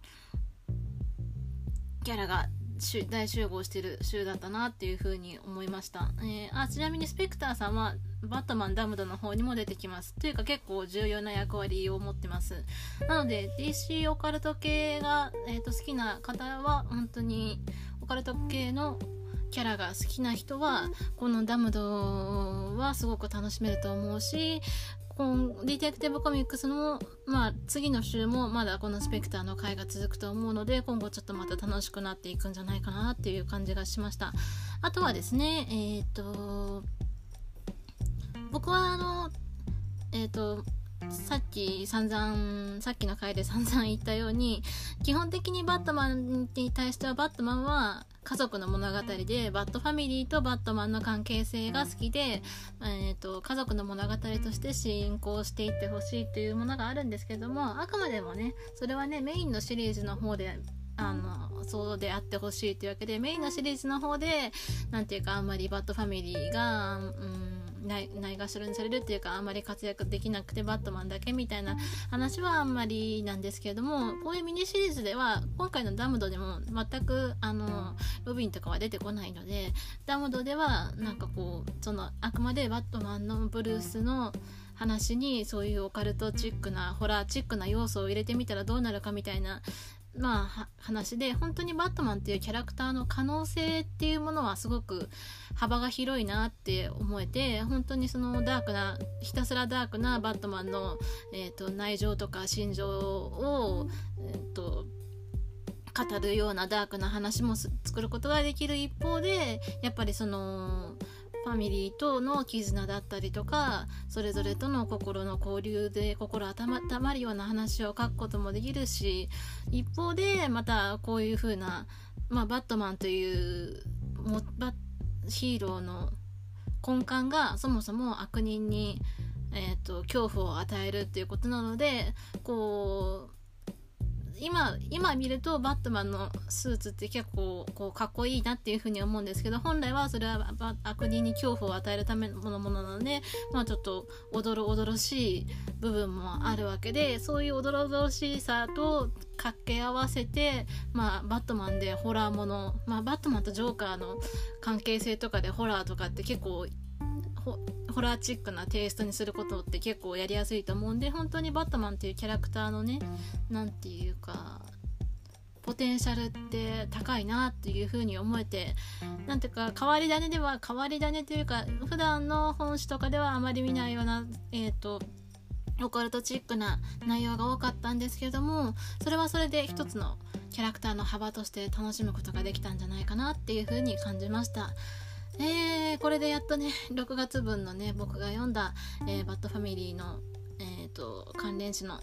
キャラが大集合してる週だったなっていう風に思いました、えー、あちなみにスペクターさんはバットマンダムドの方にも出てきますというか、結構重要な役割を持ってます。なので ディーシー オカルト系が、えーと、好きな方は、本当にオカルト系のキャラが好きな人はこのダムドはすごく楽しめると思うし、このディテクティブコミックスの、まあ、次の週もまだこのスペクターの回が続くと思うので、今後ちょっとまた楽しくなっていくんじゃないかなっていう感じがしました。あとはですね、えーと僕はあのえーとさっき散々さっきの回で散々言ったように、基本的にバットマンに対しては、バットマンは家族の物語で、バットファミリーとバットマンの関係性が好きで、えーと、家族の物語として進行していってほしいというものがあるんですけども、あくまでもね、それはね、メインのシリーズの方であのそうであってほしいというわけで、メインのシリーズの方でなんていうか、あんまりバットファミリーが、うんないないがしろにされるっていうか、あんまり活躍できなくてバットマンだけみたいな話はあんまりなんですけれども、こういうミニシリーズでは今回のダムドでも全くあのロビンとかは出てこないので、ダムドではなんかこう、そのあくまでバットマンのブルースの話にそういうオカルトチックなホラーチックな要素を入れてみたらどうなるかみたいな、まあ、話で、本当にバットマンっていうキャラクターの可能性っていうものはすごく幅が広いなって思えて、本当にそのダークな、ひたすらダークなバットマンの、えーと、内情とか心情を、えーと語るようなダークな話も作ることができる一方で、やっぱりそのファミリーとの絆だったりとか、それぞれとの心の交流で心温まるような話を書くこともできるし、一方でまたこういう風な、まあ、バットマンというもバヒーローの根幹がそもそも悪人に、えーと、恐怖を与えるっていうことなので、こう今, 今見るとバットマンのスーツって結構こうかっこいいなっていう風に思うんですけど、本来はそれは悪人に恐怖を与えるためのものなので、まあちょっとおどろおどろしい部分もあるわけで、そういうおどろおどろしさと掛け合わせて、まあバットマンでホラーもの、まあバットマンとジョーカーの関係性とかでホラーとかって結構ホ, ホラーチックなテイストにすることって結構やりやすいと思うんで、本当にバットマンっていうキャラクターのね、なんていうかポテンシャルって高いなっていう風に思えて、なんていうか変わり種では変わり種というか、普段の本誌とかではあまり見ないような、えーとオカルトチックな内容が多かったんですけれども、それはそれで一つのキャラクターの幅として楽しむことができたんじゃないかなっていう風に感じました。えー、これでやっとね、ろくがつぶんのね、僕が読んだ、えー、バッドファミリーの、えーと、関連誌の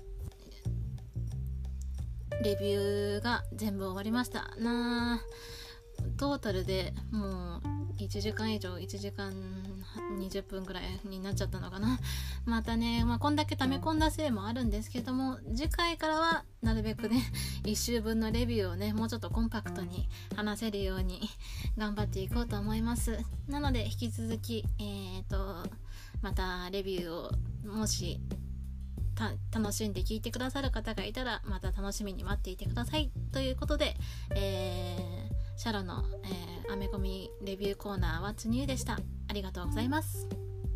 レビューが全部終わりましたな。トータルでもういちじかん以上、いちじかんにじゅっぷんぐらいになっちゃったのかな。またね、まあ、こんだけ溜め込んだせいもあるんですけども、次回からはなるべくねいっしゅうぶんのレビューをね、もうちょっとコンパクトに話せるように頑張っていこうと思います。なので引き続き、えーとまたレビューをもした楽しんで聞いてくださる方がいたら、また楽しみに待っていてくださいということで、えーシャロの、えー、アメコミレビューコーナーはWhat's Newでした。ありがとうございます。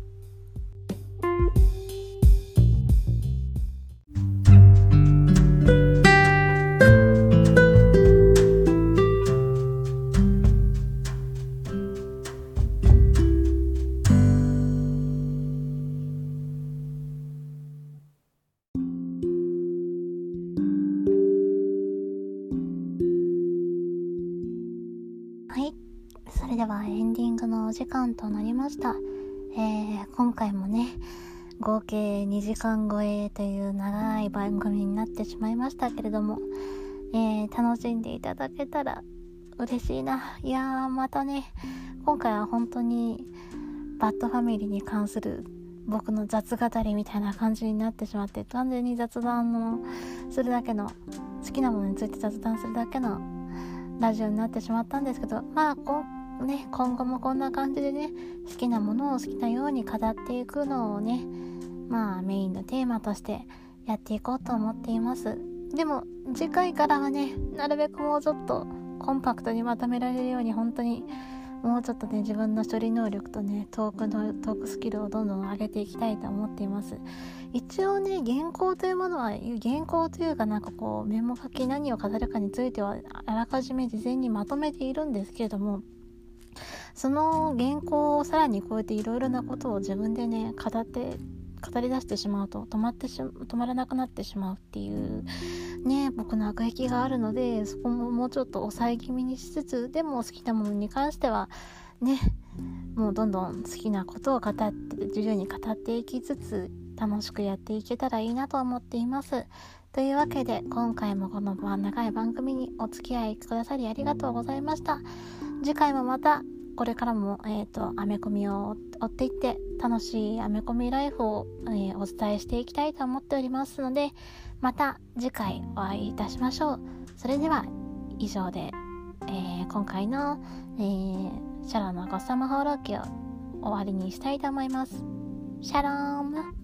はい、それではエンディングのお時間となりました。えー、今回もね合計にじかん超えという長い番組になってしまいましたけれども、えー、楽しんでいただけたら嬉しいな。いやーまたね今回は本当にバッドファミリーに関する僕の雑語りみたいな感じになってしまって、完全に雑談のするだけの好きなものについて雑談するだけのラジオになってしまったんですけど、まあこう、ね、今後もこんな感じでね好きなものを好きなように語っていくのをねまあメインのテーマとしてやっていこうと思っています。でも次回からはねなるべくもうちょっとコンパクトにまとめられるように本当にもうちょっとね自分の処理能力とねトークのトークスキルをどんどん上げていきたいと思っています。一応ね原稿というものは原稿というかなんかこうメモ書き何を語るかについてはあらかじめ事前にまとめているんですけれども、その原稿をさらに超えていろいろなことを自分でね語って語り出してしまうと止まってし止まらなくなってしまうっていうね僕の悪癖があるので、そこももうちょっと抑え気味にしつつ、でも好きなものに関してはねもうどんどん好きなことを語って自由に語っていきつつ楽しくやっていけたらいいなと思っています。というわけで今回もこの長い番組にお付き合いくださりありがとうございました。次回もまたこれからも、えーと、アメコミを追っていって楽しいアメコミライフを、えー、お伝えしていきたいと思っておりますので、また次回お会いいたしましょう。それでは以上で、えー、今回の、えー、シャロンのゴッサム放浪記を終わりにしたいと思います。シャローム。